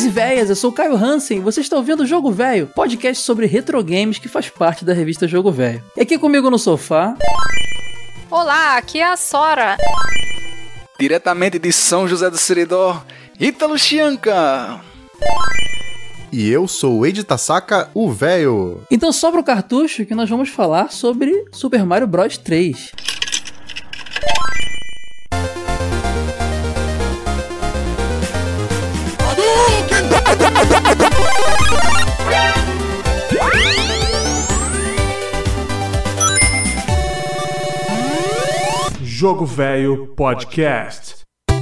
e véias, eu sou o Caio Hansen, você está ouvindo o Jogo Velho, podcast sobre retro games que faz parte da revista Jogo Velho. E aqui comigo no sofá... Olá, aqui é a Sora. Diretamente de São José do Seridó, Ítalo Chianca. E eu sou o Eiji Tasaka, o véio. Então sobra o cartucho que nós vamos falar sobre Super Mario Bros 3. Jogo Velho Podcast.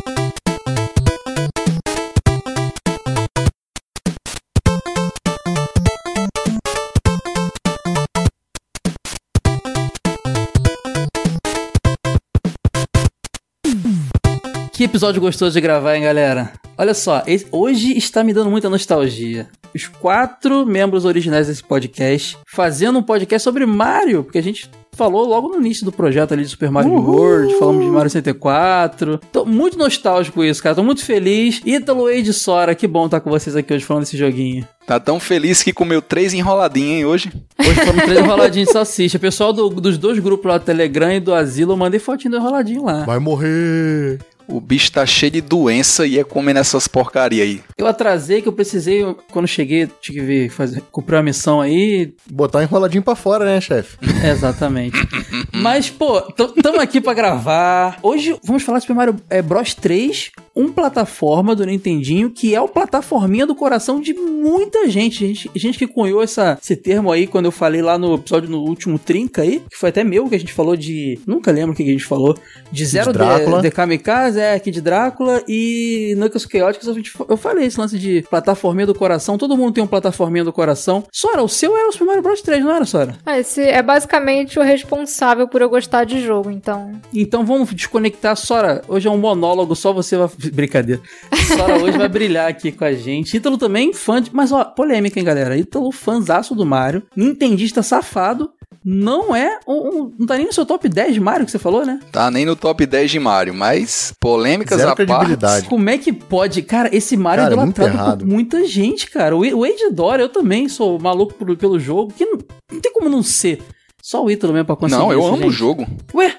Que episódio gostoso de gravar, hein, galera? Olha só, hoje está me dando muita nostalgia. Os 4 membros originais desse podcast fazendo um podcast sobre Mario, porque a gente falou logo no início do projeto ali de Super Mario World, falamos de Mario 64. Tô muito nostálgico com isso, cara. Tô muito feliz. Ítalo, Eiji, Sora, que bom estar com vocês aqui hoje falando desse joguinho. Tá tão feliz que comeu 3 enroladinhos, hein, hoje? Hoje foram 3 enroladinhos de salsicha. Pessoal dos 2 grupos lá do Telegram e do Asilo, eu mandei fotinho do enroladinho lá. Vai morrer. O bicho tá cheio de doença e é comendo essas porcaria aí. Eu atrasei que eu precisei, quando cheguei, tinha que vir cumprir uma missão aí. Botar enroladinho pra fora, né, chefe? Exatamente. Mas, pô, tamo aqui pra gravar. Hoje vamos falar de Super Mario Bros 3, plataforma do Nintendinho, que é o plataforminha do coração de muita gente. Gente que cunhou esse termo aí quando eu falei lá no episódio no último Trinca aí, que foi até meu, que a gente falou de... Nunca lembro o que a gente falou. De Zero de Kamikaze, Kid Drácula e Knuckles Chaotix. Eu falei esse lance de plataforminha do coração. Todo mundo tem um plataforminha do coração. Sora, o seu era o Super Mario Bros 3, não era, Sora? Esse é basicamente o responsável por eu gostar de jogo, então... Então vamos desconectar. Sora, hoje é um monólogo, só você vai... Brincadeira. Sora hoje vai brilhar aqui com a gente. Ítalo também, fã de... Mas ó, polêmica, hein, galera? Ítalo, fãzaço do Mario. Nintendista safado. Não é não tá nem no seu top 10 de Mario que você falou, né? Tá nem no top 10 de Mario, mas polêmicas Zero à parte. Como é que pode? Cara, esse Mario é idolatrado por muita gente, cara. O Eiji adora, eu também sou maluco pelo jogo, que não tem como não ser. Só o Ítalo mesmo pra conseguir. Não, eu isso, amo gente. o jogo. Ué?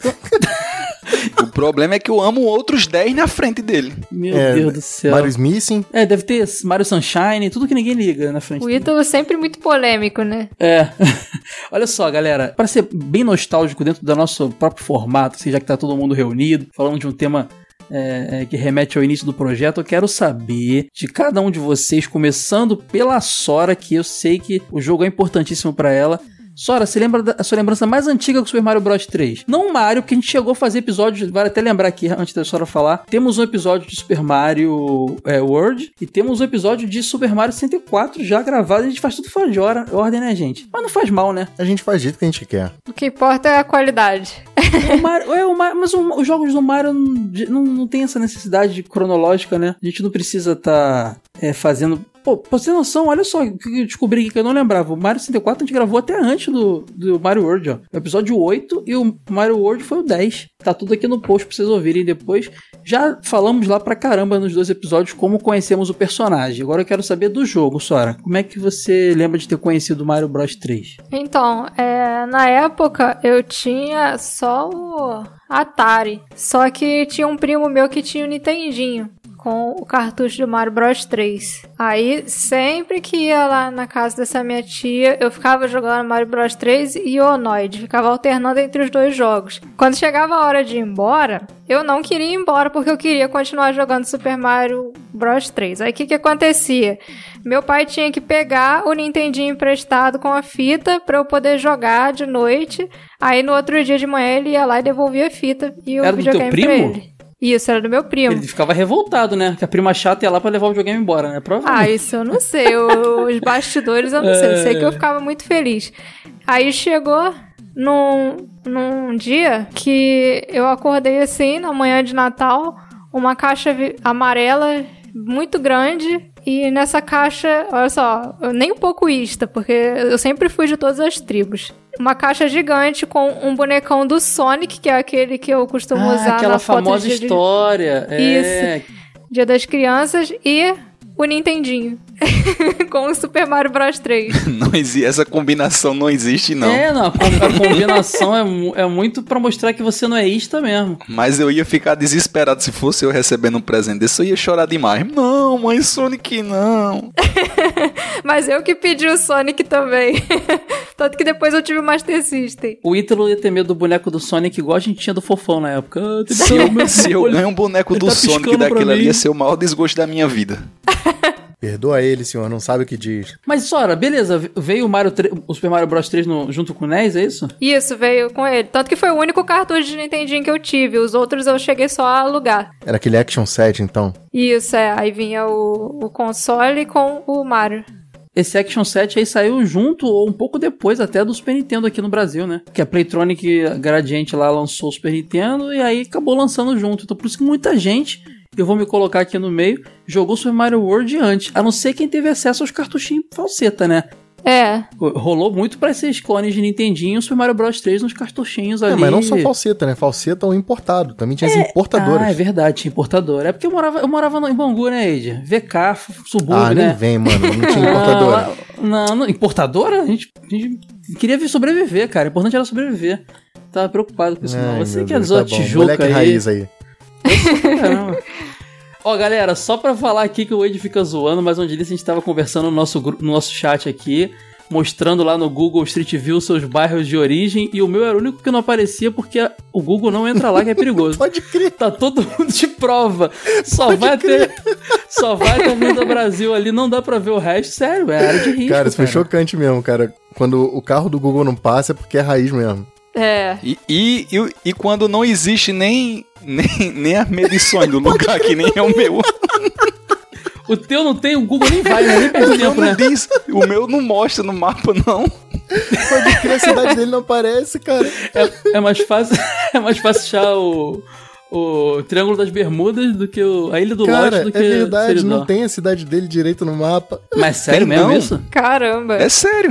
O problema é que eu amo outros 10 na frente dele. Meu Deus do céu. Mario Smithing. Deve ter Mario Sunshine, tudo que ninguém liga na frente. O Ítalo é sempre muito polêmico, né? Olha só, galera, para ser bem nostálgico dentro do nosso próprio formato, assim, já que tá todo mundo reunido, falando de um tema que remete ao início do projeto, eu quero saber de cada um de vocês, começando pela Sora, que eu sei que o jogo é importantíssimo para ela. Sora, você lembra da sua lembrança mais antiga do Super Mario Bros 3? Não Mario, porque a gente chegou a fazer episódios, vale até lembrar aqui, antes da Sora falar, temos um episódio de Super Mario World e temos um episódio de Super Mario 64 já gravado, a gente faz tudo fora de ordem, né, gente? Mas não faz mal, né? A gente faz do jeito que a gente quer. O que importa é a qualidade. Mas os jogos do Mario não tem essa necessidade cronológica, né? A gente não precisa estar fazendo... Pô, pra você ter noção, olha só o que eu descobri aqui que eu não lembrava. O Mario 64 a gente gravou até antes do Mario World, ó. O episódio 8 e o Mario World foi o 10. Tá tudo aqui no post pra vocês ouvirem depois. Já falamos lá pra caramba nos 2 episódios como conhecemos o personagem. Agora eu quero saber do jogo, Sora. Como é que você lembra de ter conhecido o Mario Bros 3? Então, na época eu tinha só o Atari. Só que tinha um primo meu que tinha o Nintendinho com o cartucho do Mario Bros 3. Aí, sempre que ia lá na casa dessa minha tia, eu ficava jogando Mario Bros 3 e Onoid. Ficava alternando entre os 2 jogos. Quando chegava a hora de ir embora, eu não queria ir embora porque eu queria continuar jogando Super Mario Bros 3. Aí, o que acontecia? Meu pai tinha que pegar o Nintendinho emprestado com a fita pra eu poder jogar de noite. Aí, no outro dia de manhã, ele ia lá e devolvia a fita e o videogame pra ele. Isso, era do meu primo. Ele ficava revoltado, né? Que a prima chata ia lá pra levar o videogame embora, né? Provavelmente. Isso eu não sei. Os bastidores eu não sei. Eu sei que eu ficava muito feliz. Aí chegou num dia que eu acordei assim, na manhã de Natal, uma caixa amarela muito grande. E nessa caixa, olha só, nem um pouco ista, porque eu sempre fui de todas as tribos. Uma caixa gigante com um bonecão do Sonic, que é aquele que eu costumo usar aquela na foto famosa história. Isso. Dia das Crianças. E o Nintendinho. Com o Super Mario Bros 3. Não existe, essa combinação não existe, não. Não, a combinação é muito pra mostrar que você não é ista mesmo. Mas eu ia ficar desesperado se fosse eu recebendo um presente desse, eu ia chorar demais. Não, mãe, Sonic não. Mas eu que pedi o Sonic também. Tanto que depois eu tive o Master System. O Ítalo ia ter medo do boneco do Sonic igual a gente tinha do Fofão na época. Se eu ganho um boneco do Sonic daquele ali, ia ser o maior desgosto da minha vida. Perdoa ele, senhor, não sabe o que diz. Mas, Sora, beleza, veio o Super Mario Bros 3 junto com o NES, é isso? Isso, veio com ele. Tanto que foi o único cartucho de Nintendinho que eu tive. Os outros eu cheguei só a alugar. Era aquele Action 7, então? Isso, Aí vinha o console com o Mario. Esse Action 7 aí saiu junto ou um pouco depois até do Super Nintendo aqui no Brasil, né? Que a Playtronic Gradiente lá lançou o Super Nintendo e aí acabou lançando junto. Então por isso que muita gente, eu vou me colocar aqui no meio, jogou Super Mario World antes. A não ser quem teve acesso aos cartuchinhos falseta, né? Rolou muito pra esses clones de Nintendinho e o Super Mario Bros 3 nos cartuchinhos ali. Mas não só falseta, né? Falseta ou importado. Também tinha as importadoras. É verdade, tinha importadora. É porque eu morava em Bangu, né, Ed? VK, subúrbio, né? Nem vem, mano. Não tinha importadora. Não, importadora? A gente queria sobreviver, cara. O importante era sobreviver. Tava preocupado com isso, não. Você que é Zó Tijuca moleque aí. Raiz aí. Caramba. Ó, galera, só pra falar aqui que o Wade fica zoando, mas onde disse a gente tava conversando no nosso chat aqui, mostrando lá no Google Street View seus bairros de origem, e o meu era o único que não aparecia porque o Google não entra lá, que é perigoso. Pode crer. Tá todo mundo de prova. Só vai até Avenida Brasil ali, não dá pra ver o resto. Sério, é área de risco. Cara, isso foi chocante mesmo, cara. Quando o carro do Google não passa é porque é raiz mesmo. E quando não existe nem as medições do lugar, que nem é o meu. O teu não tem, o Google nem vai, né? Nem perde tempo, né? O meu não mostra no mapa, não. Pode crer, a cidade dele não aparece, cara. É mais fácil achar o Triângulo das Bermudas do que a Ilha do Lost do que... é verdade, Seridó. não tem a cidade dele direito no mapa. Mas sério mesmo isso? Caramba. É sério.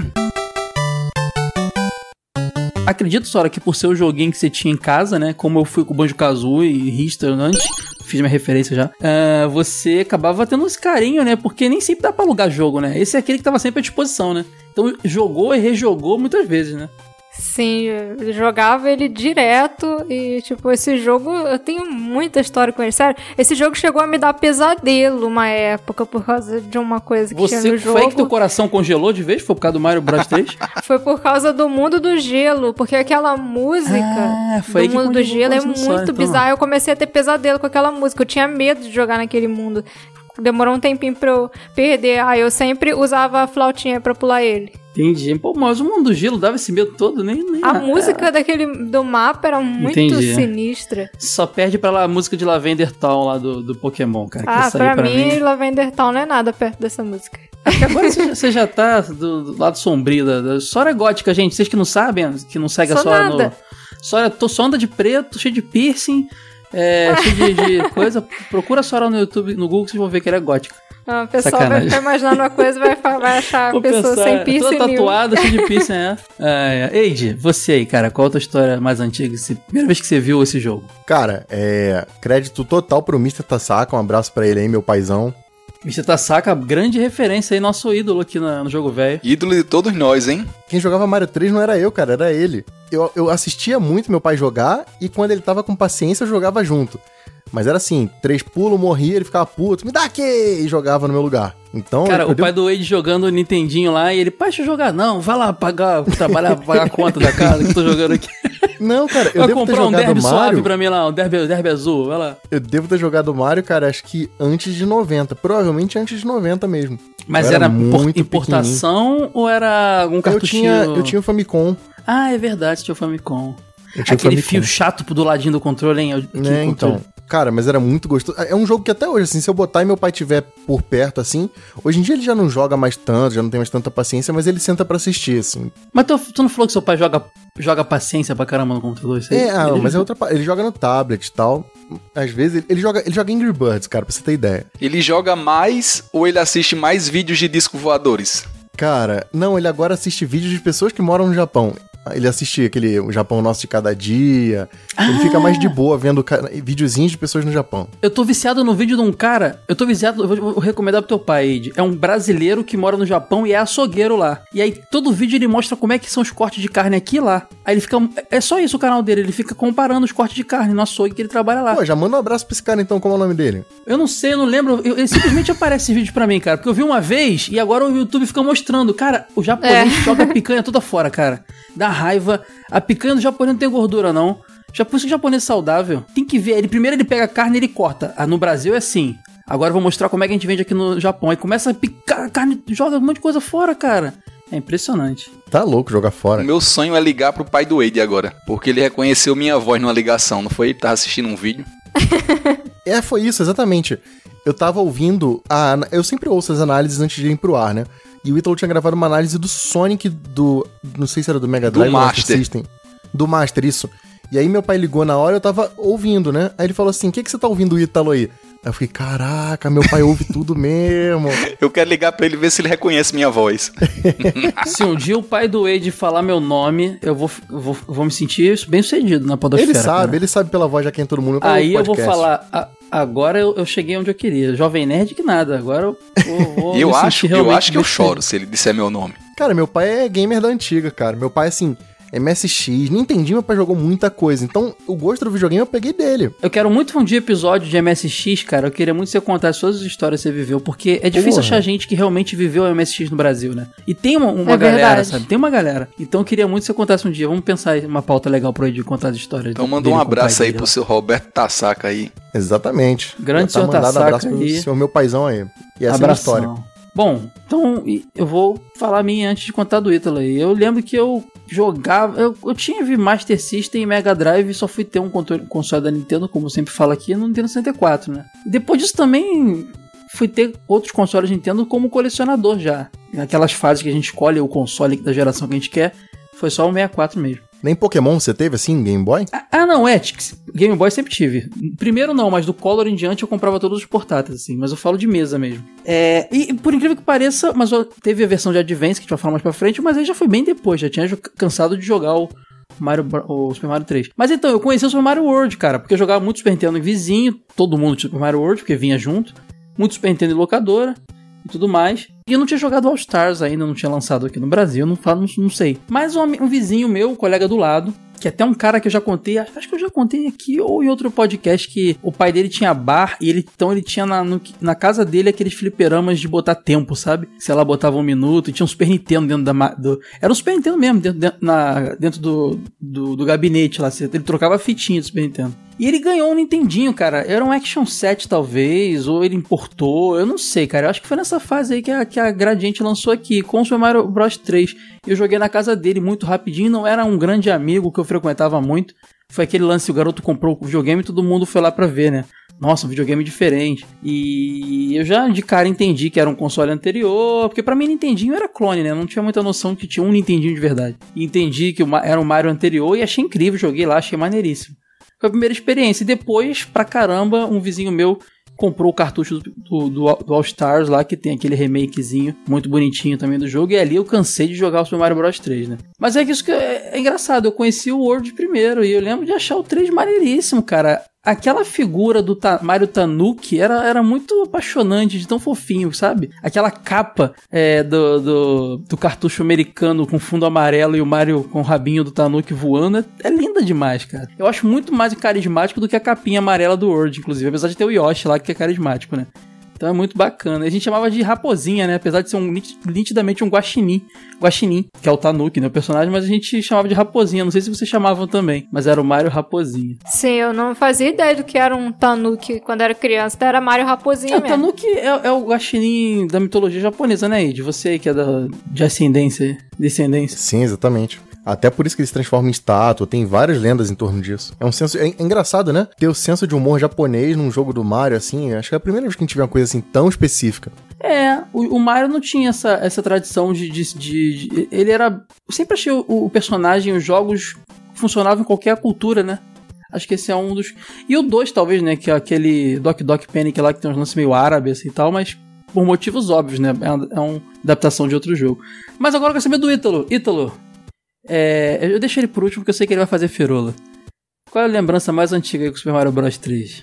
Acredito, Sora, que por ser o joguinho que você tinha em casa, né? Como eu fui com o Banjo-Kazooie e Richter antes, fiz minha referência já, você acabava tendo esse carinho, né? Porque nem sempre dá pra alugar jogo, né? Esse é aquele que tava sempre à disposição, né? Então jogou e rejogou muitas vezes, né? Sim, eu jogava ele direto e, tipo, esse jogo, eu tenho muita história com ele, sério. Esse jogo chegou a me dar pesadelo uma época por causa de uma coisa que tinha no jogo. Foi aí que teu coração congelou de vez? Foi por causa do Mario Bros 3? Foi por causa do Mundo do Gelo, porque aquela música do Mundo do Gelo é muito bizarra. Eu comecei a ter pesadelo com aquela música, eu tinha medo de jogar naquele mundo. Demorou um tempinho pra eu perder. Aí eu sempre usava a flautinha pra pular ele. Entendi. Pô, mas o Mundo do Gelo dava esse medo todo, nem a música do mapa era muito sinistra. Só perde pra lá a música de Lavender Town lá do Pokémon, cara. Pra mim, Lavender Town não é nada perto dessa música. Porque agora você já tá do lado sombrio da Sora gótica, gente. Vocês que não sabem, que não seguem a Sora no... Sora, só anda de preto, cheio de piercing, cheio de coisa. Procura a Sora no YouTube, no Google, vocês vão ver que ela é gótica. Não, o pessoal vai ficar imaginando uma coisa e vai achar a pessoa sem piercing. Toda tatuada, cheia de piercing, Eide, você aí, cara, qual a tua história mais antiga? Primeira vez que você viu esse jogo? Cara, crédito total pro Mr. Tasaka, um abraço pra ele aí, meu paizão. Mr. Tasaka, grande referência aí, nosso ídolo aqui no Jogo Velho. Ídolo de todos nós, hein? Quem jogava Mario 3 não era eu, cara, era ele. Eu assistia muito meu pai jogar e quando ele tava com paciência eu jogava junto. Mas era assim, 3 pulos, morria, ele ficava puto, me dá aqui! E jogava no meu lugar. Então, cara, o pai do Wade jogando o Nintendinho lá e ele, pai, deixa eu jogar. Não, vai lá pagar a conta da casa que eu tô jogando aqui. Não, cara, eu vai devo ter comprar jogado um derby Mario... suave pra mim lá, um derby azul, vai lá. Eu devo ter jogado Mario, cara, acho que antes de 90. Provavelmente antes de 90 mesmo. Mas era importação ou era algum cartuchinho? Eu tinha o Famicom. Ah, é verdade, tinha o Famicom. Aquele fio chato do ladinho do controle, hein? Então... Cara, mas era muito gostoso. É um jogo que até hoje, assim, se eu botar e meu pai tiver por perto, assim... Hoje em dia ele já não joga mais tanto, já não tem mais tanta paciência, mas ele senta pra assistir, assim. Mas tu não falou que seu pai joga paciência pra caramba no computador? Isso aí? Mas é outra parte. Ele joga no tablet e tal. Às vezes ele joga Angry Birds, cara, pra você ter ideia. Ele joga mais ou ele assiste mais vídeos de disco voadores? Cara, não, ele agora assiste vídeos de pessoas que moram no Japão. Ele assiste o Japão Nosso de Cada Dia. Ele fica mais de boa vendo videozinhos de pessoas no Japão. Eu tô viciado no vídeo de um cara. Eu vou recomendar pro teu pai, Ed. É um brasileiro que mora no Japão e é açougueiro lá. E aí todo vídeo ele mostra como é que são os cortes de carne aqui e lá. Aí ele fica... É só isso o canal dele. Ele fica comparando os cortes de carne no açougue que ele trabalha lá. Pô, já manda um abraço pra esse cara então. Como é o nome dele? Eu não sei, eu não lembro. Ele simplesmente aparece esse vídeo pra mim, cara. Porque eu vi uma vez e agora o YouTube fica mostrando. Cara, o japonês joga a picanha toda fora, cara. Dá raiva. A picanha do japonês não tem gordura, não. Já por isso que o japonês é saudável. Tem que ver. Primeiro ele pega a carne e ele corta. No Brasil é assim. Agora eu vou mostrar como é que a gente vende aqui no Japão. Aí começa a picar a carne, joga um monte de coisa fora, cara. É impressionante. Tá louco jogar fora. O meu sonho é ligar pro pai do Wade agora. Porque ele reconheceu minha voz numa ligação, não foi? Ele tava assistindo um vídeo. Foi isso, exatamente. Eu tava ouvindo... Eu sempre ouço as análises antes de irem pro ar, né? E o Ítalo tinha gravado uma análise do Sonic não sei se era do Mega Drive ou Master System. Do Master, isso. E aí meu pai ligou na hora e eu tava ouvindo, né? Aí ele falou assim, o que você tá ouvindo, Ítalo, aí? Aí eu fiquei, caraca, meu pai ouve tudo mesmo. Eu quero ligar pra ele ver se ele reconhece minha voz. Se um dia o pai do Wade falar meu nome, eu vou me sentir bem sucedido na podosfera. Ele sabe pela voz já quem todo mundo... Aí eu vou falar... Agora eu cheguei onde eu queria. Jovem Nerd que nada. Agora eu vou eu acho que eu choro se ele disser meu nome. Cara, meu pai é gamer da antiga, cara. Meu pai, assim, MSX, Nintendinho, meu pai jogou muita coisa. Então, o gosto do videogame eu peguei dele. Eu quero muito um dia episódio de MSX, cara. Eu queria muito que você contasse todas as histórias que você viveu. Porque é difícil achar gente que realmente viveu o MSX no Brasil, né? E tem uma galera, sabe? Tem uma galera. Então eu queria muito que você contasse um dia. Vamos pensar em uma pauta legal pra ele contar as histórias. Então manda um abraço aí pro seu Roberto Tassaca aí. Exatamente. Grande senhor Tassaca abraço pro senhor meu paizão aí. E essa é a história. Bom, então eu vou falar a minha antes de contar do Ítalo aí. Eu lembro que eu jogava... Eu tinha Master System e Mega Drive e só fui ter um console da Nintendo, como eu sempre falo aqui, no Nintendo 64, né? Depois disso também fui ter outros consoles da Nintendo como colecionador já. Naquelas fases que a gente escolhe o console da geração que a gente quer, foi só o 64 mesmo. Nem Pokémon você teve assim, Game Boy? Não, Game Boy sempre tive. Primeiro não, mas do Color em diante eu comprava todos os portáteis, assim, mas eu falo de mesa mesmo. E por incrível que pareça, mas teve a versão de Advance, que a gente vai falar mais pra frente, mas aí já foi bem depois, já tinha cansado de jogar o Super Mario 3. Mas então, eu conheci o Super Mario World, cara, porque eu jogava muito Super Nintendo em vizinho, todo mundo tinha Super Mario World, porque vinha junto, muito Super Nintendo em locadora e tudo mais. E eu não tinha jogado All Stars ainda, não tinha lançado aqui no Brasil, não sei. Mas um vizinho meu, um colega do lado, que até um cara que eu já contei, acho que eu já contei aqui ou em outro podcast, que o pai dele tinha bar e ele tinha na casa dele aqueles fliperamas de botar tempo, sabe? Sei lá, botava 1 minuto e tinha um Super Nintendo dentro era um Super Nintendo mesmo, dentro do gabinete lá, ele trocava fitinha do Super Nintendo. E ele ganhou um Nintendinho, cara. Era um Action 7, talvez, ou ele importou, eu não sei, cara. Eu acho que foi nessa fase aí que a Gradiente lançou aqui, com o Super Mario Bros 3. Eu joguei na casa dele muito rapidinho, não era um grande amigo que eu frequentava muito. Foi aquele lance, o garoto comprou o videogame e todo mundo foi lá pra ver, né? Nossa, um videogame diferente. E eu já de cara entendi que era um console anterior, porque pra mim Nintendinho era clone, né? Eu não tinha muita noção que tinha um Nintendinho de verdade. E entendi que era um Mario anterior e achei incrível, joguei lá, achei maneiríssimo. Foi a primeira experiência. E depois, pra caramba, um vizinho meu comprou o cartucho do All Stars lá, que tem aquele remakezinho muito bonitinho também do jogo, e ali eu cansei de jogar o Super Mario Bros 3, né? Mas é que isso que é engraçado, eu conheci o World primeiro, e eu lembro de achar o 3 maneiríssimo, cara. Aquela figura do Mario Tanuki era muito apaixonante, de tão fofinho, sabe? Aquela capa do cartucho americano com fundo amarelo e o Mario com o rabinho do Tanuki voando é linda demais, cara. Eu acho muito mais carismático do que a capinha amarela do World, inclusive, apesar de ter o Yoshi lá, que é carismático, né? Então é muito bacana. A gente chamava de Raposinha, né? Apesar de ser nitidamente um guaxinim, que é o Tanuki, né? O personagem, mas a gente chamava de Raposinha. Não sei se vocês chamavam também, mas era o Mario Raposinha. Sim, eu não fazia ideia do que era um Tanuki quando era criança. Então era Mario Raposinha mesmo. O Tanuki é o guaxinim da mitologia japonesa, né, Ed? Você aí que é de descendência. Sim, exatamente. Até por isso que ele se transforma em estátua, tem várias lendas em torno disso. É um senso... É engraçado, né? Ter o senso de humor japonês num jogo do Mario, assim, acho que é a primeira vez que a gente vê uma coisa assim tão específica. O Mario não tinha essa tradição de ele era... Eu sempre achei o personagem, os jogos funcionavam em qualquer cultura, né? Acho que esse é um dos... E o 2, talvez, né? Que é aquele Doc Panic lá, que tem uns lances meio árabes assim, e tal, mas por motivos óbvios, né? É uma adaptação de outro jogo. Mas agora eu quero saber do Ítalo. Ítalo, Eu deixo ele por último porque eu sei que ele vai fazer firula. Qual é a lembrança mais antiga aí com o Super Mario Bros 3?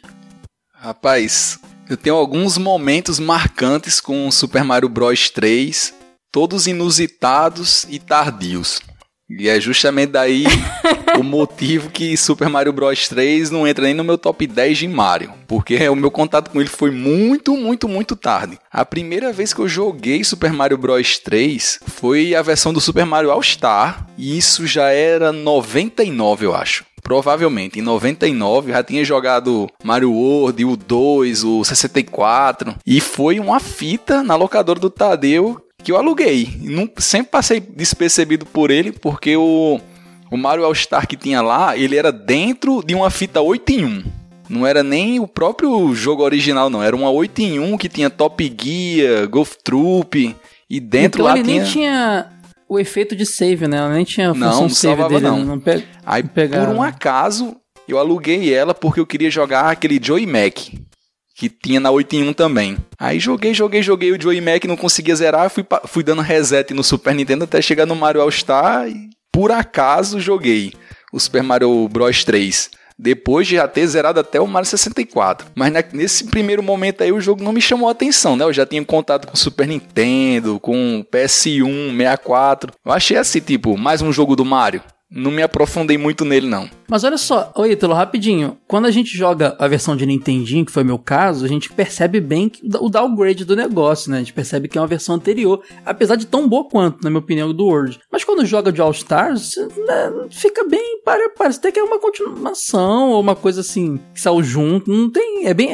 Rapaz, eu tenho alguns momentos marcantes com o Super Mario Bros 3, todos inusitados e tardios. E é justamente daí o motivo que Super Mario Bros 3 não entra nem no meu top 10 de Mario, porque o meu contato com ele foi muito, muito, muito tarde. A primeira vez que eu joguei Super Mario Bros 3 foi a versão do Super Mario All Star, e isso já era 99, eu acho. Provavelmente, em 99 eu já tinha jogado Mario World, o 2, o 64, e foi uma fita na locadora do Tadeu que eu aluguei. Sempre passei despercebido por ele, porque o Mario All Star que tinha lá, ele era dentro de uma fita 8-in-1. Não era nem o próprio jogo original, não. Era uma 8-in-1 que tinha Top Gear, Golf Troop, e dentro então lá ele tinha... nem tinha o efeito de save, né? Ela nem tinha a função não de save salvava, dele. não. Aí, por um acaso, eu aluguei ela porque eu queria jogar aquele Joey Mac, que tinha na 8-in-1 também. Aí joguei o Joey Mac, não conseguia zerar, fui dando reset no Super Nintendo até chegar no Mario All Star e por acaso joguei o Super Mario Bros 3. Depois de já ter zerado até o Mario 64. Mas nesse primeiro momento aí o jogo não me chamou a atenção, né? Eu já tinha contato com o Super Nintendo, com o PS1, 64. Eu achei assim, tipo, mais um jogo do Mario. Não me aprofundei muito nele, não. Mas olha só, ô Ítalo, rapidinho. Quando a gente joga a versão de Nintendinho, que foi meu caso, a gente percebe bem o downgrade do negócio, né? A gente percebe que é uma versão anterior, apesar de tão boa quanto, na minha opinião, do World. Mas quando joga de All Stars, né, fica bem, parece até que é uma continuação, ou uma coisa assim, que saiu junto. Não tem, é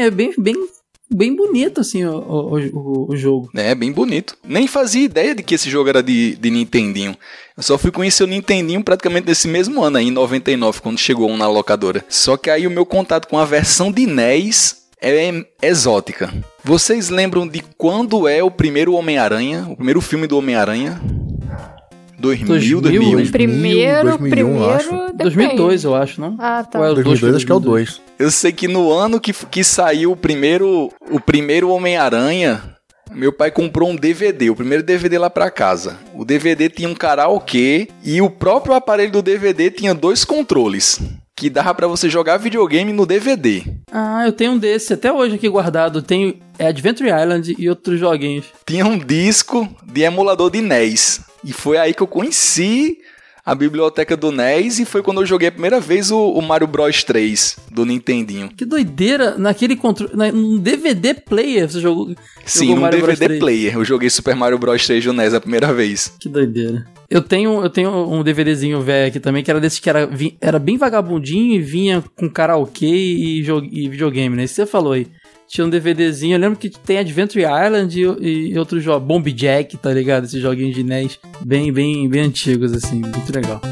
bem bonito, assim, o jogo. É, bem bonito. Nem fazia ideia de que esse jogo era de Nintendinho. Eu só fui conhecer o Nintendinho praticamente nesse mesmo ano, aí, em 99, quando chegou um na locadora. Só que aí o meu contato com a versão de NES é exótica. Vocês lembram de quando é o primeiro Homem-Aranha? O primeiro filme do Homem-Aranha? 2000, 2001. O primeiro, 2001, acho. depende. 2002, eu acho, não? Ah, tá. Ou é o 2002 acho que é o 2. Eu sei que no ano que saiu o primeiro Homem-Aranha, meu pai comprou um DVD, o primeiro DVD lá pra casa. O DVD tinha um karaokê e o próprio aparelho do DVD tinha 2 controles, que dava pra você jogar videogame no DVD. Ah, eu tenho um desse, até hoje aqui guardado. Tenho Adventure Island e outros joguinhos. Tinha um disco de emulador de NES. E foi aí que eu conheci a biblioteca do NES e foi quando eu joguei a primeira vez o Mario Bros 3 do Nintendinho. Que doideira, naquele controle, num DVD player você jogou. Sim, num DVD player. Eu joguei Super Mario Bros 3 do NES a primeira vez. Que doideira. Eu tenho um DVDzinho velho aqui também, que era desse que era bem vagabundinho e vinha com karaokê e videogame, né? Isso você falou aí. Tinha um DVDzinho, eu lembro que tem Adventure Island e outros jogos, Bomb Jack, tá ligado? Esses joguinhos de NES bem antigos, assim, muito legal.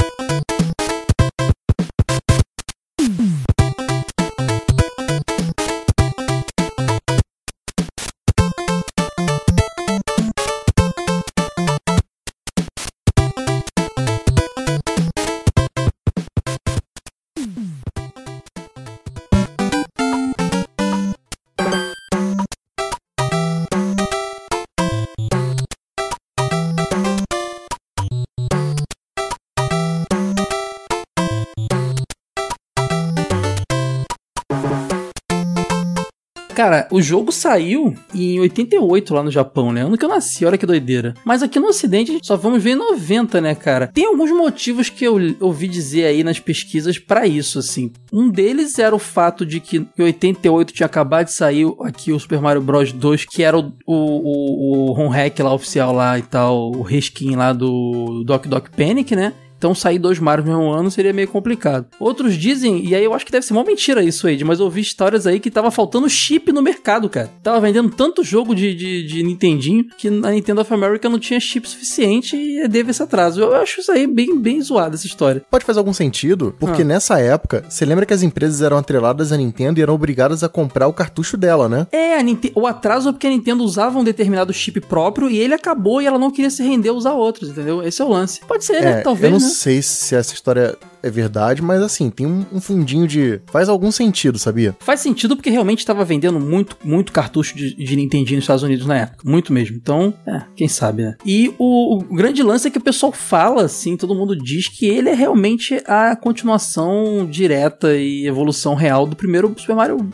Cara, o jogo saiu em 88 lá no Japão, né? Ano que eu nasci, olha que doideira. Mas aqui no Ocidente só vamos ver em 90, né, cara? Tem alguns motivos que eu ouvi dizer aí nas pesquisas pra isso, assim. Um deles era o fato de que em 88 tinha acabado de sair aqui o Super Mario Bros 2, que era o home hack lá oficial lá e tal, o reskin lá do Doc Panic, né? Então sair 2 Marios no mesmo ano seria meio complicado. Outros dizem, e aí eu acho que deve ser uma mentira isso aí, mas eu ouvi histórias aí que tava faltando chip no mercado, cara. Tava vendendo tanto jogo de Nintendinho que a Nintendo of America não tinha chip suficiente e teve esse atraso. Eu acho isso aí bem zoado, essa história. Pode fazer algum sentido, porque nessa época, você lembra que as empresas eram atreladas à Nintendo e eram obrigadas a comprar o cartucho dela, né? É, o atraso é porque a Nintendo usava um determinado chip próprio e ele acabou e ela não queria se render a usar outros, entendeu? Esse é o lance. Pode ser, né? Talvez eu não sei se essa história é verdade, mas assim, tem um fundinho de... Faz algum sentido, sabia? Faz sentido porque realmente estava vendendo muito cartucho de Nintendinho nos Estados Unidos na época. Muito mesmo. Então, quem sabe, né? E o grande lance é que o pessoal fala, assim, todo mundo diz que ele é realmente a continuação direta e evolução real do primeiro Super Mario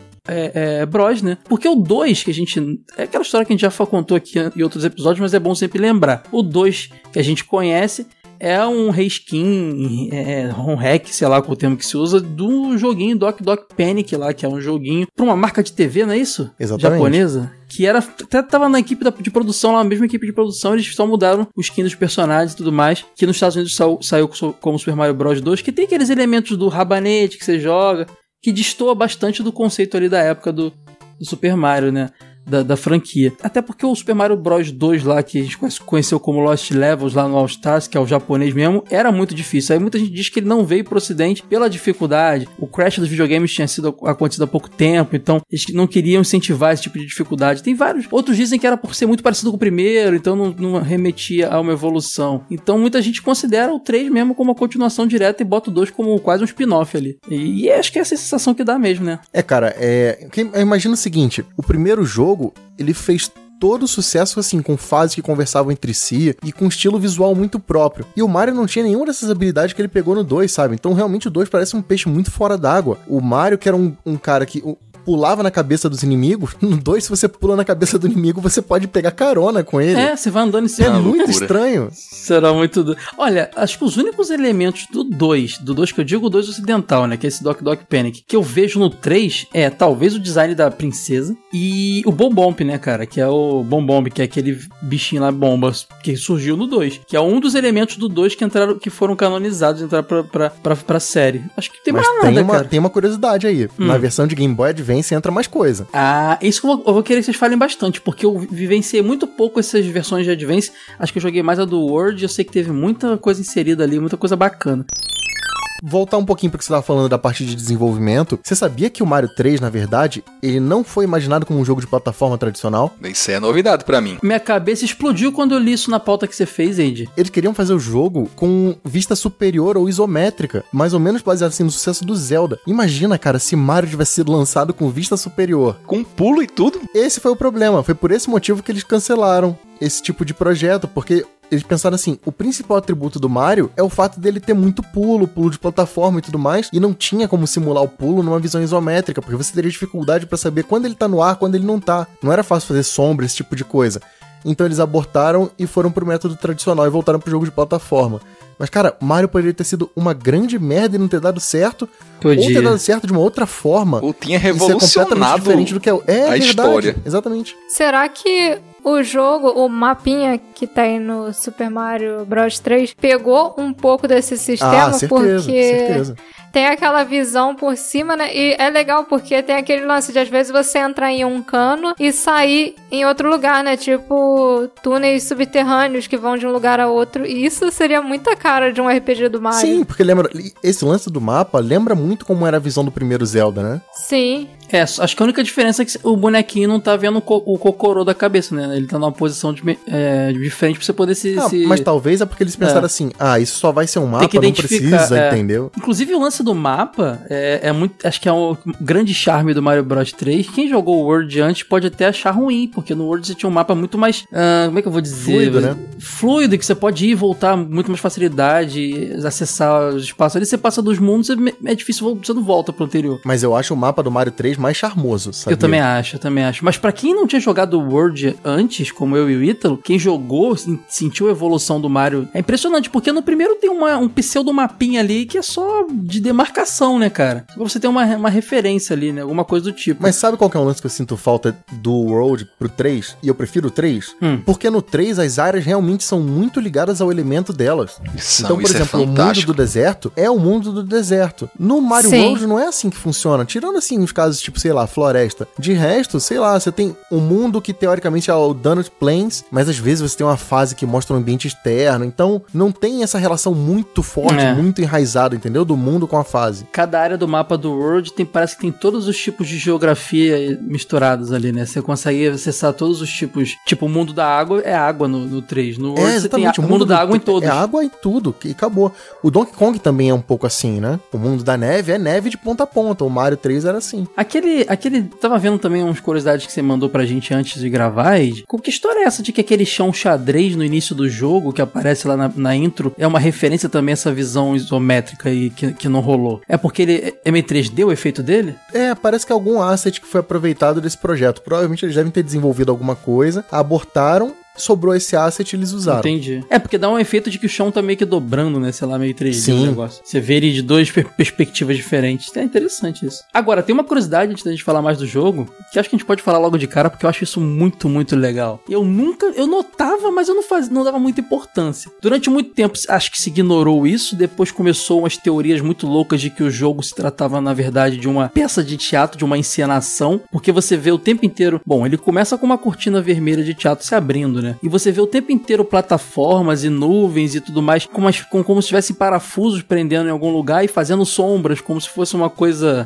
Bros, né? Porque o 2 que a gente... É aquela história que a gente já contou aqui em outros episódios, mas é bom sempre lembrar. O 2 que a gente conhece é um reskin, um hack, sei lá qual o termo que se usa, do joguinho Doc Panic lá, que é um joguinho pra uma marca de TV, não é isso? Exatamente. Japonesa. Que até tava na equipe de produção, lá, a mesma equipe de produção, eles só mudaram os skins dos personagens e tudo mais, que nos Estados Unidos saiu como Super Mario Bros 2, que tem aqueles elementos do rabanete que você joga, que destoa bastante do conceito ali da época do Super Mario, né? Da franquia. Até porque o Super Mario Bros 2 lá, que a gente conheceu como Lost Levels lá no All Stars, que é o japonês mesmo, era muito difícil. Aí muita gente diz que ele não veio pro ocidente pela dificuldade. O crash dos videogames tinha acontecido há pouco tempo, então eles não queriam incentivar esse tipo de dificuldade. Tem vários. Outros dizem que era por ser muito parecido com o primeiro, então não remetia a uma evolução. Então muita gente considera o 3 mesmo como uma continuação direta e bota o 2 como quase um spin-off ali. E acho que é essa sensação que dá mesmo, né? Cara, imagina o seguinte, o primeiro jogo, ele fez todo o sucesso, assim, com fases que conversavam entre si e com um estilo visual muito próprio. E o Mario não tinha nenhuma dessas habilidades que ele pegou no 2, sabe? Então, realmente, o 2 parece um peixe muito fora d'água. O Mario, que era um cara que... pulava na cabeça dos inimigos. No 2, se você pula na cabeça do inimigo, você pode pegar carona com ele. Você vai andando em cima. É muito estranho. Será muito... Olha, acho que os únicos elementos do 2 que eu digo, o 2 ocidental, né, que é esse Doc Panic, que eu vejo no 3 é talvez o design da princesa e o Bob-omb, né, cara, que é o Bob-omb, que é aquele bichinho lá, bomba, que surgiu no 2, que é um dos elementos do 2 que foram canonizados, entraram pra série. Acho que tem mais nada, cara. Tem uma curiosidade aí. Na versão de Game Boy Advance entra mais coisa. Isso que eu vou querer que vocês falem bastante, porque eu vivenciei muito pouco essas versões de Advance. Acho que eu joguei mais a do World e eu sei que teve muita coisa inserida ali, muita coisa bacana. Voltar um pouquinho pro que você tava falando da parte de desenvolvimento. Você sabia que o Mario 3, na verdade, ele não foi imaginado como um jogo de plataforma tradicional? Isso é novidade pra mim. Minha cabeça explodiu quando eu li isso na pauta que você fez, Ed. Eles queriam fazer o jogo com vista superior ou isométrica, mais ou menos baseado assim no sucesso do Zelda. Imagina, cara, se Mario tivesse sido lançado com vista superior. Com pulo e tudo? Esse foi o problema. Foi por esse motivo que eles cancelaram esse tipo de projeto, porque eles pensaram assim, o principal atributo do Mario é o fato dele ter muito pulo de plataforma e tudo mais, e não tinha como simular o pulo numa visão isométrica, porque você teria dificuldade pra saber quando ele tá no ar, quando ele não tá. Não era fácil fazer sombra, esse tipo de coisa. Então eles abortaram e foram pro método tradicional e voltaram pro jogo de plataforma. Mas, cara, Mario poderia ter sido uma grande merda e não ter dado certo, ou ter dado certo de uma outra forma. Ou tinha revolucionado diferente do que a história. Exatamente. Será que o jogo, o mapinha que tá aí no Super Mario Bros 3, pegou um pouco desse sistema? Certeza. Tem aquela visão por cima, né? E é legal porque tem aquele lance de às vezes você entrar em um cano e sair em outro lugar, né? Tipo túneis subterrâneos que vão de um lugar a outro. E isso seria muita cara de um RPG do Mario. Sim, porque lembra... Esse lance do mapa lembra muito como era a visão do primeiro Zelda, né? Sim. Acho que a única diferença é que o bonequinho não tá vendo o cocorô da cabeça, né? Ele tá numa posição diferente pra você poder se... Mas talvez é porque eles pensaram assim, isso só vai ser um mapa, não precisa, entendeu? Inclusive o lance do mapa é muito... Acho que é um grande charme do Mario Bros 3. Quem jogou o World antes pode até achar ruim, porque no World você tinha um mapa muito mais... como é que eu vou dizer? Fluido, né? Fluido, que você pode ir e voltar com muito mais facilidade, acessar os espaços. Ali você passa dos mundos, é difícil, você não volta pro anterior. Mas eu acho o mapa do Mario 3 mais charmoso, sabia? Eu também acho. Mas pra quem não tinha jogado o World antes, como eu e o Ítalo, quem jogou, sentiu a evolução do Mario, é impressionante, porque no primeiro tem um pseudo-mapinha ali que é só de demarcação, né, cara? Você tem uma referência ali, né? Alguma coisa do tipo. Mas sabe qual que é o lance que eu sinto falta do World pro 3? E eu prefiro o 3? Porque no 3 as áreas realmente são muito ligadas ao elemento delas. Então, por exemplo, o mundo do deserto é o mundo do deserto. No Mario World não é assim que funciona. Tirando assim os casos tipo, sei lá, floresta. De resto, sei lá, você tem um mundo que teoricamente é o Donut Plains, mas às vezes você tem uma fase que mostra um ambiente externo. Então, não tem essa relação muito forte, muito enraizada, entendeu? Do mundo com uma fase. Cada área do mapa do World parece que tem todos os tipos de geografia misturados ali, né? Você consegue acessar todos os tipos. Tipo, o mundo da água é água no 3. No World você tem o mundo da água em todos. É água em tudo, e acabou. O Donkey Kong também é um pouco assim, né? O mundo da neve é neve de ponta a ponta. O Mario 3 era assim. Aquele tava vendo também umas curiosidades que você mandou pra gente antes de gravar, Ed. Que história é essa de que aquele chão xadrez no início do jogo, que aparece lá na intro, é uma referência também a essa visão isométrica aí que não rolou? É porque ele é meio 3D o efeito dele? É, parece que é algum asset que foi aproveitado desse projeto. Provavelmente eles devem ter desenvolvido alguma coisa, abortaram, sobrou esse asset e eles usaram. Entendi. É, porque dá um efeito de que o chão tá meio que dobrando, né? Sei lá, meio 3D Sim. o negócio. Você vê ele de duas perspectivas diferentes. É interessante isso. Agora, tem uma curiosidade antes da gente falar mais do jogo, que acho que a gente pode falar logo de cara, porque eu acho isso muito, muito legal. Eu notava, mas eu não dava muita importância. Durante muito tempo, acho que se ignorou isso, depois começou umas teorias muito loucas de que o jogo se tratava, na verdade, de uma peça de teatro, de uma encenação, porque você vê o tempo inteiro... Bom, ele começa com uma cortina vermelha de teatro se abrindo, né? E você vê o tempo inteiro plataformas e nuvens e tudo mais, como se tivessem parafusos prendendo em algum lugar e fazendo sombras, como se fosse uma coisa,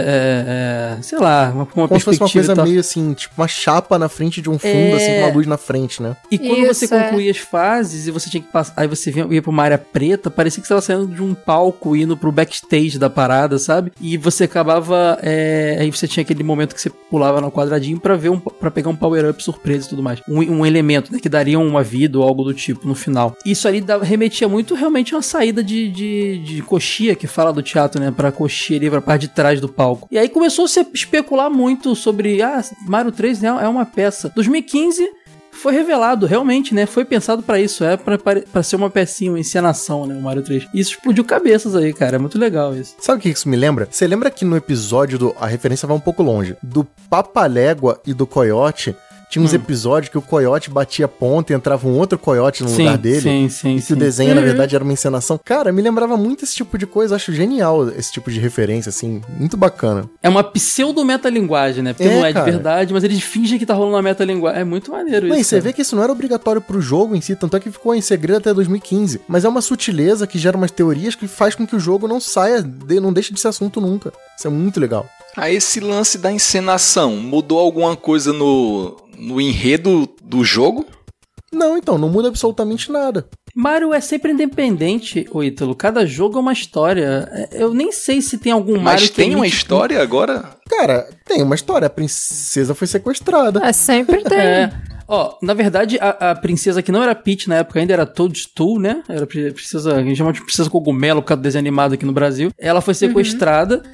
sei lá, uma como perspectiva. Se fosse uma coisa meio assim, tipo uma chapa na frente de um fundo, assim, com uma luz na frente, né? E quando você concluía as fases e você tinha que passar, aí você ia pra uma área preta, parecia que você estava saindo de um palco indo pro backstage da parada, sabe? E você acabava, aí você tinha aquele momento que você pulava no quadradinho pra pegar um power-up surpresa e tudo mais. Um elemento, né, que daria uma vida ou algo do tipo no final. Isso ali remetia muito realmente a uma saída de coxia, que fala do teatro, né, pra coxia ali, pra parte de trás do palco. E aí começou a se especular muito sobre, Mario 3, né, é uma peça. 2015 foi revelado, realmente, né, foi pensado pra isso, pra ser uma pecinha, uma encenação, né, o Mario 3. E isso explodiu cabeças aí, cara, é muito legal isso. Sabe o que isso me lembra? Você lembra que no episódio a referência vai um pouco longe, do Papalégua e do Coyote, tinha uns episódios que o coiote batia ponta e entrava um outro coiote no lugar dele. Sim. E que o desenho, na verdade, era uma encenação. Cara, me lembrava muito esse tipo de coisa. Eu acho genial esse tipo de referência, assim. Muito bacana. É uma pseudo-metalinguagem, né? Porque não é de verdade, mas eles fingem que tá rolando uma metalinguagem. É muito maneiro isso. E você vê que isso não era obrigatório pro jogo em si, tanto é que ficou em segredo até 2015. Mas é uma sutileza que gera umas teorias que faz com que o jogo não saia, não deixe de ser assunto nunca. Isso é muito legal. Esse lance da encenação, mudou alguma coisa no enredo do jogo? Não, então, não muda absolutamente nada. Mario é sempre independente, ô Ítalo. Cada jogo é uma história. Eu nem sei se tem algum Mario que... Mas tem uma história agora? Cara, tem uma história. A princesa foi sequestrada. Sempre tem. Na verdade, a princesa que não era Peach na época ainda era Toadstool, né? Era princesa, a gente chama de princesa cogumelo por causa do desenho animado aqui no Brasil. Ela foi sequestrada.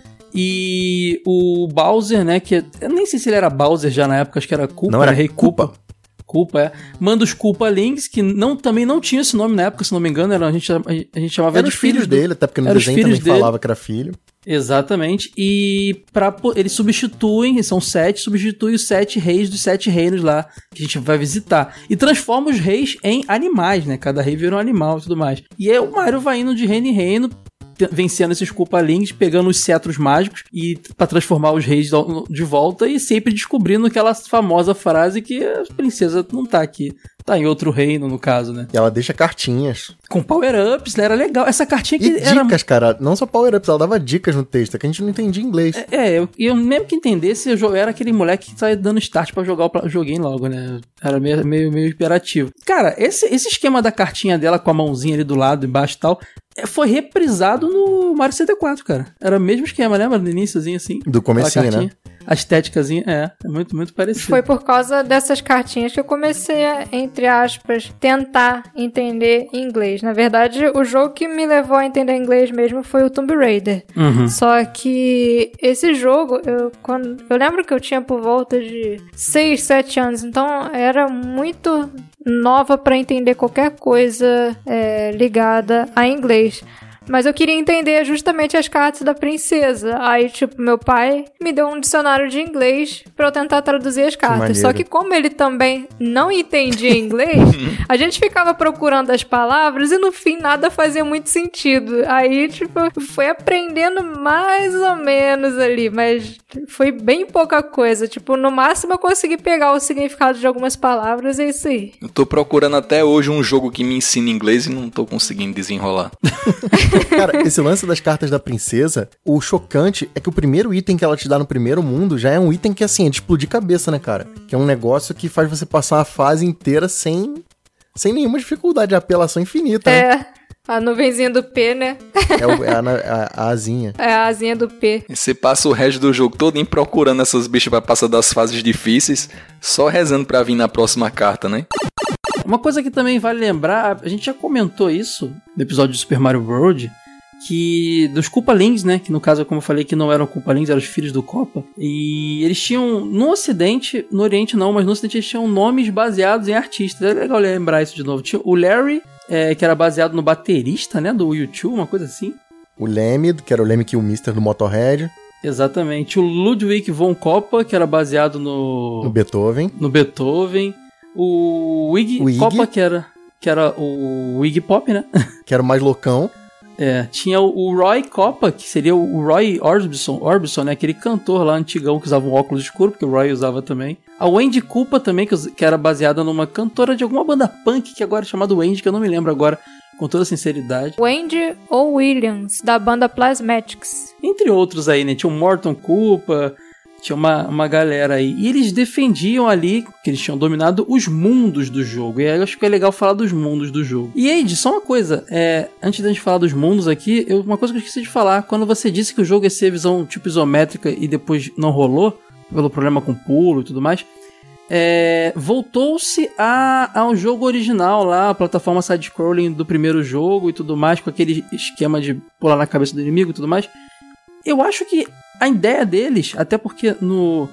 E o Bowser, né, que eu nem sei se ele era Bowser já na época, acho que era Koopa, não, era Rei Koopa. Koopa, manda os Koopa Links, que também não tinha esse nome na época, se não me engano, a gente chamava de filhos dele, até porque no desenho também falava que era filho. Exatamente, e eles são 7, substitui os 7 reis dos 7 reinos lá, que a gente vai visitar, e transforma os reis em animais, né, cada rei vira um animal e tudo mais. E aí o Mario vai indo de reino em reino, vencendo esses Koopa Links, pegando os cetros mágicos e pra transformar os reis de volta e sempre descobrindo aquela famosa frase que a princesa não tá aqui. Tá em outro reino, no caso, né? E ela deixa cartinhas. Com power-ups, né? Era legal. Essa cartinha que era... dicas, cara. Não só power-ups, ela dava dicas no texto, que a gente não entendia inglês. Eu mesmo que entendesse, eu era aquele moleque que saia dando start pra jogar o joguinho logo, né? Era meio imperativo. Cara, esse esquema da cartinha dela com a mãozinha ali do lado, embaixo e tal, foi reprisado no Mario 64, cara. Era o mesmo esquema, lembra? No iníciozinho, assim. Do comecinho, né? A estéticazinha, é muito, muito parecido. Foi por causa dessas cartinhas que eu comecei a, entre aspas, tentar entender inglês. Na verdade, o jogo que me levou a entender inglês mesmo foi o Tomb Raider. Só que esse jogo, eu lembro que eu tinha por volta de 6, 7 anos, então era muito nova pra entender qualquer coisa ligada a inglês. Mas eu queria entender justamente as cartas da princesa. Aí, meu pai me deu um dicionário de inglês pra eu tentar traduzir as cartas. Só que como ele também não entendia inglês, a gente ficava procurando as palavras e no fim nada fazia muito sentido. Aí, foi aprendendo mais ou menos ali, mas foi bem pouca coisa. No máximo eu consegui pegar o significado de algumas palavras e é isso aí. Eu tô procurando até hoje um jogo que me ensina inglês e não tô conseguindo desenrolar. Cara, esse lance das cartas da princesa, o chocante é que o primeiro item que ela te dá no primeiro mundo já é um item que, assim, é de explodir cabeça, né, cara? Que é um negócio que faz você passar a fase inteira sem nenhuma dificuldade, a apelação infinita, né? A nuvenzinha do P, né? A asinha. É a asinha do P. E você passa o resto do jogo todo procurando essas bichas pra passar das fases difíceis, só rezando pra vir na próxima carta, né? Uma coisa que também vale lembrar, a gente já comentou isso no episódio de Super Mario World, que dos Koopalings, né, que no caso, como eu falei, que não eram Koopalings, eram os filhos do Koopa, e eles tinham, no Ocidente, no Oriente não, mas no Ocidente eles tinham nomes baseados em artistas. É legal lembrar isso de novo. Tinha o Larry, que era baseado no baterista, né, do U2, uma coisa assim. O Lemmy, que era o Lemmy Kilmister do Motorhead. Exatamente. O Ludwig von Koopa, que era baseado no Beethoven. No Beethoven. O Iggy Koopa, que era o Iggy Pop, né? Que era o mais loucão. Tinha o Roy Koopa, que seria o Roy Orbison, né? Aquele cantor lá antigão que usava um óculos escuro, porque o Roy usava também. A Wendy Koopa também, que era baseada numa cantora de alguma banda punk, que agora é chamada Wendy, que eu não me lembro agora, com toda sinceridade. Wendy ou Williams, da banda Plasmatics. Entre outros aí, né? Tinha o Morton Koopa, tinha uma galera aí. E eles defendiam ali que eles tinham dominado os mundos do jogo. E aí eu acho que é legal falar dos mundos do jogo. E Ed, só uma coisa. Antes da gente falar dos mundos aqui, uma coisa que eu esqueci de falar. Quando você disse que o jogo ia ser visão tipo isométrica e depois não rolou, pelo problema com pulo e tudo mais, voltou-se ao jogo original lá, a plataforma side-scrolling do primeiro jogo e tudo mais, com aquele esquema de pular na cabeça do inimigo e tudo mais. Eu acho que a ideia deles, até porque no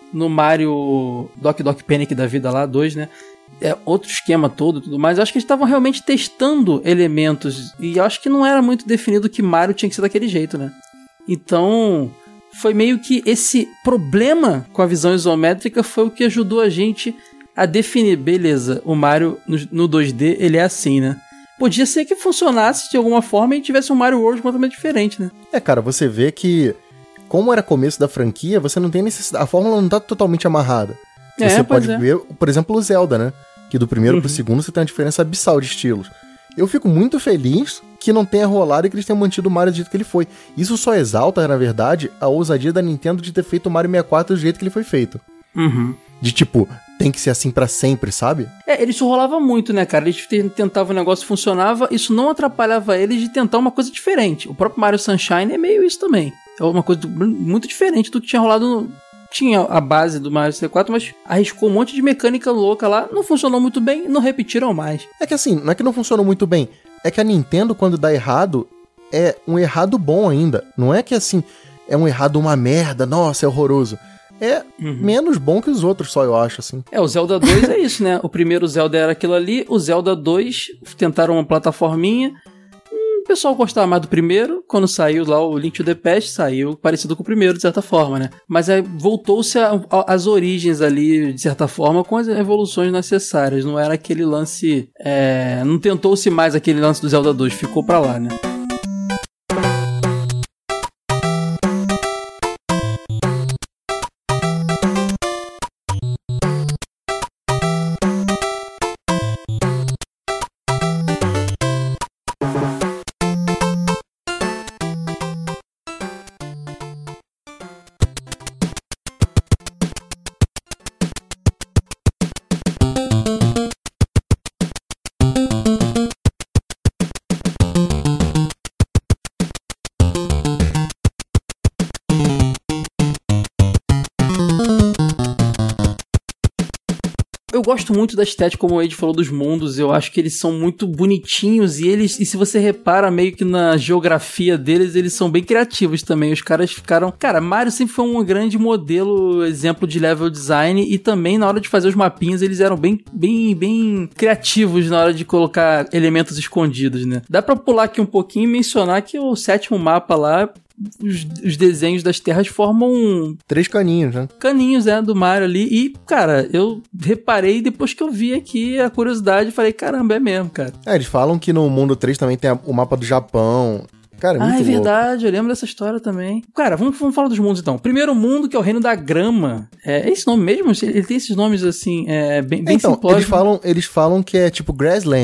Mario Doc Panic da vida lá, 2, né? É outro esquema todo e tudo mais. Eu acho que eles estavam realmente testando elementos. E eu acho que não era muito definido que Mario tinha que ser daquele jeito, né? Então, foi meio que esse problema com a visão isométrica foi o que ajudou a gente a definir, beleza, o Mario no 2D, ele é assim, né? Podia ser que funcionasse de alguma forma e tivesse um Mario World completamente diferente, né? Cara, você vê que, como era começo da franquia, você não tem necessidade. A fórmula não tá totalmente amarrada. Você pode ver, por exemplo, o Zelda, né? Que do primeiro pro segundo você tem uma diferença abissal de estilos. Eu fico muito feliz que não tenha rolado e que eles tenham mantido o Mario do jeito que ele foi. Isso só exalta, na verdade, a ousadia da Nintendo de ter feito o Mario 64 do jeito que ele foi feito. De tipo, tem que ser assim pra sempre, sabe? Isso rolava muito, né, cara? Eles tentavam, o negócio funcionava, isso não atrapalhava eles de tentar uma coisa diferente. O próprio Mario Sunshine é meio isso também. É uma coisa muito diferente do que tinha rolado Tinha a base do Mario 64, mas arriscou um monte de mecânica louca lá, não funcionou muito bem, não repetiram mais. É que assim, não é que não funcionou muito bem, é que a Nintendo, quando dá errado, é um errado bom ainda. Não é que assim, é um errado uma merda, nossa, é horroroso. É menos bom que os outros, só eu acho, assim. O Zelda 2 é isso, né? O primeiro Zelda era aquilo ali, o Zelda 2 tentaram uma plataforminha. O pessoal gostava mais do primeiro, quando saiu lá o Link to the Past, saiu parecido com o primeiro, de certa forma, né? Mas aí voltou-se às origens ali, de certa forma, com as evoluções necessárias. Não era aquele lance... não tentou-se mais aquele lance do Zelda 2, ficou pra lá, né? Eu gosto muito da estética, como o Ed falou, dos mundos. Eu acho que eles são muito bonitinhos e se você repara meio que na geografia deles, eles são bem criativos também. Os caras ficaram... Cara, Mario sempre foi um grande modelo, exemplo de level design, e também na hora de fazer os mapinhas eles eram bem criativos na hora de colocar elementos escondidos, né? Dá pra pular aqui um pouquinho e mencionar que o 7º mapa lá... Os desenhos das terras formam... 3 caninhos, né? Caninhos, do Mario ali. E, cara, eu reparei depois que eu vi aqui a curiosidade, falei, caramba, é mesmo, cara. Eles falam que no Mundo 3 também tem o mapa do Japão. Cara, é muito louco. Verdade, eu lembro dessa história também. Cara, vamos falar dos mundos então. Primeiro mundo, que é o Reino da Grama. É esse nome mesmo? Ele tem esses nomes assim, bem então, simplórios. Eles falam que é tipo Grassland,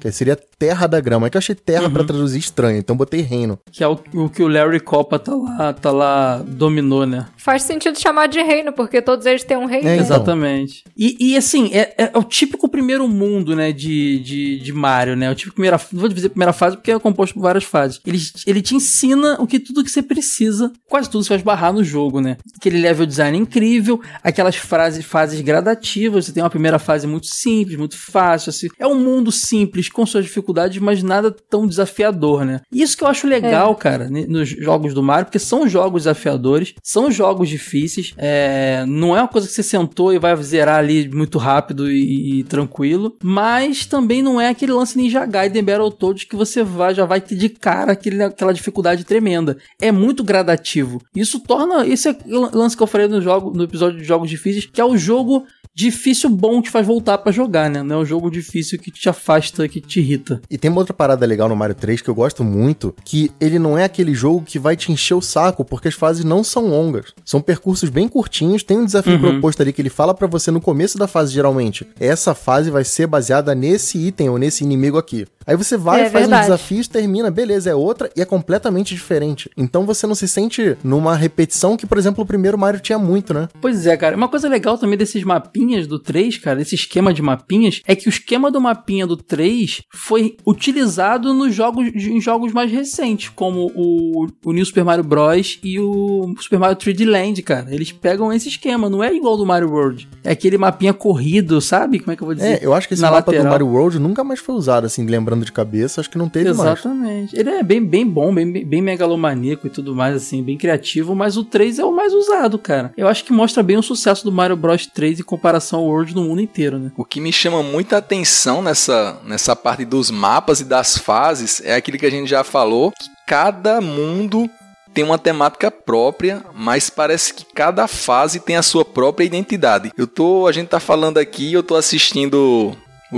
Que seria Terra da Grama. É que eu achei terra pra traduzir estranho, então botei reino. Que é o que o Larry Coppa tá lá dominou, né? Faz sentido chamar de reino, porque todos eles têm um reino. Então. Exatamente. E assim, é o típico primeiro mundo, né, de Mario, né? O típico não vou dizer primeira fase porque é composto por várias fases. Ele te ensina tudo que você precisa, quase tudo você vai esbarrar no jogo, né? Aquele level design incrível, aquelas fases gradativas, você tem uma primeira fase muito simples, muito fácil, assim. É um mundo simples, com suas dificuldades, mas nada tão desafiador, né? Isso que eu acho legal, cara, nos jogos do Mario, porque são jogos desafiadores, são jogos difíceis, não é uma coisa que você sentou e vai zerar ali muito rápido e tranquilo, mas também não é aquele lance Ninja Gaiden Battletoads que você já vai ter de cara aquela dificuldade tremenda. É muito gradativo. Isso torna... Esse é o lance que eu falei no episódio de jogos difíceis, que é o jogo difícil bom que te faz voltar pra jogar, né? Não é um jogo difícil que te afasta, que te irrita. E tem uma outra parada legal no Mario 3 que eu gosto muito, que ele não é aquele jogo que vai te encher o saco, porque as fases não são longas. São percursos bem curtinhos, tem um desafio proposto ali que ele fala pra você no começo da fase, geralmente. Essa fase vai ser baseada nesse item ou nesse inimigo aqui. Aí você vai, faz um desafio, termina, beleza, é outra e é completamente diferente. Então você não se sente numa repetição que, por exemplo, o primeiro Mario tinha muito, né? Pois é, cara. Uma coisa legal também desses mapinhas do 3, cara, esse esquema de mapinhas, é que o esquema do mapinha do 3 foi utilizado em jogos mais recentes, como o New Super Mario Bros. E o Super Mario 3D Land, cara. Eles pegam esse esquema, não é igual ao do Mario World. É aquele mapinha corrido, sabe? Como é que eu vou dizer? Eu acho que esse mapa do Mario World nunca mais foi usado, assim, lembrando de cabeça, acho que não teve mais. Exatamente. Ele é bem bom, bem megalomaníaco e tudo mais, assim, bem criativo, mas o 3 é o mais usado, cara. Eu acho que mostra bem o sucesso do Mario Bros 3 em comparação ao World no mundo inteiro, né? O que me chama muita atenção nessa parte dos mapas e das fases é aquilo que a gente já falou, que cada mundo tem uma temática própria, mas parece que cada fase tem a sua própria identidade. A gente tá falando aqui, eu tô assistindo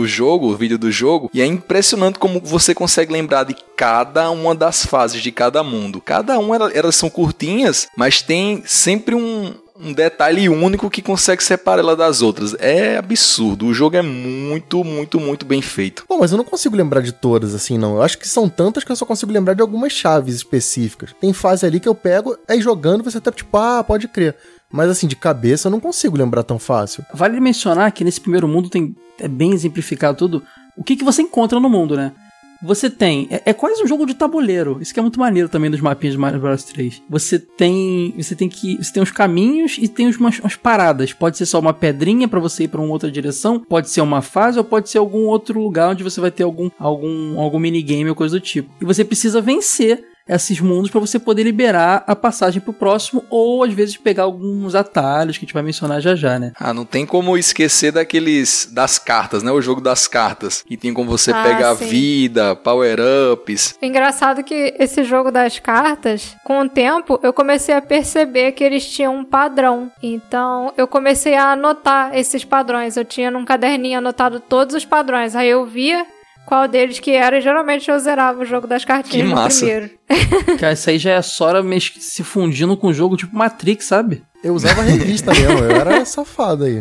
o vídeo do jogo, e é impressionante como você consegue lembrar de cada uma das fases de cada mundo. Cada uma, elas são curtinhas, mas tem sempre um detalhe único que consegue separar ela das outras. É absurdo. O jogo é muito, muito, muito bem feito. Bom, mas eu não consigo lembrar de todas, assim, não. Eu acho que são tantas que eu só consigo lembrar de algumas chaves específicas. Tem fase ali que eu pego, aí jogando você tá tipo, pode crer. Mas assim, de cabeça eu não consigo lembrar tão fácil. Vale mencionar que nesse primeiro mundo é bem exemplificado tudo. O que você encontra no mundo, né? Você tem... É quase um jogo de tabuleiro. Isso que é muito maneiro também dos mapinhas de Mario Bros 3. Você tem uns caminhos e tem umas paradas. Pode ser só uma pedrinha pra você ir pra uma outra direção. Pode ser uma fase ou pode ser algum outro lugar onde você vai ter algum minigame ou coisa do tipo. E você precisa vencer esses mundos para você poder liberar a passagem pro próximo, ou às vezes pegar alguns atalhos que a gente vai mencionar já, né? Não tem como esquecer das cartas, né? O jogo das cartas. E tem como você pegar vida, power-ups. Engraçado que esse jogo das cartas, com o tempo, eu comecei a perceber que eles tinham um padrão. Então, eu comecei a anotar esses padrões. Eu tinha num caderninho anotado todos os padrões. Aí eu via qual deles que era, e geralmente eu zerava o jogo das cartinhas no primeiro. Cara, isso aí já é a Sora se fundindo com o jogo tipo Matrix, sabe? Eu usava a revista mesmo, eu era safado aí.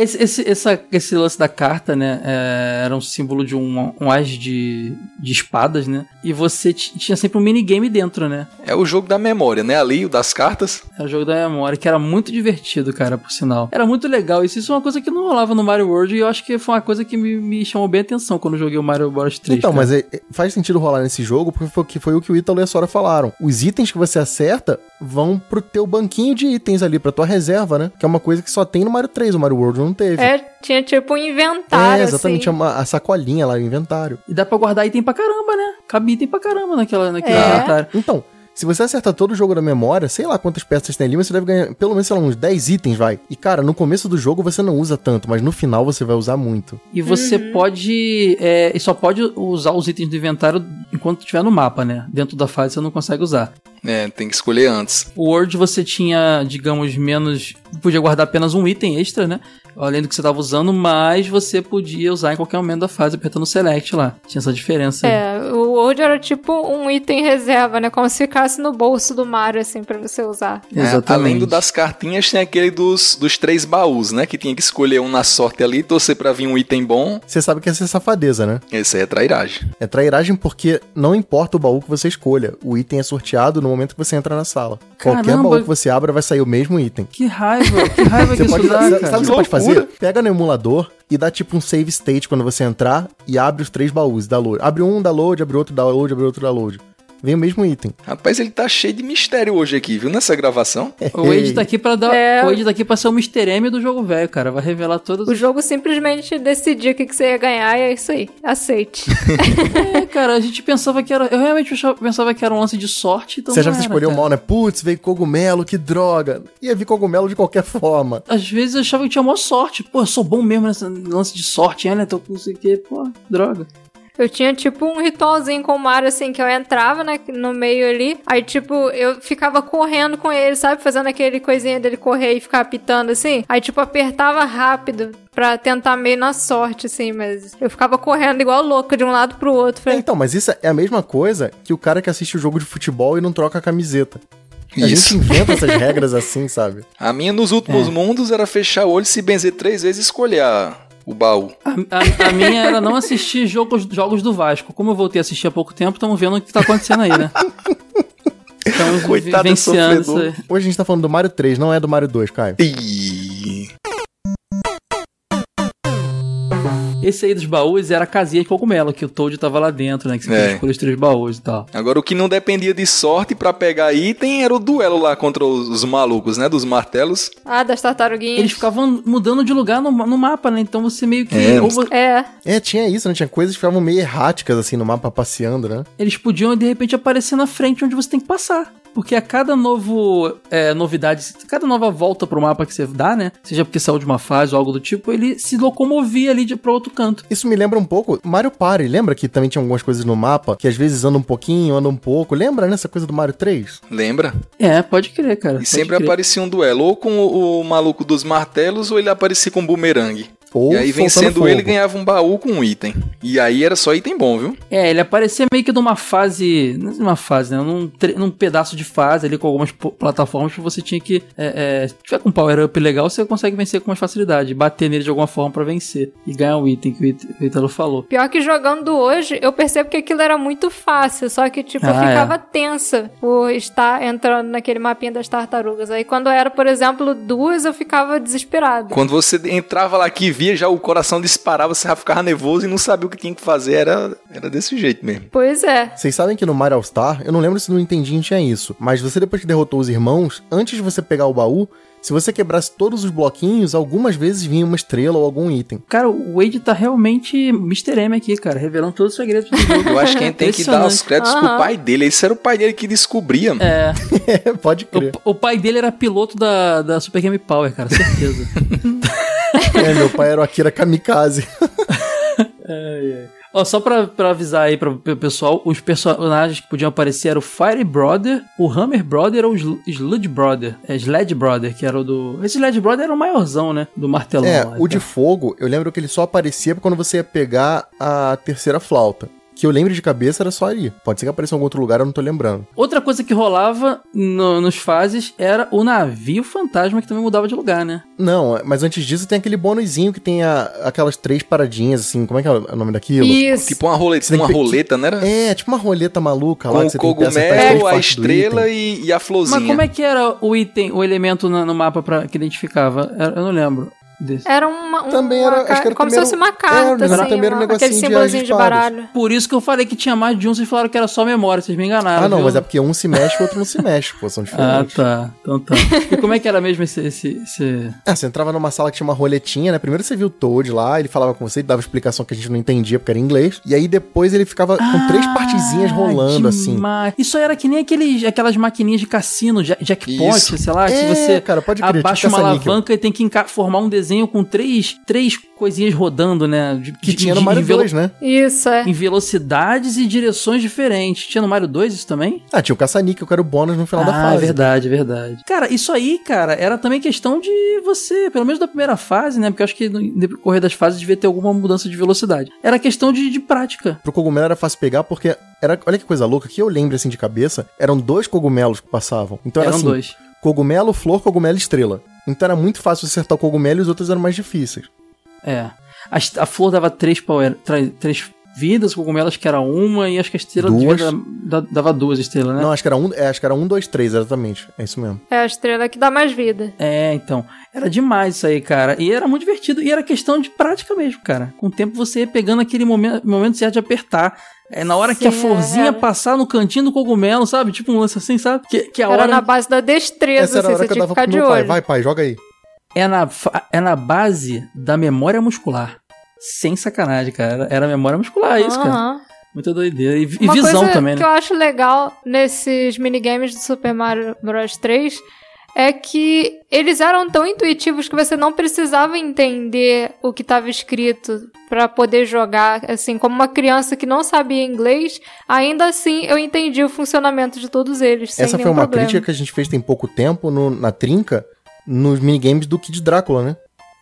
Esse lance da carta, né, era um símbolo de um as de espadas, né, e você tinha sempre um minigame dentro, né. É o jogo da memória, né, ali, o das cartas. É o jogo da memória, que era muito divertido, cara, por sinal. Era muito legal, isso é uma coisa que não rolava no Mario World, e eu acho que foi uma coisa que me chamou bem a atenção quando eu joguei o Mario Bros 3. Então, cara. Mas faz sentido rolar nesse jogo, porque foi o que o Ítalo e a Sora falaram. Os itens que você acerta vão pro teu banquinho de itens ali, pra tua reserva, né? Que é uma coisa que só tem no Mario 3, o Mario World não teve. Tinha tipo um inventário, exatamente, assim. A sacolinha lá, o inventário. E dá pra guardar item pra caramba, né? Cabe item pra caramba naquele inventário. Então, se você acertar todo o jogo da memória, sei lá quantas peças tem ali, mas você deve ganhar pelo menos, sei lá, uns 10 itens, vai. E, cara, no começo do jogo você não usa tanto, mas no final você vai usar muito. E você pode... só pode usar os itens do inventário enquanto estiver no mapa, né? Dentro da fase você não consegue usar. Tem que escolher antes. O World você tinha, digamos, podia guardar apenas um item extra, né? além do que você tava usando, mas você podia usar em qualquer momento da fase apertando o select lá. Tinha essa diferença aí. O World era tipo um item reserva, né? Como se ficasse no bolso do Mario, assim, pra você usar. Exatamente. Além das cartinhas, tem aquele dos 3 baús, né? Que tinha que escolher um na sorte ali, torcer pra vir um item bom. Você sabe que essa é safadeza, né? Esse aí é trairagem. É trairagem porque não importa o baú que você escolha, o item é sorteado no momento que você entra na sala. Qualquer Caramba. baú que você abra vai sair o mesmo item. Que raiva que Você isso pode, dá, sabe cara. o que você pode loucura. fazer? Pega no emulador e dá tipo um save state quando você entrar e abre os 3 baús, dá load. Abre um, dá load, abre outro, dá load, abre outro, dá load. Vem o mesmo item. Rapaz, ele tá cheio de mistério hoje aqui, viu? Nessa gravação. O Wade tá aqui pra dar. É. O Wade tá aqui pra ser o Mr. M do jogo velho, cara. Vai revelar todas O jogo simplesmente decidia o que você ia ganhar e é isso aí. Aceite. cara, a gente pensava que era. Eu realmente pensava que era um lance de sorte. Então Você já não era, escolheu cara. mal, né? Putz, veio cogumelo, que droga. Ia vir cogumelo de qualquer forma. Às vezes eu achava que tinha maior sorte. Pô, eu sou bom mesmo nesse lance de sorte, né? Tô com não sei o que. Pô, droga. Eu tinha, tipo, um ritualzinho com o Mario, assim, que eu entrava, né, no meio ali. Aí, tipo, eu ficava correndo com ele, sabe? Fazendo aquele coisinha dele correr e ficar apitando, assim. Aí, tipo, apertava rápido pra tentar meio na sorte, assim. Mas eu ficava correndo igual louca de um lado pro outro. Falei, Então, mas isso é a mesma coisa que o cara que assiste o jogo de futebol e não troca a camiseta. A Isso. gente inventa essas regras assim, sabe? A minha nos últimos mundos era fechar o olho, se benzer 3 vezes e escolher o baú. A minha era não assistir jogos do Vasco. Como eu voltei a assistir há pouco tempo, estamos vendo o que tá acontecendo aí, né? Estamos Coitado do vivenciando isso sofredor. aí. Hoje a gente tá falando do Mario 3, não é do Mario 2, Caio. Ih. Esse aí dos baús era a casinha de cogumelo, que o Toad tava lá dentro, né? Que você podia escolher os 3 baús e tal. Agora, o que não dependia de sorte pra pegar item era o duelo lá contra os malucos, né? Dos martelos. das tartaruguinhas. Eles ficavam mudando de lugar no mapa, né? Então você meio que... Tinha isso, né? Tinha coisas que ficavam meio erráticas, assim, no mapa passeando, né? Eles podiam, de repente, aparecer na frente onde você tem que passar. Porque a cada novidade, cada nova volta pro mapa que você dá, né? Seja porque saiu de uma fase ou algo do tipo, ele se locomovia ali pra outro canto. Isso me lembra um pouco Mario Party. Lembra que também tinha algumas coisas no mapa que às vezes anda um pouquinho, anda um pouco? Lembra, né? Essa coisa do Mario 3? Lembra? É, pode crer, cara. E sempre aparecia um duelo, ou com o maluco dos martelos, ou ele aparecia com um bumerangue. Ou E aí, soltando vencendo fogo. ele, ganhava um baú com um item. E aí era só item bom, viu? É, ele aparecia meio que numa fase... Não é uma fase, né? Num pedaço de fase ali com algumas plataformas que você tinha que... Se tiver com um power-up legal, você consegue vencer com mais facilidade. Bater nele de alguma forma pra vencer. E ganhar o item que o Ítalo falou. Pior que jogando hoje, eu percebo que aquilo era muito fácil. Só que, tipo, eu ficava tensa por estar entrando naquele mapinha das tartarugas. Aí quando era, por exemplo, 2, eu ficava desesperada. Quando você entrava lá que via, já o coração disparava, você já ficava nervoso e não sabia o que tinha que fazer. Era desse jeito mesmo. Pois é. Vocês sabem que no Mario All Star, eu não lembro se no Nintendinho tinha isso, mas você depois que derrotou os irmãos, antes de você pegar o baú, se você quebrasse todos os bloquinhos, algumas vezes vinha uma estrela ou algum item. Cara, o Wade tá realmente Mr. M aqui, cara, revelando todos os segredos do jogo. Eu acho que a gente tem que dar os créditos pro pai dele. Esse era o pai dele que descobria. Pode crer. O pai dele era piloto da Super Game Power, cara, certeza. Meu pai era o Akira Kamikaze. Ó, só pra avisar aí pro pessoal, os personagens que podiam aparecer eram o Fire Brother, o Hammer Brother ou o Sludge Brother. Sled Brother, que era o do... Esse Sled Brother era o maiorzão, né? Do martelão lá. O de fogo, eu lembro que ele só aparecia quando você ia pegar a terceira flauta. Que eu lembro de cabeça era só ali. Pode ser que apareça em algum outro lugar, eu não tô lembrando. Outra coisa que rolava nos fases era o navio fantasma, que também mudava de lugar, né? Não, mas antes disso tem aquele bônusinho que tem aquelas 3 paradinhas, assim. Como é que é o nome daquilo? Isso. Tipo uma roleta, né? É, tipo uma roleta maluca lá. Com que o você tem que acertar as cogumelo, três a partes do estrela item. e a florzinha. Mas como é que era o item, o elemento no mapa que identificava? Eu não lembro desse. Era Também era, acho que era como primeiro, se fosse uma carta, assim, também era um negocinho aquele símbolozinho de baralho. Por isso que eu falei que tinha mais de um, vocês falaram que era só memória, vocês me enganaram. Ah, não, viu? mas é porque um se mexe e o outro não se mexe, pô, são diferentes. Ah, tá. Então tá. E como é que era mesmo esse... Você entrava numa sala que tinha uma roletinha, né? Primeiro você viu o Toad lá, ele falava com você, ele dava explicação que a gente não entendia porque era inglês. E aí depois ele ficava com 3 partezinhas rolando, demais. assim. Isso era que nem aquelas maquininhas de cassino, jackpot, Isso. sei lá, que você cara, pode crer, abaixa tipo uma caça-níquel. alavanca e tem que formar um desenho desenho com três coisinhas rodando, né? Que tinha no Mario 2, né? Isso, é. Em velocidades e direções diferentes. Tinha no Mario 2 isso também? Ah, tinha o caça-níquel, que era o bônus no final da fase. É verdade. Cara, isso aí, cara, era também questão de você, pelo menos da primeira fase, né? Porque eu acho que no decorrer das fases devia ter alguma mudança de velocidade. Era questão de prática. Pro cogumelo era fácil pegar porque olha que coisa louca, que eu lembro assim de cabeça, eram 2 cogumelos que passavam. Então era assim, 2. Cogumelo, flor, cogumelo e estrela. Então era muito fácil acertar o cogumelo e os outros eram mais difíceis. É. A flor dava 3 vidas, o cogumelo acho que era 1 e acho que a estrela dava 2 estrelas, né? Não, acho que era 1, 2, 3, exatamente. É isso mesmo. É a estrela que dá mais vida. É, então. Era demais isso aí, cara. E era muito divertido. E era questão de prática mesmo, cara. Com o tempo você ia pegando aquele momento certo de apertar. É na hora que a florzinha passar no cantinho do cogumelo, sabe? Tipo um lance assim, sabe? Que a era na base da destreza, essa era a hora que eu dava pro meu pai. Vai, pai, joga aí. É na base da memória muscular. Sem sacanagem, cara. Era memória muscular, isso, cara. Muita doideira. E visão também, né? O que eu acho legal nesses minigames do Super Mario Bros 3 é que eles eram tão intuitivos que você não precisava entender o que estava escrito para poder jogar. Assim, como uma criança que não sabia inglês, ainda assim eu entendi o funcionamento de todos eles. Essa foi uma crítica que a gente fez tem pouco tempo na Trinca, nos minigames do Kid Drácula, né?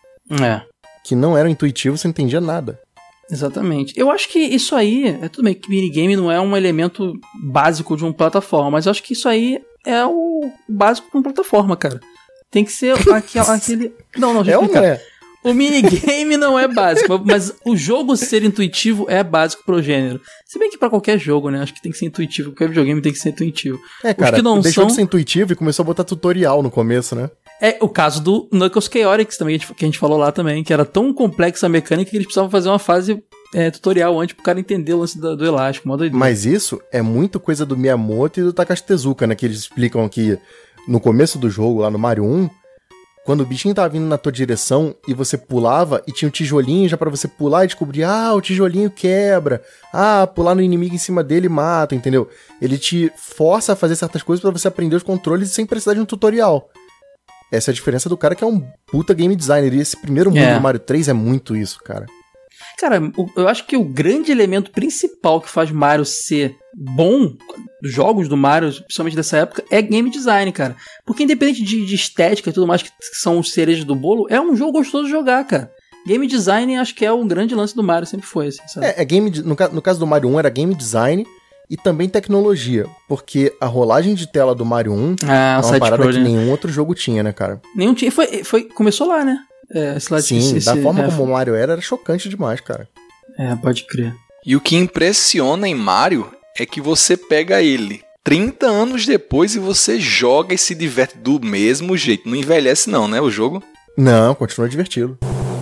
É. Que não eram intuitivos, você não entendia nada. Exatamente. Eu acho que isso aí, tudo bem que minigame não é um elemento básico de uma plataforma, mas eu acho que isso aí é o básico de uma plataforma, cara. Tem que ser aquele... Não, deixa eu explicar. É. O minigame não é básico, mas o jogo ser intuitivo é básico pro gênero. Se bem que pra qualquer jogo, né? Acho que tem que ser intuitivo. Qualquer videogame tem que ser intuitivo. É, cara, deixou de ser intuitivo e começou a botar tutorial no começo, né? É o caso do Knuckles Chaotix também, que a gente falou lá também, que era tão complexa a mecânica que eles precisavam fazer uma fase tutorial antes pro cara entender o lance do elástico. Mas isso é muito coisa do Miyamoto e do Takashi Tezuka, né? Que eles explicam que no começo do jogo, lá no Mario 1, quando o bichinho tava vindo na tua direção e você pulava e tinha um tijolinho já pra você pular e descobrir, o tijolinho quebra, pular no inimigo em cima dele mata, entendeu? Ele te força a fazer certas coisas pra você aprender os controles sem precisar de um tutorial. Essa é a diferença do cara que é um puta game designer. E esse primeiro mundo do Mario 3 é muito isso, cara. Cara, eu acho que o grande elemento principal que faz Mario ser bom, dos jogos do Mario, principalmente dessa época, é game design, cara. Porque independente de estética e tudo mais, que são os cerejas do bolo, é um jogo gostoso de jogar, cara. Game design acho que é um grande lance do Mario, sempre foi assim, sabe? No caso do Mario 1 era game design e também tecnologia, porque a rolagem de tela do Mario 1 é uma parada que nenhum outro jogo tinha, né, cara? Nenhum tinha, começou lá, né? Sim, da forma como o Mario era chocante demais, cara. Pode crer. E o que impressiona em Mario é que você pega ele 30 anos depois e você joga e se diverte do mesmo jeito. Não envelhece não, né, o jogo? Não, continua divertido.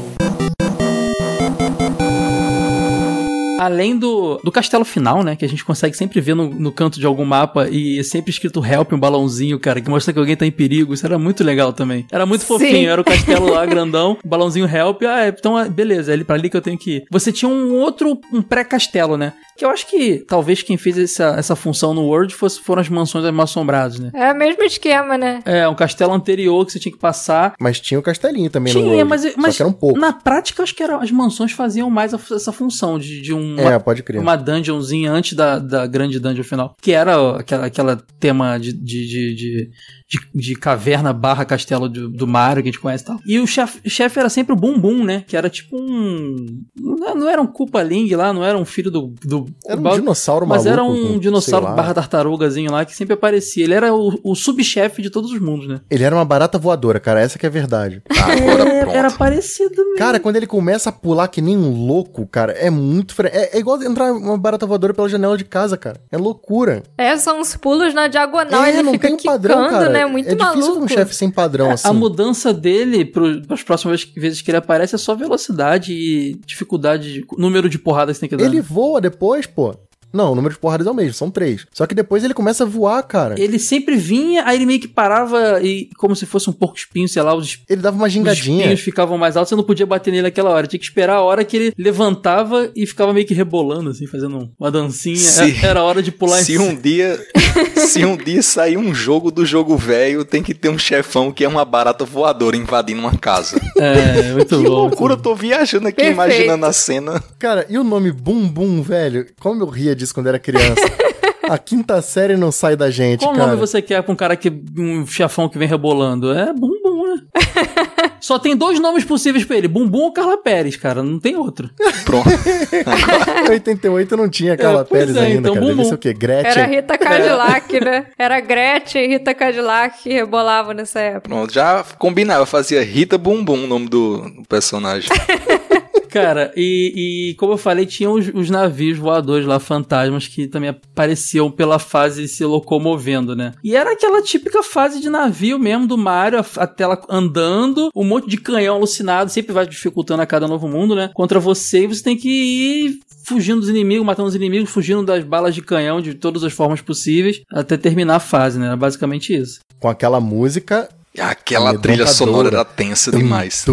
Além do castelo final, né? Que a gente consegue sempre ver no canto de algum mapa e é sempre escrito help, um balãozinho, cara, que mostra que alguém tá em perigo. Isso era muito legal também. Era muito fofinho. Era o castelo lá, grandão, balãozinho help. Então, beleza, é pra ali que eu tenho que ir. Você tinha um pré-castelo, né? Que eu acho que talvez quem fez essa função no World foram as mansões mal-assombradas, né? É o mesmo esquema, né? Um castelo anterior que você tinha que passar. Mas tinha o castelinho também no World. Mas só que era um pouco. Na prática, acho que as mansões faziam mais essa função de pode crer. Uma dungeonzinha antes da grande dungeon final. Que era aquela tema de caverna / castelo do Mario que a gente conhece e tal. E o chefe era sempre o Bum Bum, né? Que era tipo não era um Koopa Ling lá, não era um filho do era um dinossauro maluco. Mas era um dinossauro / tartarugazinho lá que sempre aparecia. Ele era o subchefe de todos os mundos, né? Ele era uma barata voadora, cara. Essa que é a verdade. Agora pronto. Era parecido mesmo. Cara, quando ele começa a pular que nem um louco, cara, é muito... É igual entrar uma barata voadora pela janela de casa, cara. É loucura. São uns pulos na diagonal. Ele não fica tem um padrão, cara. Né? Muito é difícil maluco. Um chefe sem padrão, assim. A mudança dele pras próximas vezes que ele aparece é só velocidade e dificuldade, número de porradas que tem que dar. Ele voa depois, pô. Não, o número de porradas é o mesmo, são 3. Só que depois ele começa a voar, cara. Ele sempre vinha, aí ele meio que parava e como se fosse um porco-espinho, sei lá, Ele dava uma os gingadinha. espinhos ficavam mais altos, você não podia bater nele naquela hora. Tinha que esperar a hora que ele levantava e ficava meio que rebolando, assim, fazendo uma dancinha. Era hora de pular em Se um dia sair um jogo do jogo velho, tem que ter um chefão que é uma barata voadora invadindo uma casa. Muito Que bom. loucura, eu tô viajando aqui, Perfeito. imaginando a cena. Cara, e o nome Bum Bum, velho? Como eu ria disso quando era criança. A 5ª série não sai da gente, Qual cara. nome você quer pra um cara um chefão que vem rebolando? É Bumbum, né? Só tem 2 nomes possíveis pra ele, Bumbum ou Carla Pérez, cara, não tem outro. Pronto. Em 88 não tinha Carla pois Pérez é, ainda, então, cara. Devia Bumbum. ser o quê? Gretchen? Era Rita Cadillac, né? Era Gretchen e Rita Cadillac que rebolavam nessa época. Pronto, já combinava, eu fazia Rita Bumbum, o nome do personagem. Cara, e como eu falei, tinha os navios voadores lá, fantasmas, que também apareciam pela fase se locomovendo, né? E era aquela típica fase de navio mesmo do Mario, a tela andando, um monte de canhão alucinado, sempre vai dificultando a cada novo mundo, né? Contra você, e você tem que ir fugindo dos inimigos, matando os inimigos, fugindo das balas de canhão de todas as formas possíveis, até terminar a fase, né? Era basicamente isso. Com aquela música... Aquela trilha sonora era tensa demais.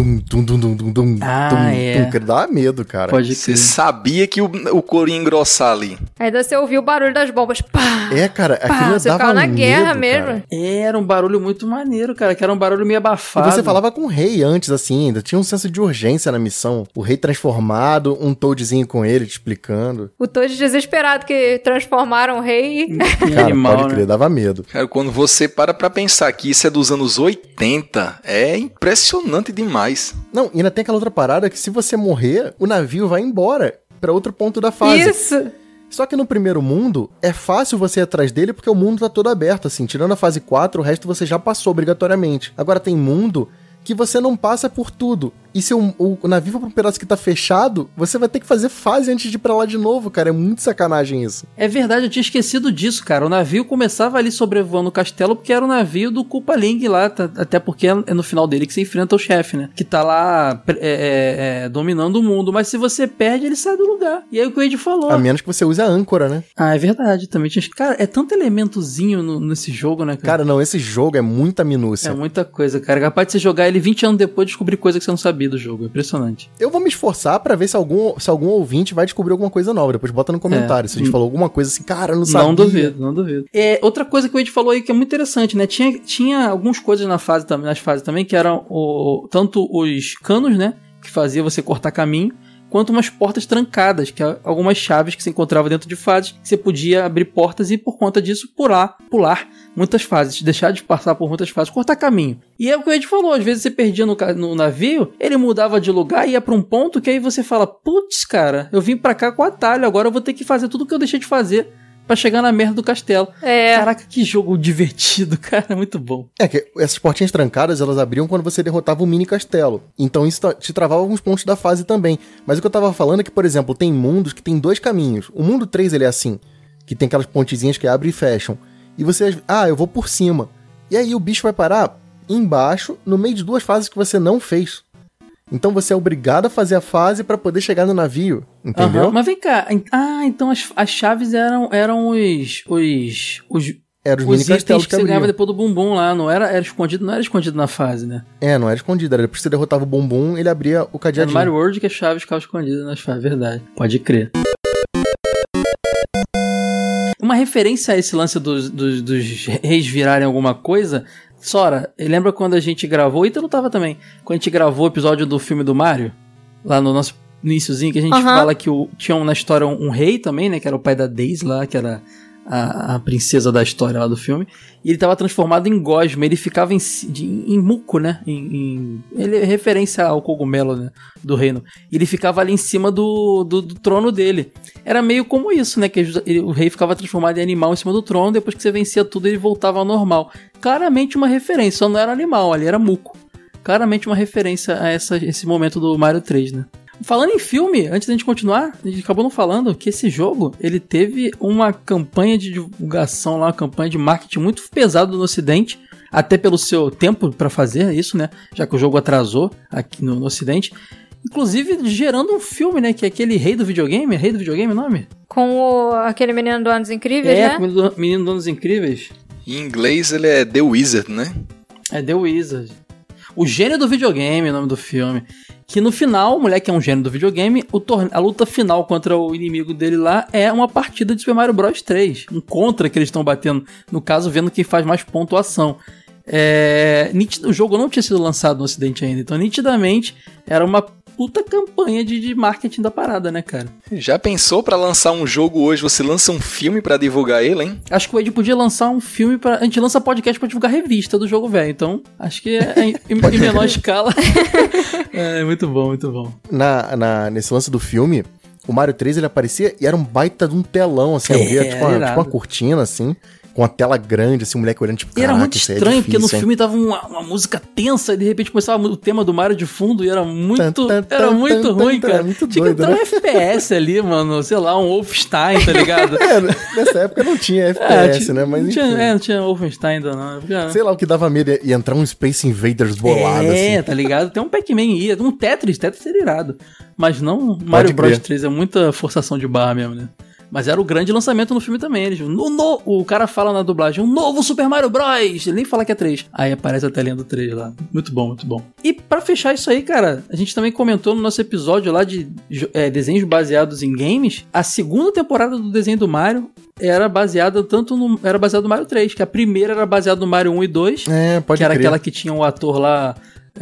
Que dava medo, cara. Pode Você crer. sabia que o couro ia engrossar ali. Ainda você ouviu o barulho das bombas. Pá! É, cara, aquilo Você dava ficava na medo, guerra cara. mesmo. Era um barulho muito maneiro, cara, que era um barulho meio E abafado. você falava com o rei antes, assim, ainda tinha um senso de urgência na missão. O rei transformado, um Toadzinho com ele, te explicando. O Toad desesperado que transformaram o rei. Cara, animal, pode crer, né? dava medo. Cara, quando você para pra pensar que isso é dos anos 80, é impressionante demais. Não, e ainda tem aquela outra parada que se você morrer, o navio vai embora pra outro ponto da fase. Isso! Só que no primeiro mundo, é fácil você ir atrás dele porque o mundo tá todo aberto, assim. Tirando a fase 4, o resto você já passou obrigatoriamente. Agora tem mundo que você não passa por tudo. E se o navio for pra um pedaço que tá fechado, você vai ter que fazer fase antes de ir pra lá de novo, cara. É muito sacanagem isso. É verdade, eu tinha esquecido disso, cara. O navio começava ali sobrevoando o castelo porque era o navio do Koopa Ling lá, até porque é no final dele que você enfrenta o chefe, né? Que tá lá dominando o mundo. Mas se você perde, ele sai do lugar. E aí o que o Ed falou. A menos que você use a âncora, né? Ah, é verdade. Também tinha... Cara, é tanto elementozinho nesse jogo, né, cara? Cara, não, esse jogo é muita minúcia. É muita coisa, cara. É capaz de você jogar ele 20 anos depois e descobrir coisa que você não sabia do jogo. É impressionante. Eu vou me esforçar pra ver se algum ouvinte vai descobrir alguma coisa nova. Depois bota no comentário. Se a gente falou alguma coisa assim, cara, eu não sabia. Não duvido. Outra coisa que o Ed falou aí que é muito interessante, né? Tinha algumas coisas nas fases também, que eram tanto os canos, né? Que fazia você cortar caminho, quanto umas portas trancadas, que é algumas chaves que você encontrava dentro de fases, que você podia abrir portas e, por conta disso, pular muitas fases, deixar de passar por muitas fases, cortar caminho. E é o que o Ed falou, às vezes você perdia no navio, ele mudava de lugar e ia pra um ponto que aí você fala, putz, cara, eu vim pra cá com atalho, agora eu vou ter que fazer tudo que eu deixei de fazer pra chegar na merda do castelo. Caraca, que jogo divertido, cara, muito bom. É que essas portinhas trancadas, elas abriam quando você derrotava um mini castelo. Então isso te travava alguns pontos da fase também. Mas o que eu tava falando é que, por exemplo, tem mundos que tem 2 caminhos. O mundo 3, ele é assim, que tem aquelas pontezinhas que abrem e fecham. E você, eu vou por cima. E aí o bicho vai parar embaixo, no meio de 2 fases que você não fez. Então você é obrigado a fazer a fase pra poder chegar no navio, entendeu? Mas vem cá, então as chaves eram os Era os mini mini castelos castelos que você ganhava abriam. depois do bumbum lá, não era escondido na fase, né? Não era escondido, era depois que você derrotava o bumbum, ele abria o Era cadeadinho. no Mario World que as chaves ficavam escondidas nas fases, verdade. Pode crer. Uma referência a esse lance dos reis virarem alguma coisa... Sora, lembra quando a gente gravou, e tu não tava também, quando a gente gravou o episódio do filme do Mario, lá no nosso iniciozinho, que a gente fala que tinha na história um rei também, né, que era o pai da Daisy lá, que era a princesa da história lá do filme, e ele tava transformado em gosma, ele ficava em muco, né, ele é referência ao cogumelo, né, do reino, ele ficava ali em cima do trono dele, era meio como isso, né, que o rei ficava transformado em animal em cima do trono, depois que você vencia tudo ele voltava ao normal, claramente uma referência, só não era animal, ali era muco, claramente uma referência a esse momento do Mario 3, né. Falando em filme, antes da gente continuar, a gente acabou não falando que esse jogo, ele teve uma campanha de divulgação lá, uma campanha de marketing muito pesada no Ocidente, até pelo seu tempo para fazer isso, né? Já que o jogo atrasou aqui no Ocidente. Inclusive gerando um filme, né? Que é aquele Rei do Videogame. Rei do Videogame o nome? Com aquele menino do Anos Incríveis, né? Com o menino do Anos Incríveis. Em inglês ele é The Wizard, né? É The Wizard. O gênio do videogame é o nome do filme. Que no final, o moleque é um gênio do videogame, a luta final contra o inimigo dele lá é uma partida de Super Mario Bros 3. Um contra que eles estão batendo, no caso, vendo quem faz mais pontuação. O jogo não tinha sido lançado no ocidente ainda, então nitidamente era uma puta campanha de marketing da parada, né, cara? Já pensou pra lançar um jogo hoje, você lança um filme pra divulgar ele, hein? Acho que o Ed podia lançar um filme pra... A gente lança podcast pra divulgar revista do jogo velho, então acho que em menor escala. Muito bom, muito bom. Nesse lance do filme, o Mario 3 ele aparecia e era um baita de um telão, assim, tipo uma cortina, assim, com a tela grande, assim, o moleque olhando, tipo, era muito estranho, porque no filme tava uma música tensa e de repente começava o tema do Mario de fundo e era muito ruim, cara. Muito tinha doido, que entrar um FPS ali, mano, sei lá, um Wolfenstein, tá ligado? Nessa época não tinha FPS, né? Mas não tinha Wolfenstein ainda não. Sei lá, o que dava medo ia entrar um Space Invaders bolado, assim. Tá ligado? Tem um Pac-Man ia, um Tetris seria irado. Mas não, Mario Bros 3 é muita forçação de barra mesmo, né? Mas era o grande lançamento no filme também. O cara fala na dublagem, um novo Super Mario Bros. Ele nem fala que é 3. Aí aparece a telinha do 3 lá. Muito bom, muito bom. E pra fechar isso aí, cara, a gente também comentou no nosso episódio lá de desenhos baseados em games. A segunda temporada do desenho do Mario era baseada no Mario 3, que a primeira era baseada no Mario 1 e 2. Pode que era crer. aquela que tinha um ator lá...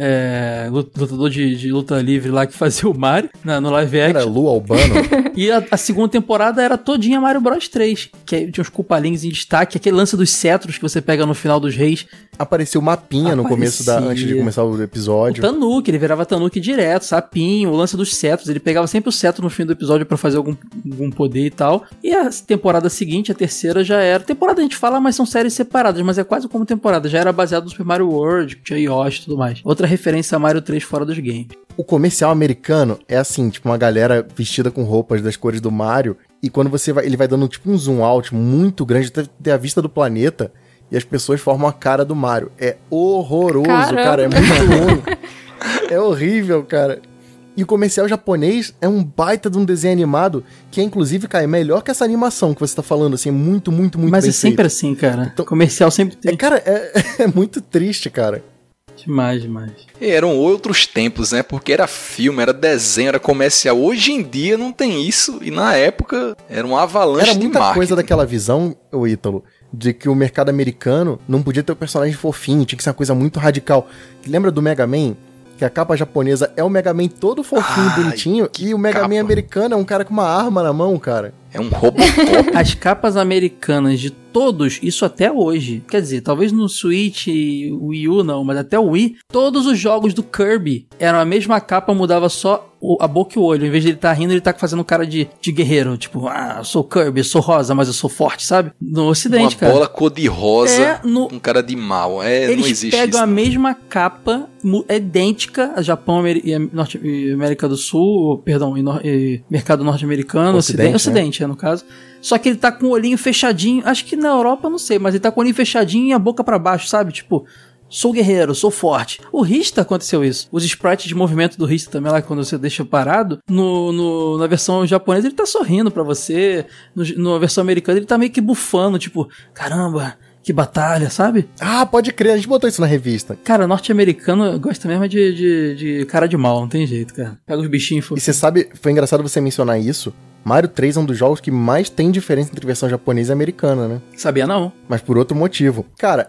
lutador de luta livre lá que fazia o Mario no live action. Era Lu Albano. E a segunda temporada era todinha Mario Bros 3, que tinha uns Koopalinhos em destaque, aquele lance dos cetros que você pega no final dos reis. Apareceu o mapinha no começo antes de começar o episódio. O Tanuki, ele virava Tanuki direto, sapinho, o lance dos cetros, ele pegava sempre o cetro no fim do episódio pra fazer algum poder e tal. E a temporada seguinte, a terceira, já era... Temporada a gente fala, mas são séries separadas, mas é quase como temporada, já era baseado no Super Mario World, que tinha Yoshi e tudo mais. Outra referência a Mario 3 fora dos games. O comercial americano é assim, tipo uma galera vestida com roupas das cores do Mario, e quando ele vai dando tipo um zoom out muito grande, até a vista do planeta, e as pessoas formam a cara do Mario. É horroroso, cara, é muito ruim. É horrível, cara. E o comercial japonês é um baita de um desenho animado, que inclusive, cara, é melhor que essa animação que você tá falando, assim, é muito Mas bem é sempre feito. assim, cara. Então, comercial sempre tem. É muito triste, cara. Demais. E eram outros tempos, né? Porque era filme, era desenho, era comercial. Hoje em dia não tem isso. E na época era uma avalanche de marketing. Era muita coisa daquela visão, ô Ítalo, de que o mercado americano não podia ter um personagem fofinho, tinha que ser uma coisa muito radical. Lembra do Mega Man? Que a capa japonesa é o Mega Man todo fofinho, bonitinho, e o Mega Man americano é um cara com uma arma na mão, cara. É um Robocop. As capas americanas de todos, isso até hoje, quer dizer, talvez no Switch, Wii U não, mas até o Wii, todos os jogos do Kirby eram a mesma capa, mudava só a boca e o olho. Em vez de ele estar rindo, ele tá fazendo cara de guerreiro. Tipo, eu sou Kirby, eu sou rosa, mas eu sou forte, sabe? No ocidente, cara. Uma bola cor-de-rosa, um cara de mal. Não existe isso. Eles pegam a mesma capa, idêntica, a Japão e América do Sul, perdão, e mercado norte-americano, Ocidente, no caso. Só que ele tá com o olhinho fechadinho. Acho que na Europa, não sei, mas ele tá com o olhinho fechadinho e a boca pra baixo, sabe? Tipo, sou guerreiro, sou forte. O Rista aconteceu isso. Os sprites de movimento do Rista também, lá quando você deixa parado, na versão japonesa ele tá sorrindo pra você. Na versão americana ele tá meio que bufando, tipo, caramba, que batalha, sabe? Pode crer, a gente botou isso na revista. Cara, norte-americano gosta mesmo de cara de mal, não tem jeito, cara. Pega os bichinhos. E você sabe, foi engraçado você mencionar isso. Mario 3 é um dos jogos que mais tem diferença entre versão japonesa e americana, né? Sabia não. Mas por outro motivo. Cara,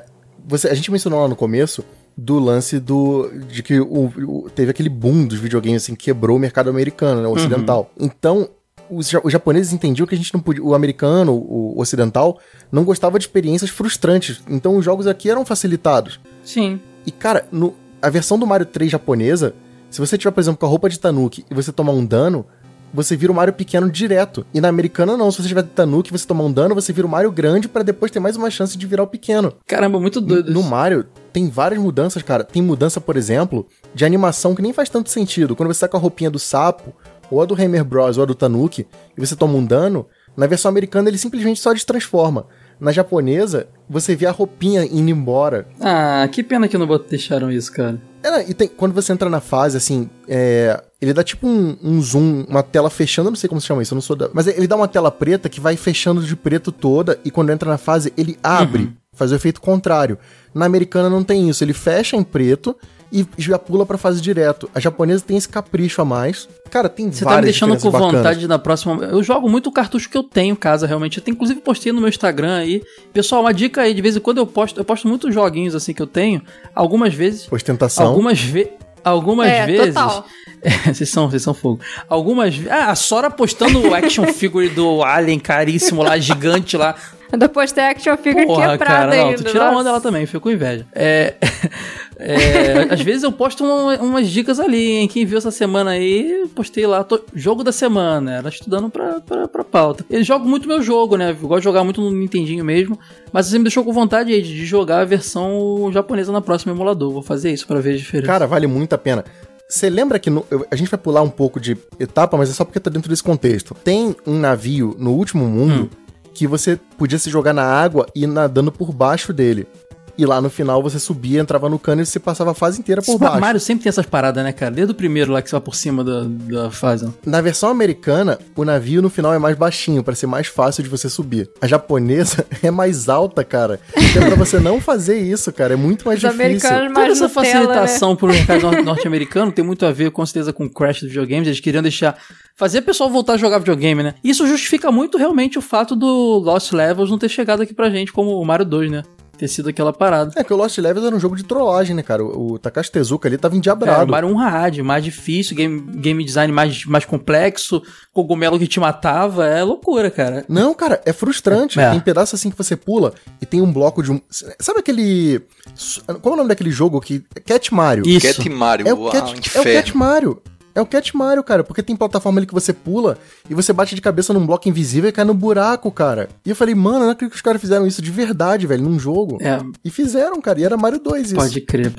a gente mencionou lá no começo do lance de que teve aquele boom dos videogames, assim, que quebrou o mercado americano, né, o ocidental. Então, os japoneses entendiam que a gente não podia, o americano, o ocidental, não gostava de experiências frustrantes. Então os jogos aqui eram facilitados. Sim. E, cara, a versão do Mario 3 japonesa, se você tiver, por exemplo, com a roupa de Tanuki e você tomar um dano, você vira o Mario pequeno direto. E na americana não, se você tiver de Tanuki e você tomar um dano, você vira o Mario grande pra depois ter mais uma chance de virar o pequeno. Caramba, muito doido. No Mario tem várias mudanças, cara. Tem mudança, por exemplo, de animação que nem faz tanto sentido. Quando você tá com a roupinha do sapo, ou a do Hammer Bros, ou a do Tanuki, e você toma um dano, na versão americana ele simplesmente só destransforma. Na japonesa, você vê a roupinha indo embora. Ah, que pena que não deixaram isso, cara. E quando você entra na fase, assim, ele dá tipo um zoom, uma tela fechando, eu não sei como se chama isso, eu não sou mas ele dá uma tela preta que vai fechando de preto toda, e quando entra na fase, ele abre, faz o efeito contrário. Na americana não tem isso, ele fecha em preto e já pula pra fase direto. A japonesa tem esse capricho a mais. Cara, tem várias. Você tá me deixando com bacanas. vontade na próxima. Eu jogo muito o cartucho que eu tenho em casa, realmente. Eu inclusive postei no meu Instagram aí. Pessoal, uma dica aí, de vez em quando eu posto muitos joguinhos assim que eu tenho. Algumas vezes. Ostentação. Algumas vezes. Total. Vocês são fogo. Algumas vezes. A Sora postando o action figure do Alien caríssimo lá, gigante lá. Eu ainda postei action figure quebrada cara, não, ainda. Tu tira a onda dela também, fico com inveja. Às vezes eu posto umas dicas ali, hein? Quem viu essa semana aí, postei lá, jogo da semana, era estudando pra pauta. Eu jogo muito meu jogo, né? Eu gosto de jogar muito no Nintendinho mesmo, mas você me deixou com vontade aí de jogar a versão japonesa na próxima emulador. Vou fazer isso pra ver a diferença. Cara, vale muito a pena. Você lembra que a gente vai pular um pouco de etapa, mas é só porque tá dentro desse contexto. Tem um navio no último mundo que você podia se jogar na água e ir nadando por baixo dele. E lá no final você subia, entrava no cano e você passava a fase inteira por baixo. Mario sempre tem essas paradas, né, cara? Desde o primeiro lá que você vai por cima da fase. Na versão americana, o navio no final é mais baixinho, pra ser mais fácil de você subir. A japonesa é mais alta, cara. Então é pra você não fazer isso, cara. É muito mais difícil. Toda essa facilitação pro mercado norte-americano tem muito a ver, com certeza, com o crash dos videogames. Eles queriam fazer o pessoal voltar a jogar videogame, né? Isso justifica muito realmente o fato do Lost Levels não ter chegado aqui pra gente como o Mario 2, né? Ter sido aquela parada. É que o Lost Levels era um jogo de trollagem, né, cara? O Takashi Tezuka ali tava endiabrado. O Mario 1 hard, mais difícil, game design mais complexo, cogumelo que te matava, é loucura, cara. Não, cara, é frustrante. Tem pedaço assim que você pula e tem um bloco de um... Sabe aquele... Qual é o nome daquele jogo que... Cat Mario. Isso. Cat Mario, é o Cat Mario. É o Cat Mario, cara, porque tem plataforma ali que você pula e você bate de cabeça num bloco invisível e cai no buraco, cara. E eu falei, mano, não acredito que os caras fizeram isso de verdade, velho, num jogo. E fizeram, cara, e era Mario 2 isso. Pode crer.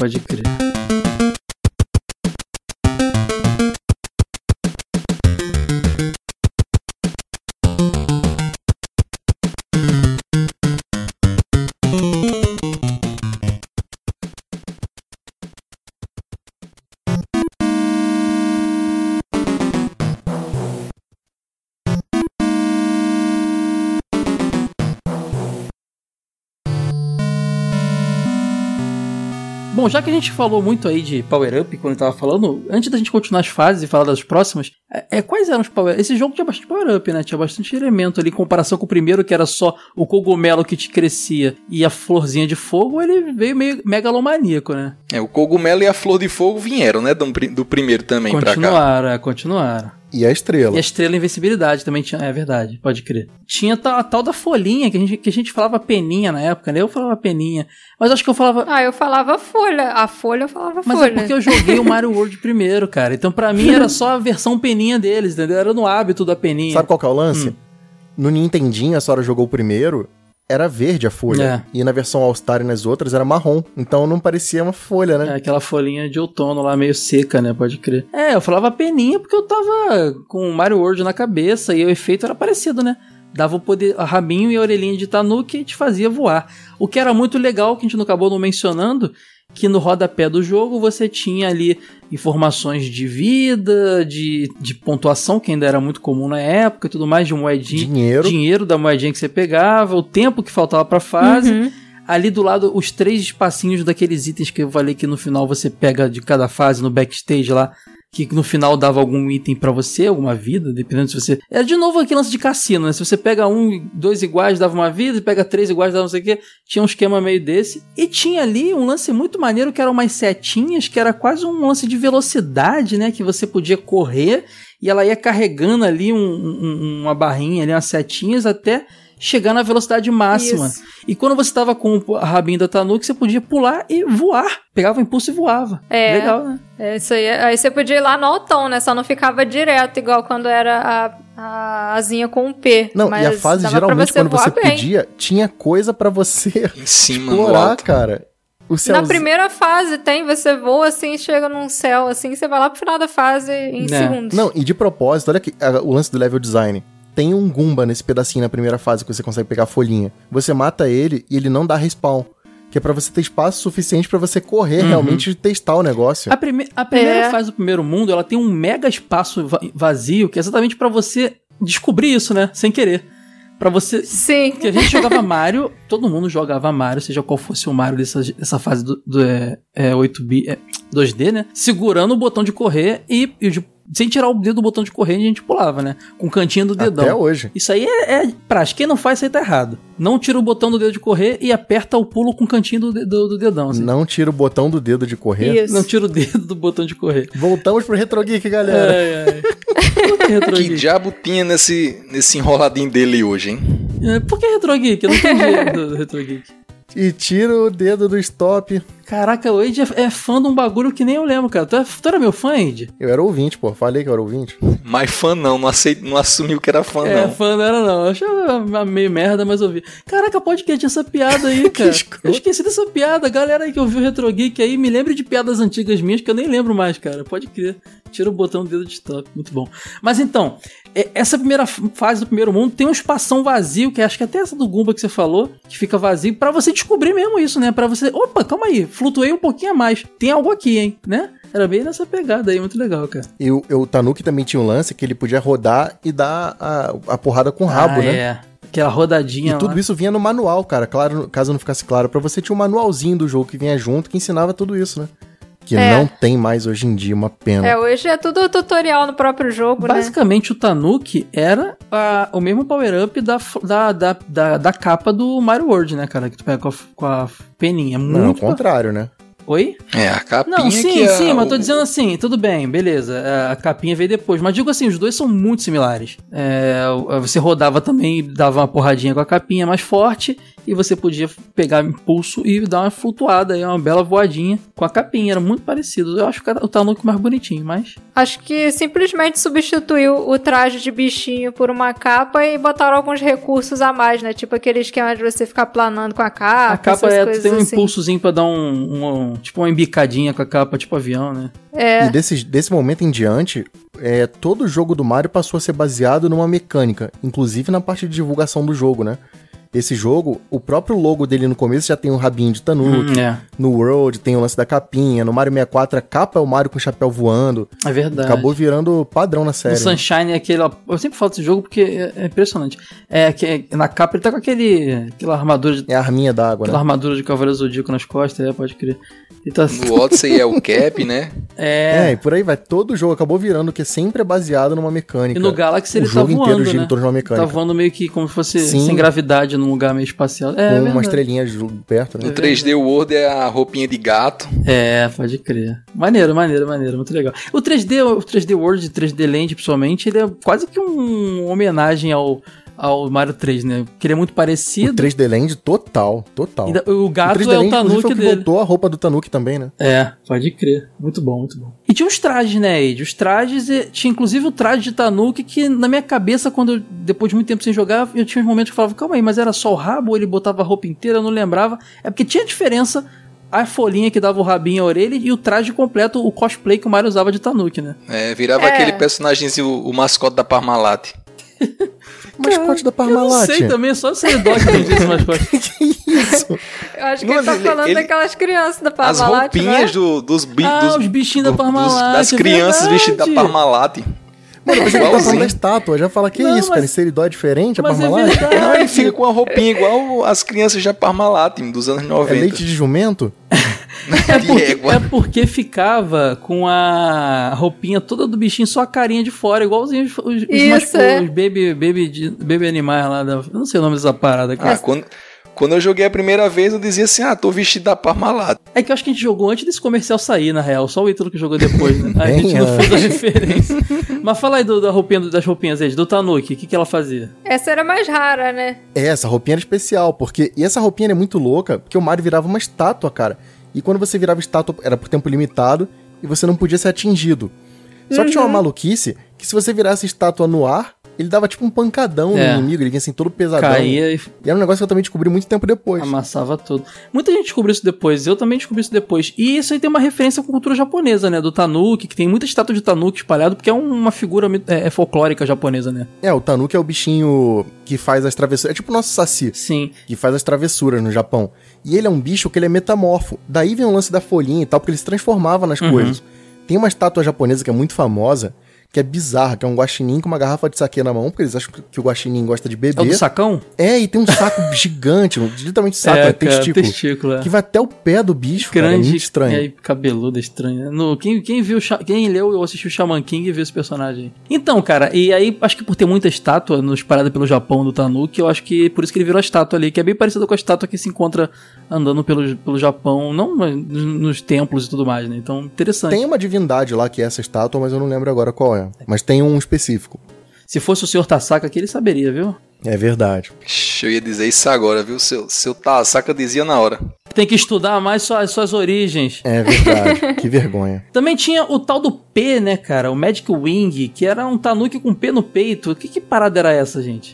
Bom, já que a gente falou muito aí de Power Up quando eu tava falando, antes da gente continuar as fases e falar das próximas, quais eram os Power Up? Esse jogo tinha bastante Power Up, né? Tinha bastante elemento ali, em comparação com o primeiro, que era só o cogumelo que te crescia e a florzinha de fogo, ele veio meio megalomaníaco, né? O cogumelo e a flor de fogo vieram, né? Do primeiro também pra cá. Continuaram. E a estrela. E a estrela invencibilidade também tinha, é verdade, pode crer. Tinha a tal da folhinha, que a gente falava peninha na época, né? Eu falava peninha, mas acho que eu falava... eu falava folha. A folha eu falava folha. Mas é porque eu joguei o Mario World primeiro, cara. Então pra mim era só a versão peninha deles, entendeu? Era no hábito da peninha. Sabe qual que é o lance? No Nintendinho, a senhora jogou o primeiro... Era verde a folha. E na versão All-Star e nas outras era marrom. Então não parecia uma folha, né? Aquela folhinha de outono lá, meio seca, né? Pode crer. Eu falava peninha porque eu tava com o Mario World na cabeça e o efeito era parecido, né? Dava o poder, a rabinho e a orelhinha de Tanuki e te fazia voar. O que era muito legal, que a gente não acabou não mencionando, que no rodapé do jogo você tinha ali informações de vida, de pontuação, que ainda era muito comum na época e tudo mais, de moedinha. Dinheiro da moedinha que você pegava, o tempo que faltava pra fase. Ali do lado, os 3 espacinhos daqueles itens que eu falei que no final você pega de cada fase no backstage lá, que no final dava algum item pra você, alguma vida, dependendo se você... É de novo aquele lance de cassino, né? Se você pega 2 iguais, dava uma vida, e pega 3 iguais, dava não sei o quê. Tinha um esquema meio desse. E tinha ali um lance muito maneiro, que eram umas setinhas, que era quase um lance de velocidade, né? Que você podia correr, e ela ia carregando ali uma barrinha, ali, umas setinhas, até chegar na velocidade máxima. Isso. E quando você tava com a rabinha da Tanuki, você podia pular e voar. Pegava o impulso e voava. Legal, né? Isso aí. Aí você podia ir lá no altão, né? Só não ficava direto, igual quando era a asinha com um P. Não, mas e a fase, geralmente, quando você podia, tinha coisa pra você em cima, explorar, cara. Na primeira fase você voa assim, chega num céu assim, você vai lá pro final da fase em segundos. Não, e de propósito, olha aqui, o lance do level design. tem um Goomba nesse pedacinho na primeira fase que você consegue pegar a folhinha. Você mata ele e ele não dá respawn. Que é pra você ter espaço suficiente pra você correr realmente e testar o negócio. A primeira fase do primeiro mundo, ela tem um mega espaço vazio, que é exatamente pra você descobrir isso, né? Sem querer. Pra você... Sim. Porque a gente jogava Mario, todo mundo jogava Mario, seja qual fosse o Mario dessa fase do 2D, né? Segurando o botão de correr e sem tirar o dedo do botão de correr, a gente pulava, né? Com o cantinho do dedão. Até hoje. Isso aí é prático. Quem não faz, isso aí tá errado. Não tira o botão do dedo de correr e aperta o pulo com o cantinho do dedão. Assim. Não tira o botão do dedo de correr. Isso. Não tira o dedo do botão de correr. Voltamos pro Retro Geek, galera. Que diabo tinha nesse enroladinho dele hoje, hein? Por que Retro Geek? Eu não entendi do Retro Geek. E tira o dedo do stop. Caraca, o Age é fã de um bagulho que nem eu lembro, cara. Tu era meu fã, Age? Eu era ouvinte, pô. Falei que eu era ouvinte. Mas fã não assumiu que era fã, não. Fã não era não. Eu achava meio merda, mas ouvi. Caraca, pode que tinha essa piada aí, cara. Eu esqueci dessa piada. Galera aí que ouviu o Retro Geek aí, me lembre de piadas antigas minhas que eu nem lembro mais, cara. Pode crer. Tira o botão do dedo de stop. Muito bom. Mas então, essa primeira fase do primeiro mundo tem um espação vazio, que acho que até essa do Goomba que você falou, que fica vazio, pra você descobrir mesmo isso, né? Pra você... Opa, calma aí. Flutuei um pouquinho a mais. Tem algo aqui, hein? Né? Era bem nessa pegada aí. Muito legal, cara. E o Tanuki também tinha um lance que ele podia rodar e dar a porrada com o rabo, né? É. Aquela rodadinha E tudo lá. isso vinha no manual, cara. Claro, caso não ficasse claro pra você, tinha um manualzinho do jogo que vinha junto que ensinava tudo isso, né? Que não tem mais hoje em dia, uma pena. Hoje é tudo tutorial no próprio jogo, Basicamente, o Tanuki era o mesmo power-up da capa do Mario World, né, cara? Que tu pega com a peninha. É muito... Não, ao contrário, né? Oi? A capinha Não, sim, mas eu tô dizendo assim, tudo bem, beleza, a capinha veio depois, mas digo assim, os dois são muito similares. Você rodava também, dava uma porradinha com a capinha mais forte, e você podia pegar impulso e dar uma flutuada, aí, uma bela voadinha com a capinha, era muito parecido. Eu acho o Tanuki mais bonitinho, mas... Acho que simplesmente substituiu o traje de bichinho por uma capa e botaram alguns recursos a mais, né? Tipo aquele esquema de você ficar planando com a capa. A capa essas tem um assim. impulsozinho pra dar tipo uma embicadinha com a capa, tipo avião, né? E desse momento em diante, todo jogo do Mario passou a ser baseado numa mecânica, inclusive na parte de divulgação do jogo, né? Esse jogo, o próprio logo dele no começo já tem um rabinho de Tanuki. No World tem o lance da capinha. No Mario 64, a capa é o Mario com o chapéu voando. É verdade. Acabou virando padrão na série. O Sunshine é aquele... Eu sempre falo desse jogo porque é impressionante. Na capa ele tá com aquela armadura de... É a arminha d'água, Aquela né? armadura de Cavaleiro Zodíaco nas costas, pode crer. Ele tá... No Odyssey é o Cap, né? E por aí vai. Todo jogo acabou virando, que sempre é baseado numa mecânica. E no Galaxy ele tá voando, voando, gira né? em torno de uma mecânica. Tá voando meio que como se fosse Sim. sem gravidade num lugar meio espacial. Com uma estrelinha perto, né? No 3D World é a roupinha de gato. Pode crer. Maneiro, muito legal. O 3D World e 3D Land, principalmente, ele é quase que uma homenagem ao Mario 3, né? Que ele é muito parecido. O 3D Land total. O gato o 3D é o Land, Tanuki foi o que dele. voltou a roupa do Tanuki também, né? Pode crer. Muito bom. E tinha os trajes, né, Ed? Os trajes, tinha inclusive o traje de Tanuki que na minha cabeça, depois de muito tempo sem jogar, eu tinha uns momentos que eu falava, calma aí, mas era só o rabo ou ele botava a roupa inteira? Eu não lembrava. É porque tinha diferença a folhinha que dava o rabinho, a orelha e o traje completo, o cosplay que o Mario usava de Tanuki, né? Virava aquele personagemzinho, o mascote da Parmalat. Mascote da Parmalat. Eu não sei também, só o Seridog que não diz esse mascote. Que isso? Eu acho que ele tá falando daquelas crianças da As Parmalat, roupinhas né? os bichinhos da Parmalat. das crianças vestidas da Parmalat. Mano, você tá falando da estátua, já fala, que isso, cara? Seridó é diferente, a Parmalat? Não, ele fica com a roupinha igual as crianças já Parmalat, dos anos 90. É leite de jumento? É porque ficava com a roupinha toda do bichinho, só a carinha de fora, igualzinho os baby animais lá. Eu não sei o nome dessa parada aqui. Quando eu joguei a primeira vez, eu dizia assim, tô vestido da Parmalat. É que eu acho que a gente jogou antes desse comercial sair, na real. Só o Ítalo que jogou depois, né? A gente não fez a referência. Mas fala aí das roupinhas, Ed, do Tanuki. O que ela fazia? Essa era mais rara, né? Essa roupinha era especial, e essa roupinha é muito louca, porque o Mario virava uma estátua, cara. E quando você virava estátua, era por tempo limitado, e você não podia ser atingido. Só que tinha uma maluquice, que se você virasse estátua no ar, ele dava tipo um pancadão no inimigo, ele vinha assim todo pesadão. Caía e era um negócio que eu também descobri muito tempo depois. Amassava tudo. Muita gente descobriu isso depois, eu também descobri isso depois. E isso aí tem uma referência com a cultura japonesa, né? Do Tanuki, que tem muita estátua de Tanuki espalhado, porque é uma figura folclórica japonesa, né? O Tanuki é o bichinho que faz as travessuras. É tipo o nosso Saci. Sim. Que faz as travessuras no Japão. E ele é um bicho que ele é metamorfo. Daí vem o lance da folhinha e tal, porque ele se transformava nas coisas. Tem uma estátua japonesa que é muito famosa, que é bizarra, que é um guaxinim com uma garrafa de saquê na mão, porque eles acham que o guaxinim gosta de beber. É o do sacão? E tem um saco gigante, literalmente saco, é testículo. Que vai até o pé do bicho, grande, cara, é muito estranho. Cabeludo, estranho. Quem leu ou assistiu Shaman King viu esse personagem. Então, cara, e aí acho que por ter muita estátua espalhada pelo Japão do Tanuki, eu acho que por isso que ele virou a estátua ali, que é bem parecida com a estátua que se encontra andando pelo Japão, não nos templos e tudo mais, né? Então, interessante. Tem uma divindade lá que é essa estátua, mas eu não lembro agora qual é. Mas tem um específico. Se fosse o Sr. Tasaka aqui, ele saberia, viu? É verdade. Eu ia dizer isso agora, viu? Seu Tasaka dizia na hora. Tem que estudar mais suas origens. É verdade. Que vergonha. Também tinha o tal do P, né, cara? O Magic Wing, que era um Tanuki com P no peito. Que parada era essa, gente?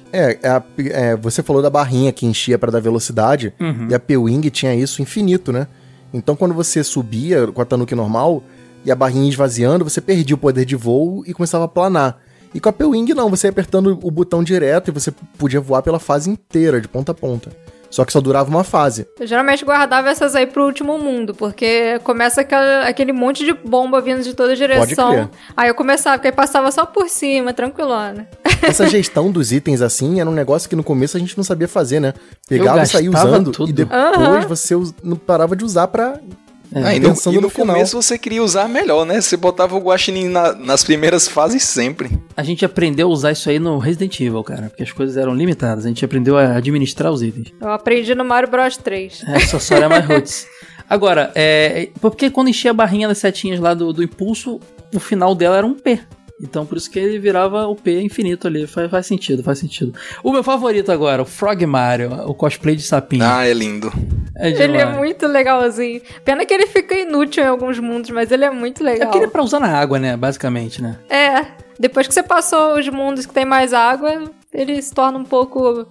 Você falou da barrinha que enchia pra dar velocidade. E a P-Wing tinha isso infinito, né? Então quando você subia com a Tanuki normal e a barrinha esvaziando, você perdia o poder de voo e começava a planar. E com a P-Wing não, você ia apertando o botão direto e você podia voar pela fase inteira, de ponta a ponta. Só que só durava uma fase. Eu geralmente guardava essas aí pro último mundo, porque começa aquele monte de bomba vindo de toda direção. Pode crer. Aí eu começava, porque aí passava só por cima, tranquilona. Essa gestão dos itens assim era um negócio que no começo a gente não sabia fazer, né? Pegava e saía usando tudo. E depois você não parava de usar pra... E no começo você queria usar melhor, né? Você botava o guaxinim nas primeiras fases sempre. A gente aprendeu a usar isso aí no Resident Evil, cara, porque as coisas eram limitadas. A gente aprendeu a administrar os itens. Eu aprendi no Mario Bros 3. Só era mais roots. Agora, porque quando enchia a barrinha das setinhas lá do impulso, o final dela era um P. Então por isso que ele virava o P infinito ali. Faz sentido. O meu favorito agora, o Frog Mario, o cosplay de sapinho. Ah, é lindo. Ele é muito legalzinho. Pena que ele fica inútil em alguns mundos, mas ele é muito legal. É porque ele é pra usar na água, né? Basicamente, né? Depois que você passou os mundos que tem mais água, ele se torna um pouco...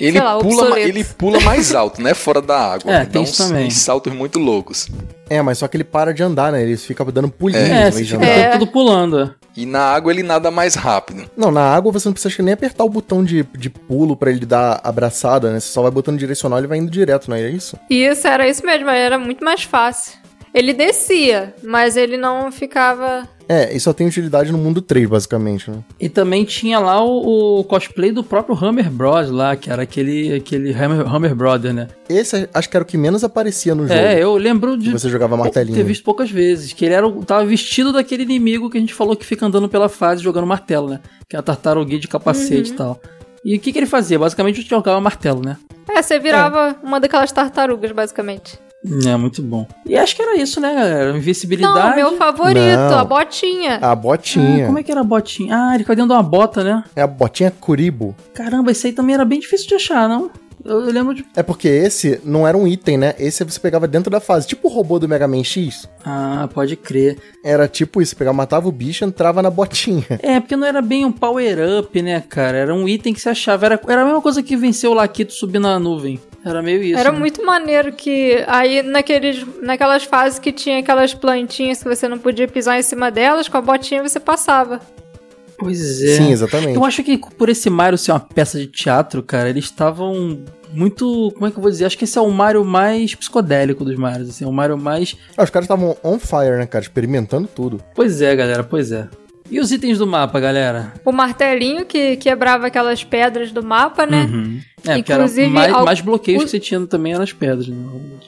Ele pula mais alto, né? Fora da água. Tem isso também. Tem saltos muito loucos. Mas só que ele para de andar, né? Ele fica dando pulinhos. Você fica tudo pulando. E na água ele nada mais rápido. Não, na água você não precisa nem apertar o botão de pulo pra ele dar abraçada, né? Você só vai botando direcional e ele vai indo direto, não é isso? Era isso mesmo. Era muito mais fácil. Ele descia, mas ele não ficava... E só tem utilidade no mundo 3, basicamente, né? E também tinha lá o cosplay do próprio Hammer Bros lá, que era aquele Hammer Brother, né? Esse acho que era o que menos aparecia no jogo. Eu lembro de... Você jogava martelinho. Ter visto poucas vezes, que ele tava vestido daquele inimigo que a gente falou que fica andando pela fase jogando martelo, né? Que é a tartaruguinha de capacete e tal. E o que ele fazia? Basicamente ele jogava martelo, né? Você virava uma daquelas tartarugas, basicamente. Muito bom. E acho que era isso, né, galera? Invencibilidade. Não, meu favorito, a botinha. A botinha. Como é que era a botinha? Ele ficava dentro de uma bota, né? É a botinha Kuribo. Caramba, esse aí também era bem difícil de achar, não? Eu lembro de... É porque esse não era um item, né? Esse você pegava dentro da fase. Tipo o robô do Mega Man X. Pode crer. Era tipo isso. Matava o bicho e entrava na botinha. Porque não era bem um power-up, né, cara? Era um item que você achava. Era a mesma coisa que venceu o Lakitu subir na nuvem. Era meio isso. Era muito maneiro que aí naquelas fases que tinha aquelas plantinhas que você não podia pisar em cima delas, com a botinha você passava. Pois é. Sim, exatamente. Eu acho que por esse Mario ser uma peça de teatro, cara, eles estavam muito... Como é que eu vou dizer? Acho que esse é o Mario mais psicodélico dos Marios, assim. O Mario mais... Os caras estavam on fire, né, cara? Experimentando tudo. Pois é, galera, pois é. E os itens do mapa, galera? O martelinho que quebrava aquelas pedras do mapa, né? Inclusive, porque era mais bloqueios que você tinha também nas pedras, né?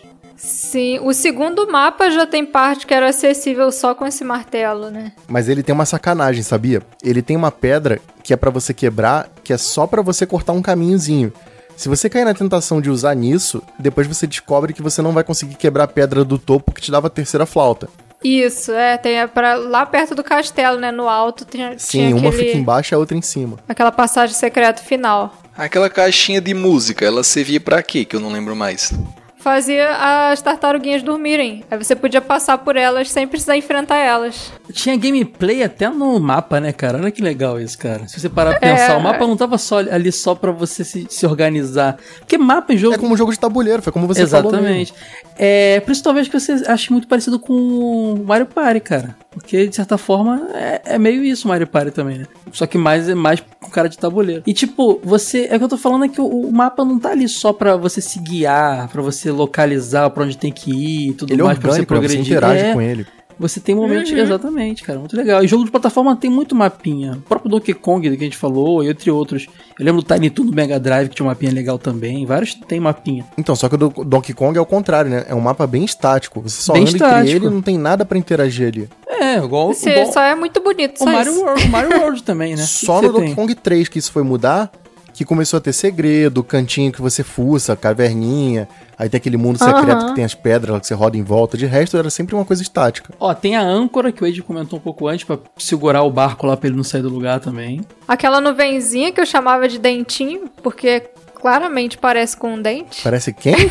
Sim, o segundo mapa já tem parte que era acessível só com esse martelo, né? Mas ele tem uma sacanagem, sabia? Ele tem uma pedra que é pra você quebrar, que é só pra você cortar um caminhozinho. Se você cair na tentação de usar nisso, depois você descobre que você não vai conseguir quebrar a pedra do topo que te dava a terceira flauta. Isso, tem lá perto do castelo, né, no alto Sim, uma fica embaixo e a outra em cima. Aquela passagem secreta final. Aquela caixinha de música, ela servia pra quê, que eu não lembro mais? fazia as tartaruguinhas dormirem. Aí você podia passar por elas sem precisar enfrentar elas. Tinha gameplay até no mapa, né, cara? Olha que legal isso, cara. Se você parar pra pensar, o mapa não tava só ali só pra você se organizar. Porque mapa em jogo... É como um jogo de tabuleiro, foi como você falou mesmo. Exatamente. Por isso talvez que você ache muito parecido com o Mario Party, cara. Porque, de certa forma, é meio isso o Mario Party também, né? Só que mais com cara de tabuleiro. E, tipo, você... É o que eu tô falando é que o mapa não tá ali só pra você se guiar, pra você localizar pra onde tem que ir e tudo ele mais, é pra você progredir. Você interage com ele. Você tem momentos... Exatamente, cara. Muito legal. E jogo de plataforma tem muito mapinha. O próprio Donkey Kong, que a gente falou, e entre outros. Eu lembro do Tiny Toon do Mega Drive, que tinha um mapinha legal também. Vários tem mapinha. Então, só que o do Donkey Kong é o contrário, né? É um mapa bem estático. Você só bem anda estático. entre ele e não tem nada pra interagir ali. Igual... Só é muito bonito, o Mario World também, né? Só no Donkey Kong 3 que isso foi mudar, que começou a ter segredo, cantinho que você fuça, caverninha... Aí tem aquele mundo secreto que tem as pedras lá que você roda em volta. De resto, era sempre uma coisa estática. Ó, tem a âncora, que o Ed comentou um pouco antes, pra segurar o barco lá pra ele não sair do lugar também. Aquela nuvenzinha que eu chamava de dentinho, porque claramente parece com um dente. Parece quem?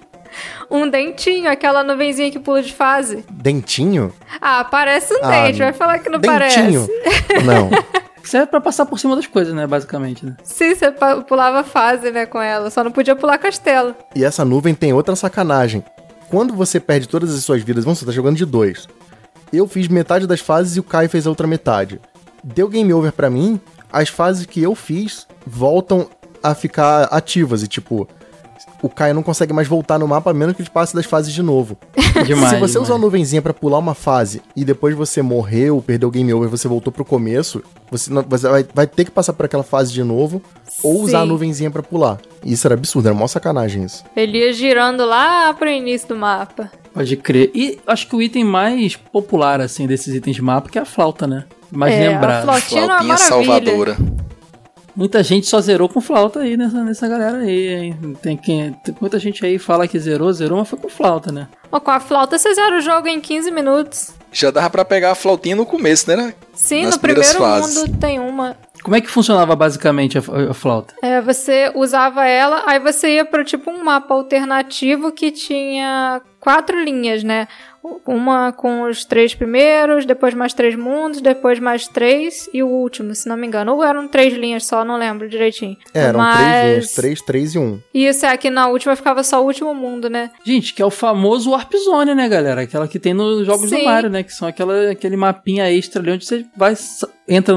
Um dentinho, aquela nuvenzinha que pula de fase. Dentinho? Ah, parece um dente, vai falar que não dentinho. Parece. Não. Serve pra passar por cima das coisas, né, basicamente, né? Sim, você pulava fase, né, com ela, só não podia pular castelo. E essa nuvem tem outra sacanagem. Quando você perde todas as suas vidas, vamos, você tá jogando de 2. Eu fiz metade das fases e o Caio fez a outra metade. Deu game over pra mim, as fases que eu fiz voltam a ficar ativas e tipo... O Caio não consegue mais voltar no mapa, a menos que ele passe das fases de novo. Demais, se você usar uma nuvenzinha pra pular uma fase e depois você morreu, perdeu o game over, você voltou pro começo, você vai ter que passar por aquela fase de novo ou usar a nuvenzinha pra pular. Isso era absurdo, era mó sacanagem isso. Ele ia girando lá pro início do mapa. Pode crer. E acho que o item mais popular, assim, desses itens de mapa que é a flauta, né? Mais lembrado. A flautinha é uma maravilha. Salvadora. Muita gente só zerou com flauta aí nessa galera aí, hein? Tem muita gente aí fala que zerou, mas foi com flauta, né? Com a flauta você zera o jogo em 15 minutos. Já dava pra pegar a flautinha no começo, né? Sim, nas no primeiro fases. mundo tem uma. Como é que funcionava basicamente a flauta? Você usava ela, aí você ia para tipo um mapa alternativo que tinha 4 linhas, né? Uma com os 3 primeiros, depois mais 3 mundos, depois mais 3 e o último, se não me engano. Ou eram 3 linhas só, não lembro direitinho. Eram 3 linhas, 3, 3 e 1. Isso, aqui na última ficava só o último mundo, né? Gente, que é o famoso Warp Zone, né, galera? Aquela que tem nos jogos do Mario, né? Que são aquele mapinha extra ali onde você entra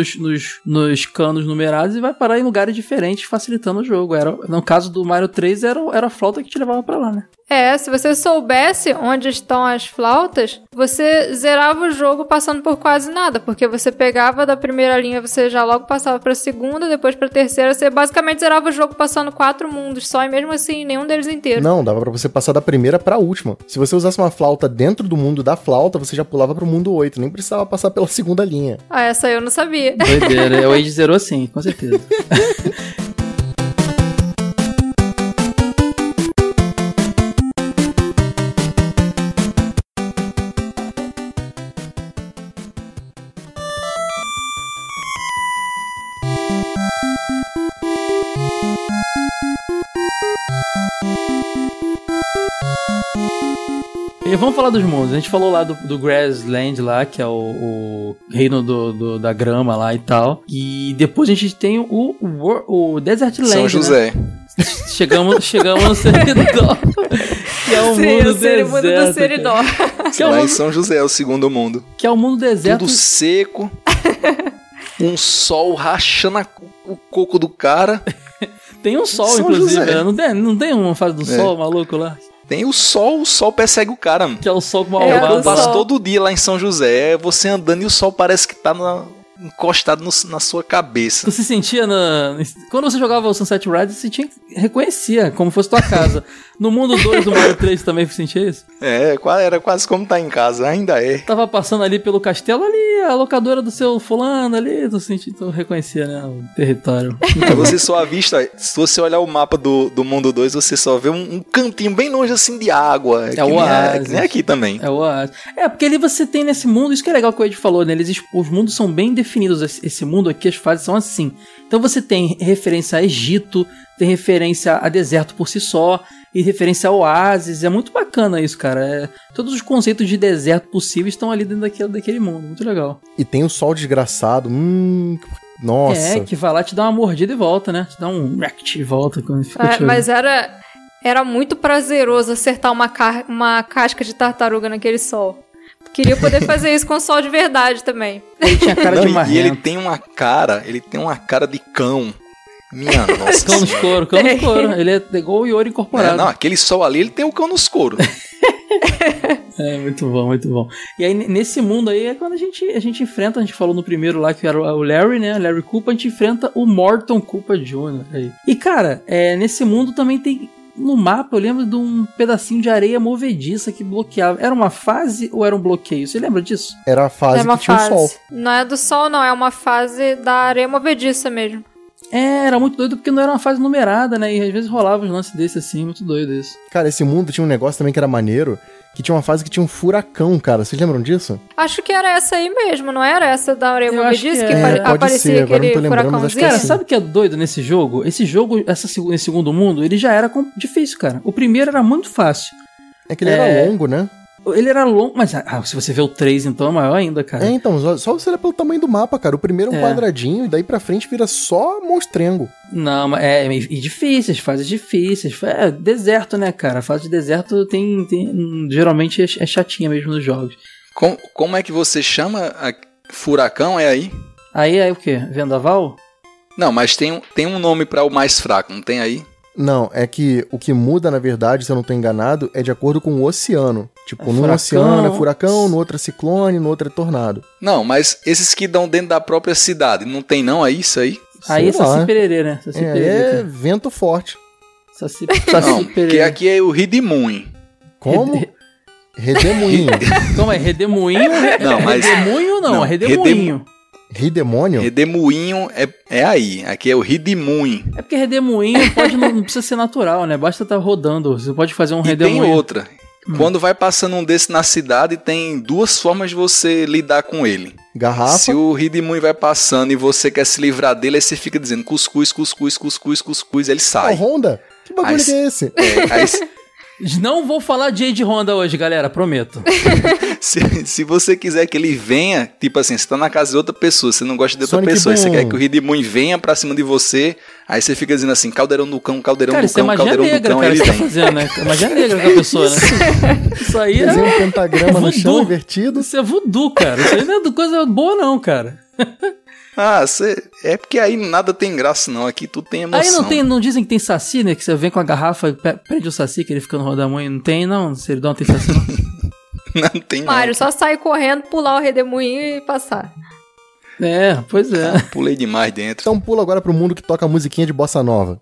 nos canos numerados e vai parar em lugares diferentes, facilitando o jogo. No caso do Mario 3, era a flauta que te levava pra lá, né? Se você soubesse onde estão as flautas, você zerava o jogo passando por quase nada, porque você pegava da primeira linha, você já logo passava pra segunda, depois pra terceira, você basicamente zerava o jogo passando 4 mundos só, e mesmo assim, nenhum deles inteiro. Não, dava pra você passar da primeira pra última. Se você usasse uma flauta dentro do mundo da flauta, você já pulava pro mundo 8, nem precisava passar pela segunda linha. Essa eu não sabia. Doideira, o Age zerou sim, com certeza. E vamos falar dos mundos. A gente falou lá do Grassland lá, que é o reino da grama lá e tal. E depois a gente tem o Desert Land, São José. Né? Chegamos no Seridó. Que é o mundo deserto. Mundo do Seridó. Lá em São José é o segundo mundo. Que é o mundo deserto. Tudo seco. Um sol rachando o coco do cara. Tem um sol, São inclusive. José. Não tem uma fase do sol maluco lá? Tem o sol persegue o cara. Que é o sol com uma Eu passo todo dia lá em São José, você andando e o sol parece que tá encostado na sua cabeça. Tu se sentia quando você jogava o Sunset Riders, você reconhecia como fosse tua casa. No mundo 2 do Mario 3 também sentia isso? Era quase como tá em casa, ainda é. Tava passando ali pelo castelo, ali, a locadora do seu fulano ali, tu reconhecia, né, o território. Aí você só avista, se você olhar o mapa do mundo 2, você só vê um cantinho bem longe assim de água. É o oásis. Nem aqui também. É o oásis. Porque ali você tem nesse mundo, isso que é legal que o Ed falou, né, os mundos são bem definidos. definidos esse mundo aqui, as fases são assim. Então você tem referência a Egito, tem referência a deserto por si só, e referência a oásis. É muito bacana isso, cara. Todos os conceitos de deserto possíveis estão ali dentro daquele mundo. Muito legal. E tem o sol desgraçado. Nossa. Que vai lá te dar uma mordida e volta, né? Te dá um rect e volta. Quando fica mas era muito prazeroso acertar uma casca de tartaruga naquele sol. Queria poder fazer isso com sol de verdade também. Ele tinha cara de marrento. E ele tem uma cara de cão. Minha nossa. Cão nos couro. Ele é igual o Iori incorporado. Aquele sol ali, ele tem o cão nos couro. Muito bom, muito bom. E aí, nesse mundo aí, é quando a gente enfrenta, a gente falou no primeiro lá, que era o Larry, né? Larry Koopa, a gente enfrenta o Morton Koopa Jr. aí. E, cara, nesse mundo também tem... No mapa, eu lembro de um pedacinho de areia movediça que bloqueava. Era uma fase ou era um bloqueio? Você lembra disso? Era a fase que tinha o sol. Não é do sol, não. É uma fase da areia movediça mesmo. Era muito doido porque não era uma fase numerada, né? E às vezes rolava uns lances desse assim, muito doido isso. Cara, esse mundo tinha um negócio também que era maneiro, que tinha uma fase que tinha um furacão, cara. Vocês lembram disso? Acho que era essa aí mesmo, não era essa da areia movediça que ser. aparecia aquele furacãozinho? Cara, sabe o que é doido nesse jogo? Esse jogo, esse segundo mundo, ele já era difícil, cara. O primeiro era muito fácil. É que ele era longo, né? Ele era longo, mas se você vê o 3, então é maior ainda, cara. Então, só você olha pelo tamanho do mapa, cara. O primeiro é um quadradinho e daí pra frente vira só monstrengo. Não, mas e difíceis, fases difíceis. Deserto, né, cara? A fase de deserto geralmente é chatinha mesmo nos jogos. Como é que você chama furacão, é aí? Aí o quê? Vendaval? Não, mas tem um nome pra o mais fraco, não tem aí? Não, é que o que muda, na verdade, se eu não tô enganado, é de acordo com o oceano. Tipo, num furacão. oceano é furacão, no outro é ciclone, no outro é tornado. Não, mas esses que dão dentro da própria cidade, não tem não aí isso aí? Aí é Saci Pererê, né? Saci Pererê, é vento forte. Saci não, Pererê. porque aqui é o Redemoinho. Como? Redemoinho. Como é? Redemoinho? Não, mas... Redemoinho não, Redemoinho. Redemônio? Redemoinho é aí. Aqui é o Redemoinho. É porque Redemoinho não precisa ser natural, né? Basta estar rodando. Você pode fazer um Redemoinho. E tem outra. Quando vai passando um desse na cidade, tem duas formas de você lidar com ele. Garrafa. Se o Redemoinho vai passando e você quer se livrar dele, aí você fica dizendo cuscuz, cuscuz, cuscuz, cuscuz, ele sai. Honda? Que bagulho que é esse? Não vou falar de Age Honda hoje, galera, prometo. Se você quiser que ele venha, tipo assim, você tá na casa de outra pessoa, você não gosta de outra Sonic pessoa, Boom. aí você quer que o Redemoinho venha pra cima de você, aí você fica dizendo assim, caldeirão do cão, caldeirão do cão, caldeirão do cão, cara, ele você vem. tá fazendo, né? Magia negra com a pessoa, né? Isso aí Desenha um pentagrama no chão invertido. Isso é voodoo, cara. Isso aí não é coisa boa não, cara. É porque aí nada tem graça não, aqui tudo tem emoção. Aí não dizem que tem saci, né? Que você vem com a garrafa e prende o saci, que ele fica no rodamuinho. Não tem, não? Seridão não tem saci, não? Não tem não. Mário, só sair correndo, pular o redemoinho e passar. Pois é. Pulei demais dentro. Então pula agora pro mundo que toca musiquinha de bossa nova.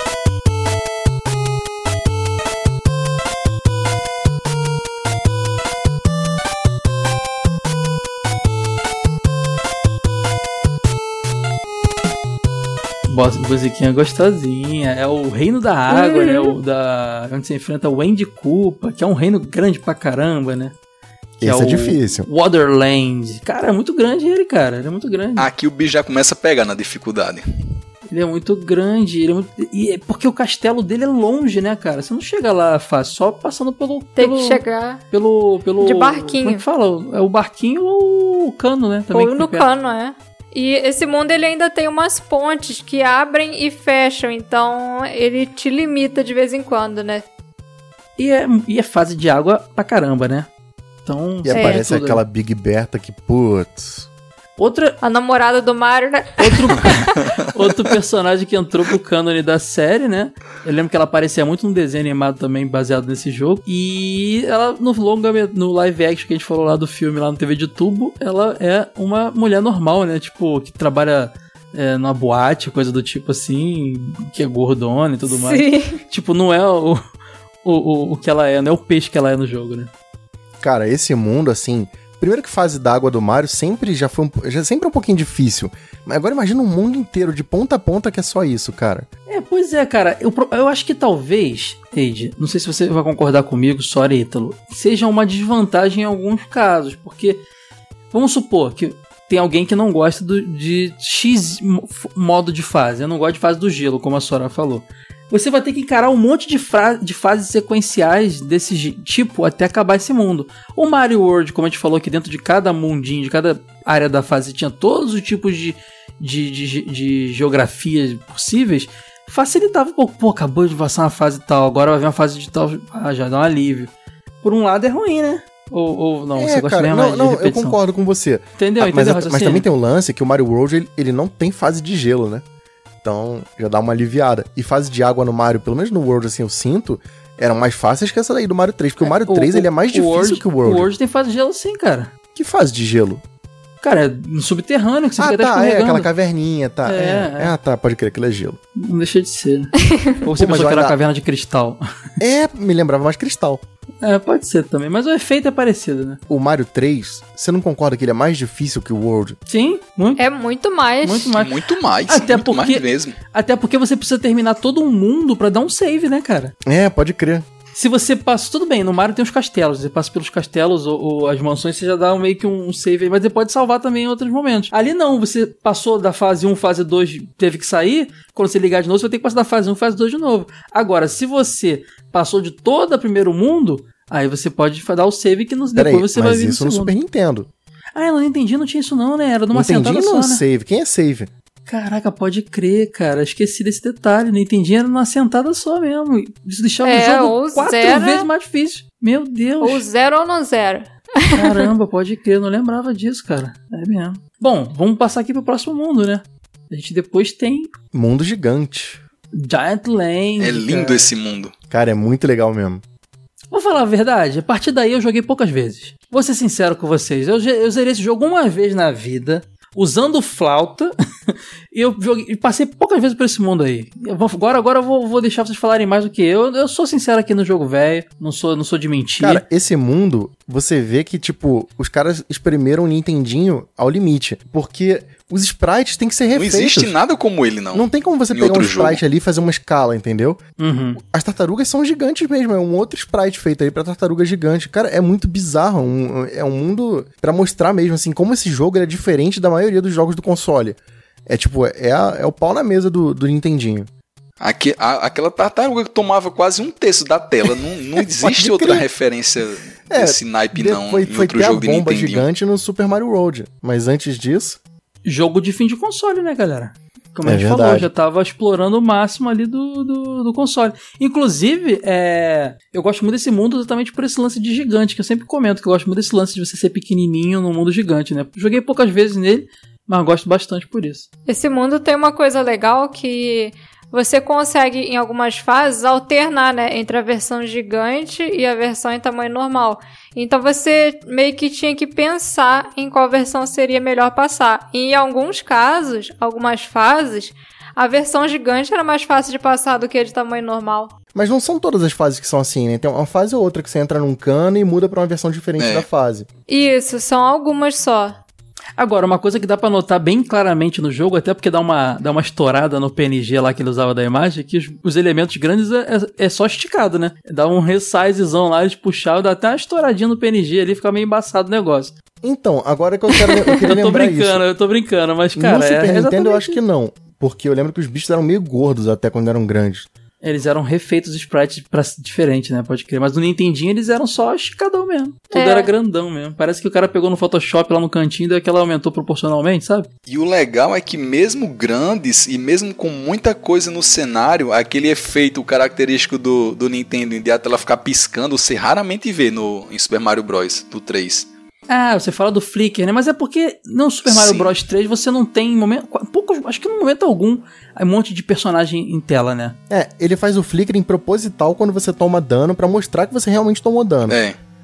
Musiquinha gostosinha. É o reino da água, né? Onde você enfrenta o Wendy Koopa, que é um reino grande pra caramba, né? Esse é difícil. Waterland. Cara, é muito grande ele, cara. Ele é muito grande. Aqui o bicho já começa a pegar na dificuldade. Ele é muito grande. E é porque o castelo dele é longe, né, cara? Você não chega lá fácil, só passando Tem que chegar pelo de barquinho. Como é que fala? É o barquinho ou o cano, né? Também ou no cano, é. E esse mundo ele ainda tem umas pontes que abrem e fecham, então ele te limita de vez em quando, né? E é fase de água pra caramba, né? Então, e aparece aquela Big Bertha que, putz... A namorada do Mario, né? Outro personagem que entrou pro cânone da série, né? Eu lembro que ela aparecia muito num desenho animado também, baseado nesse jogo. E ela, no live action que a gente falou lá do filme, lá no TV de tubo, ela é uma mulher normal, né? Tipo, que trabalha numa boate, coisa do tipo assim, que é gordona e tudo mais. Sim. Tipo, não é o que ela é, não é o peixe que ela é no jogo, né? Cara, esse mundo, assim... Primeiro que fase d'água do Mario sempre sempre é um pouquinho difícil. Mas agora imagina um mundo inteiro, de ponta a ponta, que é só isso, cara. Pois é, cara. Eu acho que talvez, Eide, não sei se você vai concordar comigo, Sora e Ítalo, seja uma desvantagem em alguns casos. Porque, vamos supor que tem alguém que não gosta de X modo de fase. Eu não gosto de fase do gelo, como a Sora falou. Você vai ter que encarar um monte de fases sequenciais desse tipo até acabar esse mundo. O Mario World, como a gente falou aqui, dentro de cada mundinho, de cada área da fase, tinha todos os tipos de geografias possíveis, facilitava um pouco. Pô, acabou de passar uma fase tal, agora vai vir uma fase de tal, já dá um alívio. Por um lado é ruim, né? Ou não, você gosta mesmo de repetição? Eu concordo com você. Entendeu? Mas também tem um lance que o Mario World, ele não tem fase de gelo, né? Então, já dá uma aliviada. E fase de água no Mario, pelo menos no World, assim, eu sinto, eram mais fáceis que essa daí do Mario 3. Porque o Mario 3, ele é mais difícil que o World. O World tem fase de gelo sim, cara. Que fase de gelo? Cara, é no subterrâneo, que você fica escorregando. Aquela caverninha, tá. Tá, pode crer, aquilo é gelo. Não deixa de ser. Ou você pensou que era uma caverna de cristal. Me lembrava mais cristal. Pode ser também, mas o efeito é parecido, né? O Mario 3, você não concorda que ele é mais difícil que o World? Sim, muito. É muito mais. Muito mais. Mais mesmo. Até porque você precisa terminar todo um mundo pra dar um save, né, cara? Pode crer. Se você passa... Tudo bem, no Mario tem os castelos. Você passa pelos castelos ou as mansões, você já dá meio que um save aí, mas você pode salvar também em outros momentos. Ali não, você passou da fase 1, fase 2, teve que sair. Quando você ligar de novo, você vai ter que passar da fase 1, fase 2 de novo. Agora, se você passou de todo o primeiro mundo, aí você pode dar o save que depois você vai vir no segundo. Mas isso no Super Nintendo. Eu não entendi, não tinha isso não, né? Era numa sentada só, né? Save. Quem é save? Caraca, pode crer, cara. Esqueci desse detalhe. Não entendi, era numa sentada só mesmo. Isso deixava o jogo 4 vezes mais difícil. Meu Deus. Ou 0 ou não 0. Caramba, pode crer. Eu não lembrava disso, cara. É mesmo. Bom, vamos passar aqui pro próximo mundo, né? A gente depois tem... Mundo gigante. Giant Land. É lindo, cara. Esse mundo. Cara, é muito legal mesmo. Vou falar a verdade, a partir daí eu joguei poucas vezes. Vou ser sincero com vocês, eu zerei esse jogo uma vez na vida, usando flauta, e eu passei poucas vezes por esse mundo aí. Agora eu vou deixar vocês falarem mais do que eu. Eu sou sincero aqui no jogo velho, não sou de mentir. Cara, esse mundo, você vê que, tipo, os caras exprimiram o Nintendinho ao limite, porque... Os sprites têm que ser refeitos. Não existe nada como ele, não. Não tem como você pegar um sprite ali e fazer uma escala, entendeu? Uhum. As tartarugas são gigantes mesmo. É um outro sprite feito aí pra tartaruga gigante. Cara, é muito bizarro. É um mundo pra mostrar mesmo, assim, como esse jogo é diferente da maioria dos jogos do console. É tipo, é o pau na mesa do Nintendinho. Aquela tartaruga que tomava quase um terço da tela. Não existe outra referência desse naipe, não. Foi ter a bomba gigante no Super Mario World. Mas antes disso... Jogo de fim de console, né, galera? Como a gente falou, já tava explorando o máximo ali do console. Inclusive, eu gosto muito desse mundo exatamente por esse lance de gigante, que eu sempre comento, que eu gosto muito desse lance de você ser pequenininho num mundo gigante, né? Joguei poucas vezes nele, mas gosto bastante por isso. Esse mundo tem uma coisa legal que... Você consegue, em algumas fases, alternar, né, entre a versão gigante e a versão em tamanho normal. Então você meio que tinha que pensar em qual versão seria melhor passar. E em alguns casos, algumas fases, a versão gigante era mais fácil de passar do que a de tamanho normal. Mas não são todas as fases que são assim, né? Tem uma fase ou outra que você entra num cano e muda pra uma versão diferente da fase. Isso, são algumas só. Agora, uma coisa que dá pra notar bem claramente no jogo, até porque dá uma estourada no PNG lá que ele usava da imagem, é que os elementos grandes é só esticado, né? Dá um resizezão lá, eles puxavam, dá até uma estouradinha no PNG ali, fica meio embaçado o negócio. Então, agora que eu queria lembrar isso. Eu tô brincando, mas cara... No Super Nintendo eu acho que não, porque eu lembro que os bichos eram meio gordos até quando eram grandes. Eles eram refeitos sprites diferente, né? Pode crer. Mas no Nintendinho eles eram só esticadão mesmo. Tudo era grandão mesmo. Parece que o cara pegou no Photoshop lá no cantinho e daí aquela aumentou proporcionalmente, sabe? E o legal é que mesmo grandes e mesmo com muita coisa no cenário, aquele efeito característico do Nintendo de a tela ficar piscando, você raramente vê em Super Mario Bros. Do 3. Ah, você fala do flicker, né? Mas é porque no Super Mario Bros 3 você não tem acho que no momento algum, um monte de personagem em tela, né? Ele faz o flickering proposital quando você toma dano pra mostrar que você realmente tomou dano.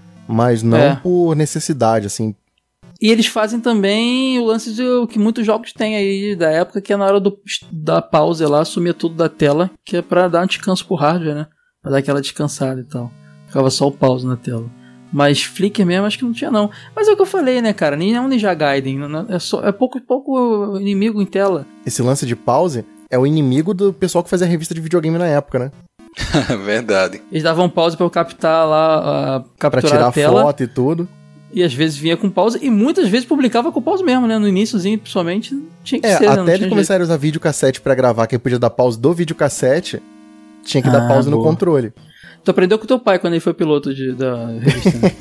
Mas não por necessidade, assim. E eles fazem também o lance que muitos jogos têm aí da época, que é na hora da pausa lá, sumia tudo da tela, que é pra dar um descanso pro hardware, né? Pra dar aquela descansada e tal. Ficava só o pause na tela. Mas flicker mesmo acho que não tinha não. Mas é o que eu falei, né, cara? Nem é um Ninja Gaiden. É pouco inimigo em tela. Esse lance de pause é o inimigo do pessoal que fazia a revista de videogame na época, né? Verdade. Eles davam pause pra eu captar lá, capturar pra tirar a tela. Foto e tudo. E às vezes vinha com pause, e muitas vezes publicava com pause mesmo, né? No iníciozinho, principalmente, tinha que ser, né? Até eles começarem a usar videocassete pra gravar, que podia dar pause do videocassete, tinha que dar pause no controle. Tu aprendeu com teu pai quando ele foi piloto da revista, né?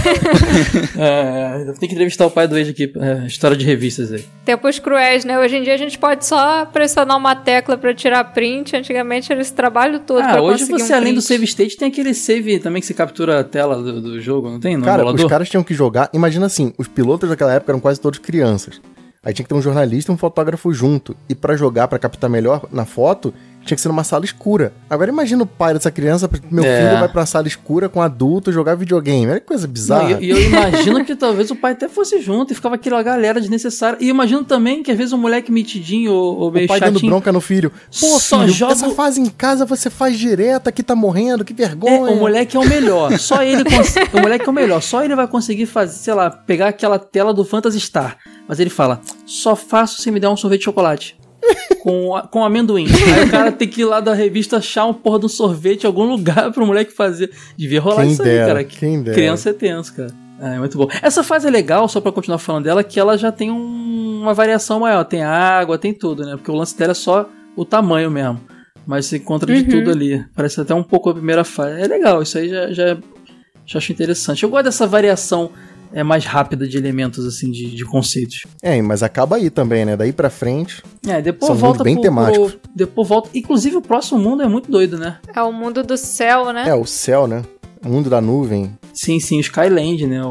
Tem que entrevistar o pai do Age aqui, história de revistas aí. Tempos cruéis, né? Hoje em dia a gente pode só pressionar uma tecla pra tirar print. Antigamente era esse trabalho todo pra hoje conseguir você, além do save state, tem aquele save também que você captura a tela do jogo, não tem? No cara, emulador? Os caras tinham que jogar... Imagina assim, os pilotos daquela época eram quase todos crianças. Aí tinha que ter um jornalista e um fotógrafo junto. E pra jogar, pra captar melhor na foto... tinha que ser numa sala escura. Agora imagina o pai dessa criança, meu filho vai pra sala escura com adulto jogar videogame. Olha que coisa bizarra. E eu imagino que talvez o pai até fosse junto e ficava aquela galera desnecessária. E eu imagino também que às vezes um moleque mitidinho ou meio chatinho... O pai dando bronca no filho. Pô, filho, essa fase em casa você faz direto, aqui tá morrendo, que vergonha. O moleque é o melhor. Só ele o moleque é o melhor. Só ele vai conseguir fazer, sei lá, pegar aquela tela do Phantasy Star. Mas ele fala, só faço se me der um sorvete de chocolate. Com amendoim. Aí o cara tem que ir lá da revista achar uma porra de um sorvete em algum lugar pro moleque fazer. Devia rolar quem isso dera, aí, cara. Quem dera. Criança é tenso, cara. É muito bom. Essa fase é legal, só pra continuar falando dela, que ela já tem uma variação maior. Tem água, tem tudo, né? Porque o lance dela é só o tamanho mesmo. Mas você encontra de tudo ali. Parece até um pouco a primeira fase. É legal, isso aí já acho interessante. Eu gosto dessa variação mais rápida de elementos, assim, de conceitos. Mas acaba aí também, né? Daí pra frente. Depois são volta bem temáticos. Depois volta. Inclusive, o próximo mundo é muito doido, né? É o mundo do céu, né? O céu, né? O mundo da nuvem. Sim, o Skyland, né?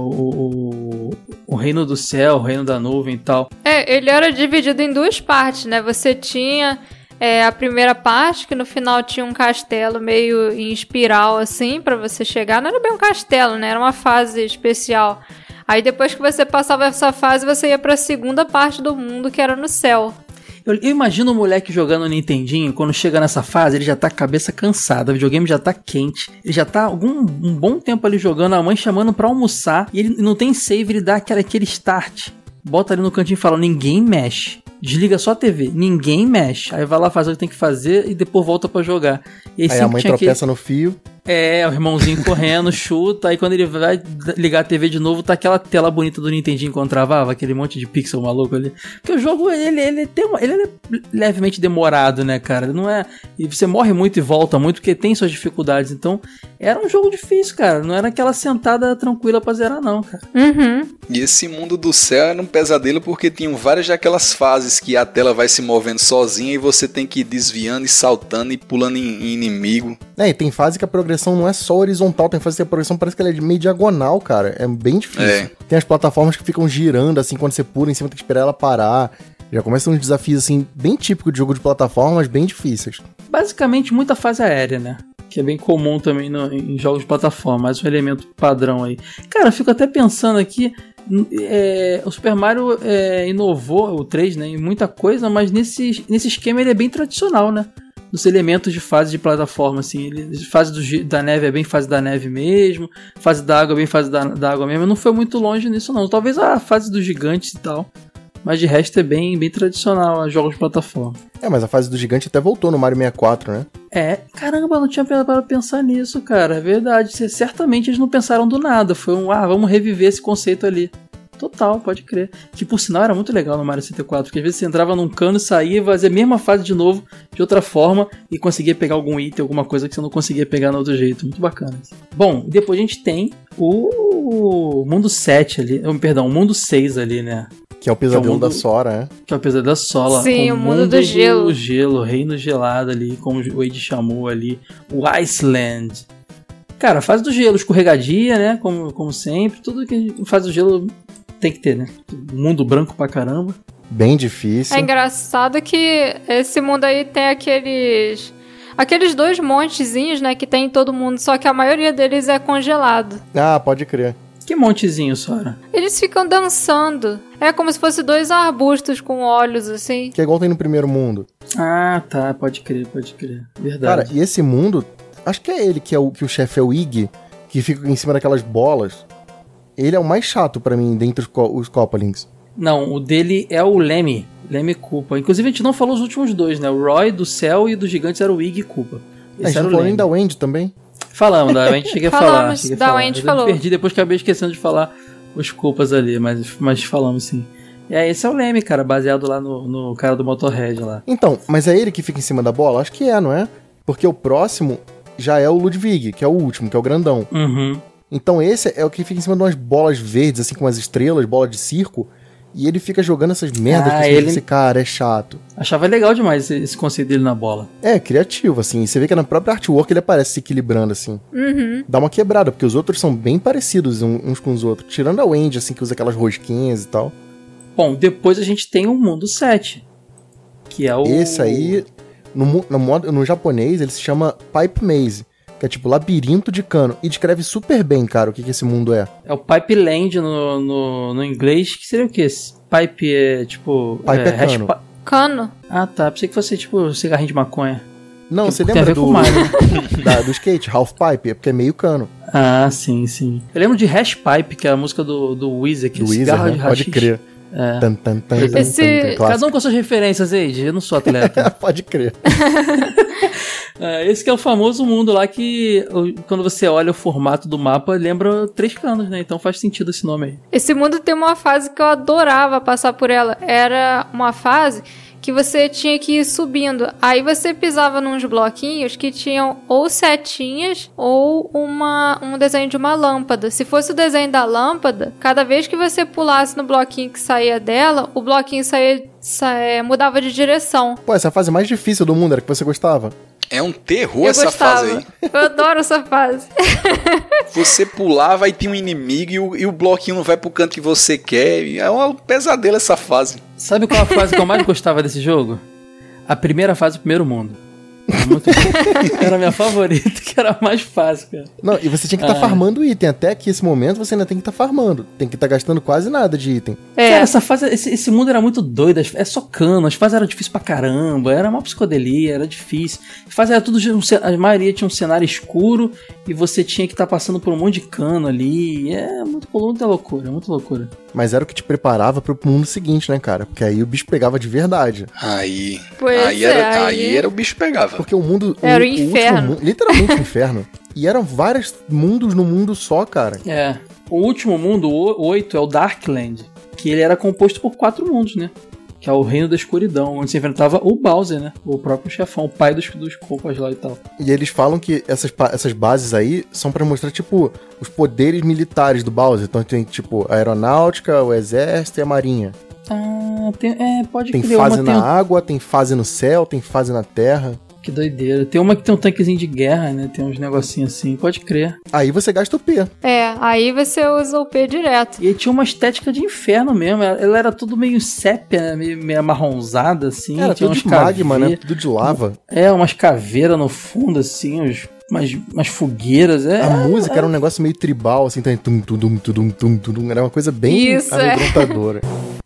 O reino do céu, o reino da nuvem e tal. Ele era dividido em duas partes, né? Você tinha a primeira parte, que no final tinha um castelo meio em espiral, assim, pra você chegar. Não era bem um castelo, né? Era uma fase especial. Aí depois que você passava essa fase, você ia pra segunda parte do mundo, que era no céu. Eu imagino o moleque jogando no Nintendinho, quando chega nessa fase, ele já tá com a cabeça cansada, o videogame já tá quente, ele já tá um bom tempo ali jogando, a mãe chamando pra almoçar, e ele não tem save, ele dá aquele start, bota ali no cantinho e fala, ninguém mexe. Desliga só a TV, ninguém mexe. Aí vai lá fazer o que tem que fazer e depois volta pra jogar. E aí a mãe tropeça no fio. O irmãozinho correndo, chuta. Aí quando ele vai ligar a TV de novo, tá aquela tela bonita do Nintendinho quando travava, aquele monte de pixel maluco ali. Porque o jogo, ele é levemente demorado, né, cara? Não é... E você morre muito e volta muito, porque tem suas dificuldades. Então, era um jogo difícil, cara. Não era aquela sentada tranquila pra zerar, não, cara. E esse mundo do céu era um pesadelo porque tinham várias daquelas fases que a tela vai se movendo sozinha e você tem que ir desviando e saltando e pulando em inimigo. E tem fase que a progressão não é só horizontal, tem fase que a progressão parece que ela é meio diagonal, cara. É bem difícil. Tem as plataformas que ficam girando, assim, quando você pula em cima tem que esperar ela parar. Já começam uns desafios, assim, bem típicos de jogo de plataforma, mas bem difíceis. Basicamente, muita fase aérea, né? Que é bem comum também em jogos de plataforma, mais um elemento padrão aí. Cara, eu fico até pensando aqui, o Super Mario inovou, o 3, né, em muita coisa, mas nesse esquema ele é bem tradicional, né? Dos elementos de fase de plataforma, assim, fase da neve é bem fase da neve mesmo, fase da água é bem fase da água mesmo, não foi muito longe nisso não, talvez a fase dos gigantes e tal, mas de resto é bem tradicional a jogos de plataforma. Mas a fase do gigante até voltou no Mario 64, né? Caramba, não tinha para pensar nisso, cara, é verdade, certamente eles não pensaram do nada, foi vamos reviver esse conceito ali. Total, pode crer. Que por sinal era muito legal no Mario 64, porque às vezes você entrava num cano e saía e fazia a mesma fase de novo, de outra forma, e conseguia pegar algum item, alguma coisa que você não conseguia pegar no outro jeito. Muito bacana. Bom, depois a gente tem o mundo 7 ali, o mundo 6 ali, né? Que é o pesadelo da Sora, né? Que é o pesadelo da Sora. Sim, o mundo do gelo. O gelo, o reino gelado ali, como o Wade chamou ali, o Iceland. Cara, a fase do gelo, escorregadia, né? Como sempre, tudo que faz do gelo tem que ter, né? Um mundo branco pra caramba. Bem difícil. É engraçado que esse mundo aí tem aqueles dois montezinhos, né? Que tem em todo mundo, só que a maioria deles é congelado. Pode crer. Que montezinho, Sora? Eles ficam dançando. É como se fosse dois arbustos com olhos, assim. Que é igual tem no primeiro mundo. Tá, pode crer. Verdade. Cara, e esse mundo, acho que é ele que o chefe é o Iggy, que fica em cima daquelas bolas. Ele é o mais chato pra mim, dentre os Koopalings. Não, o dele é o Lemmy Koopa. Inclusive a gente não falou os últimos dois, né? O Roy do céu e dos gigantes era o Iggy Koopa. A gente não falou nem da Wendy também? Falamos, da Wendy cheguei a falar. Da Wendy falou. Eu perdi depois que acabei esquecendo de falar os culpas ali, mas falamos sim. E aí, esse é o Lemmy, cara, baseado lá no cara do Motorhead lá. Então, mas é ele que fica em cima da bola? Acho que é, não é? Porque o próximo já é o Ludwig, que é o último, que é o grandão. Uhum. Então esse é o que fica em cima de umas bolas verdes, assim, com umas estrelas, bola de circo, e ele fica jogando essas merdas que esse cara é chato. Achava legal demais esse conceito dele na bola. É, criativo, assim. Você vê que na própria artwork ele aparece se equilibrando, assim. Uhum. Dá uma quebrada, porque os outros são bem parecidos uns com os outros. Tirando a Wendy, assim, que usa aquelas rosquinhas e tal. Bom, depois a gente tem o Mundo 7, que é o... Esse aí, no japonês, ele se chama Pipe Maze, que é tipo labirinto de cano. E descreve super bem, cara, o que esse mundo é. É o Pipe Land no inglês, que seria o quê? Pipe é tipo... Pipe é cano. Cano? Ah, tá. Pensei que fosse tipo cigarrinho de maconha. Não, você tem a lembra ver com Mario, né? do skate, Half Pipe, é porque é meio cano. Ah, sim, sim. Eu lembro de Hash Pipe, que é a música do Weezer, que é cigarro de pode haxixe. crer. É. Cada um com suas referências, Eide. Eu não sou atleta. Pode crer. Esse que é o famoso mundo lá que, quando você olha o formato do mapa, lembra 3 canos, né? Então faz sentido esse nome aí. Esse mundo tem uma fase que eu adorava passar por ela. Era uma fase que você tinha que ir subindo. Aí você pisava nos bloquinhos que tinham ou setinhas ou um desenho de uma lâmpada. Se fosse o desenho da lâmpada, cada vez que você pulasse no bloquinho que saía dela, o bloquinho mudava de direção. Pô, essa é a fase mais difícil do mundo, era que você gostava. É um terror essa fase aí. Eu adoro essa fase. Você pulava e tinha um inimigo e o bloquinho não vai pro canto que você quer. É um pesadelo essa fase. Sabe qual a fase que eu mais gostava desse jogo? A primeira fase do primeiro mundo. Era a minha favorita, que era a mais fácil, cara. Não, e você tinha que estar farmando item. Até que esse momento você ainda tem que estar farmando. Tem que estar gastando quase nada de item. Cara, essa fase, esse mundo era muito doido. É só cano, as fases eram difíceis pra caramba. Era uma psicodelia, era difícil. As fases era tudo. A maioria tinha um cenário escuro e você tinha que estar passando por um monte de cano ali. É muita loucura, muita loucura. Mas era o que te preparava pro mundo seguinte, né, cara? Porque aí o bicho pegava de verdade. Aí Aí o bicho pegava. Porque o mundo... Era o inferno. Último, literalmente o inferno. E eram vários mundos no mundo só, cara. É. O último mundo, o 8, é o Darkland. Que ele era composto por 4 mundos, né? Que é o Reino da Escuridão, onde se enfrentava o Bowser, né? O próprio chefão, o pai dos Koopas lá e tal. E eles falam que essas bases aí são pra mostrar, tipo, os poderes militares do Bowser. Então tem, tipo, a aeronáutica, o exército e a marinha. Ah, pode tem crer. Fase na água, tem fase no céu, tem fase na terra. Que doideira. Tem uma que tem um tanquezinho de guerra, né? Tem uns negocinhos assim, pode crer. Aí você gasta o P. Aí você usa o P direto. E aí tinha uma estética de inferno mesmo. Ela era tudo meio sépia, meio amarronzada, assim. Era tinha tudo de magma, né? Tudo de lava. Umas caveiras no fundo, assim, umas fogueiras. A música era um negócio meio tribal, assim, também. Era uma coisa bem amedrontadora.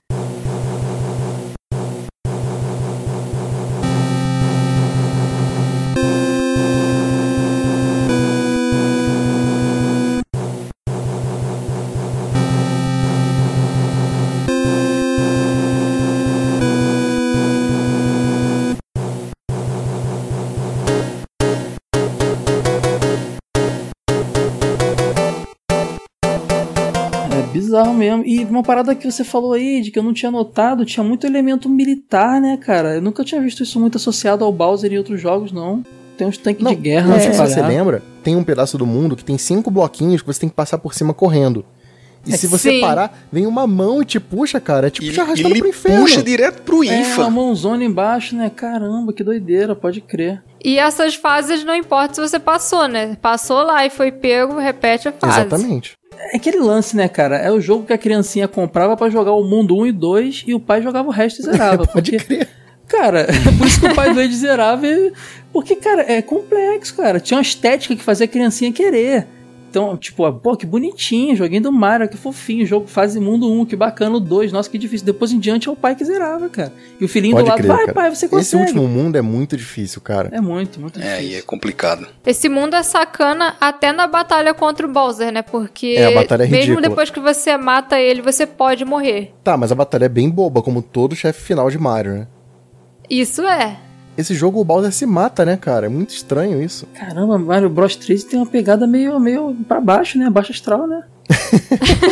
Bizarro mesmo. E uma parada que você falou aí, de que eu não tinha notado, tinha muito elemento militar, né, cara? Eu nunca tinha visto isso muito associado ao Bowser em outros jogos, não. Tem uns tanques de guerra. Não sei se você lembra, tem um pedaço do mundo que tem 5 bloquinhos que você tem que passar por cima correndo. E se você parar, vem uma mão e te puxa, cara. É tipo te arrastando pro inferno. Puxa direto pro Infa. Uma mãozona embaixo, né? Caramba, que doideira, pode crer. E essas fases não importa se você passou, né? Passou lá e foi pego, repete a fase. Exatamente. É aquele lance, né, cara? É o jogo que a criancinha comprava pra jogar o mundo 1 e 2 e o pai jogava o resto e zerava. Pode crer. Cara, por isso que o pai do Ed zerava. Porque, cara, é complexo, cara. Tinha uma estética que fazia a criancinha querer. Então, tipo, pô, que bonitinho, joguinho do Mario, que fofinho, jogo fase mundo 1, que bacana, o 2, nossa, que difícil. Depois em diante é o pai que zerava, cara. E o filhinho do lado, vai, pai, você consegue. Esse último mundo é muito difícil, cara. É muito difícil. E é complicado. Esse mundo é sacana até na batalha contra o Bowser, né? Porque a batalha é ridícula. Mesmo depois que você mata ele, você pode morrer. Tá, mas a batalha é bem boba, como todo chefe final de Mario, né? Isso é. Esse jogo o Bowser se mata, né, cara? É muito estranho isso. Caramba, Mario Bros 3 tem uma pegada meio pra baixo, né? Baixo astral, né?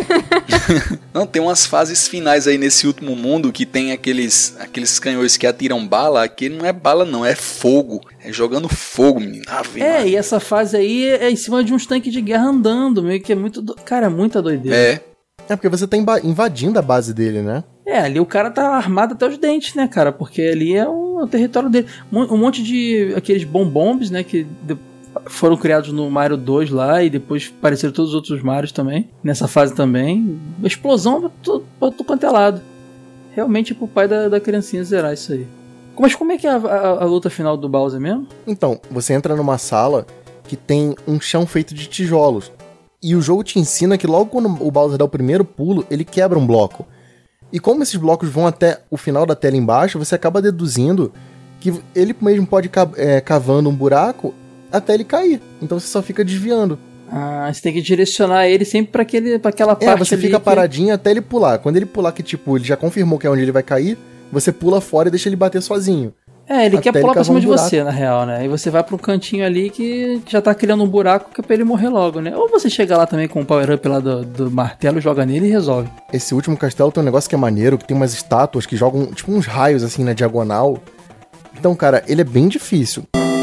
Não, tem umas fases finais aí nesse último mundo que tem aqueles canhões que atiram bala. Aqui não é bala não, é fogo. É jogando fogo, menino. E essa fase aí é em cima de uns tanques de guerra andando, meio que é muito... Cara, muita doideira. É porque você tá invadindo a base dele, né? Ali o cara tá armado até os dentes, né, cara? Porque ali é o território dele. Um monte de aqueles bombombs, né, que foram criados no Mario 2 lá e depois apareceram todos os outros Marios também. Nessa fase também. Explosão pra todo quanto é lado. Realmente é pro pai da criancinha zerar isso aí. Mas como é que é a luta final do Bowser mesmo? Então, você entra numa sala que tem um chão feito de tijolos. E o jogo te ensina que logo quando o Bowser dá o primeiro pulo, ele quebra um bloco. E como esses blocos vão até o final da tela embaixo, você acaba deduzindo que ele mesmo pode cavando um buraco até ele cair. Então você só fica desviando. Você tem que direcionar ele sempre pra aquela parte. Você fica paradinho até ele pular. Quando ele pular que tipo, ele já confirmou que é onde ele vai cair, você pula fora e deixa ele bater sozinho. Ele quer pular pra cima de você, na real, né? E você vai pra um cantinho ali que já tá criando um buraco que é pra ele morrer logo, né? Ou você chega lá também com o power-up lá do martelo, joga nele e resolve. Esse último castelo tem um negócio que é maneiro, que tem umas estátuas que jogam tipo uns raios assim na diagonal. Então, cara, ele é bem difícil.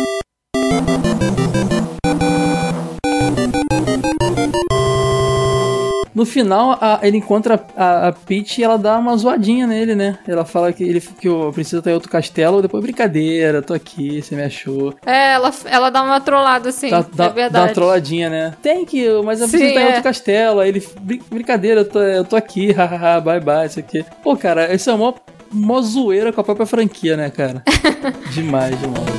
No final, ele encontra a Peach e ela dá uma zoadinha nele, né? Ela fala que a princesa tá em outro castelo, depois brincadeira, tô aqui, você me achou. Ela dá uma trollada, assim, é verdade. Dá uma trolladinha, né? Mas a princesa tá em outro castelo, aí ele, brincadeira, eu tô aqui, hahaha, bye bye, isso aqui. Pô, cara, isso é mó zoeira com a própria franquia, né, cara? Demais.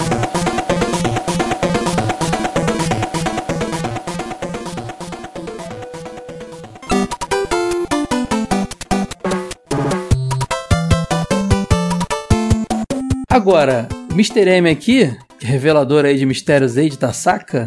Agora, Mr. M aqui, revelador aí de mistérios aí de Tasaka,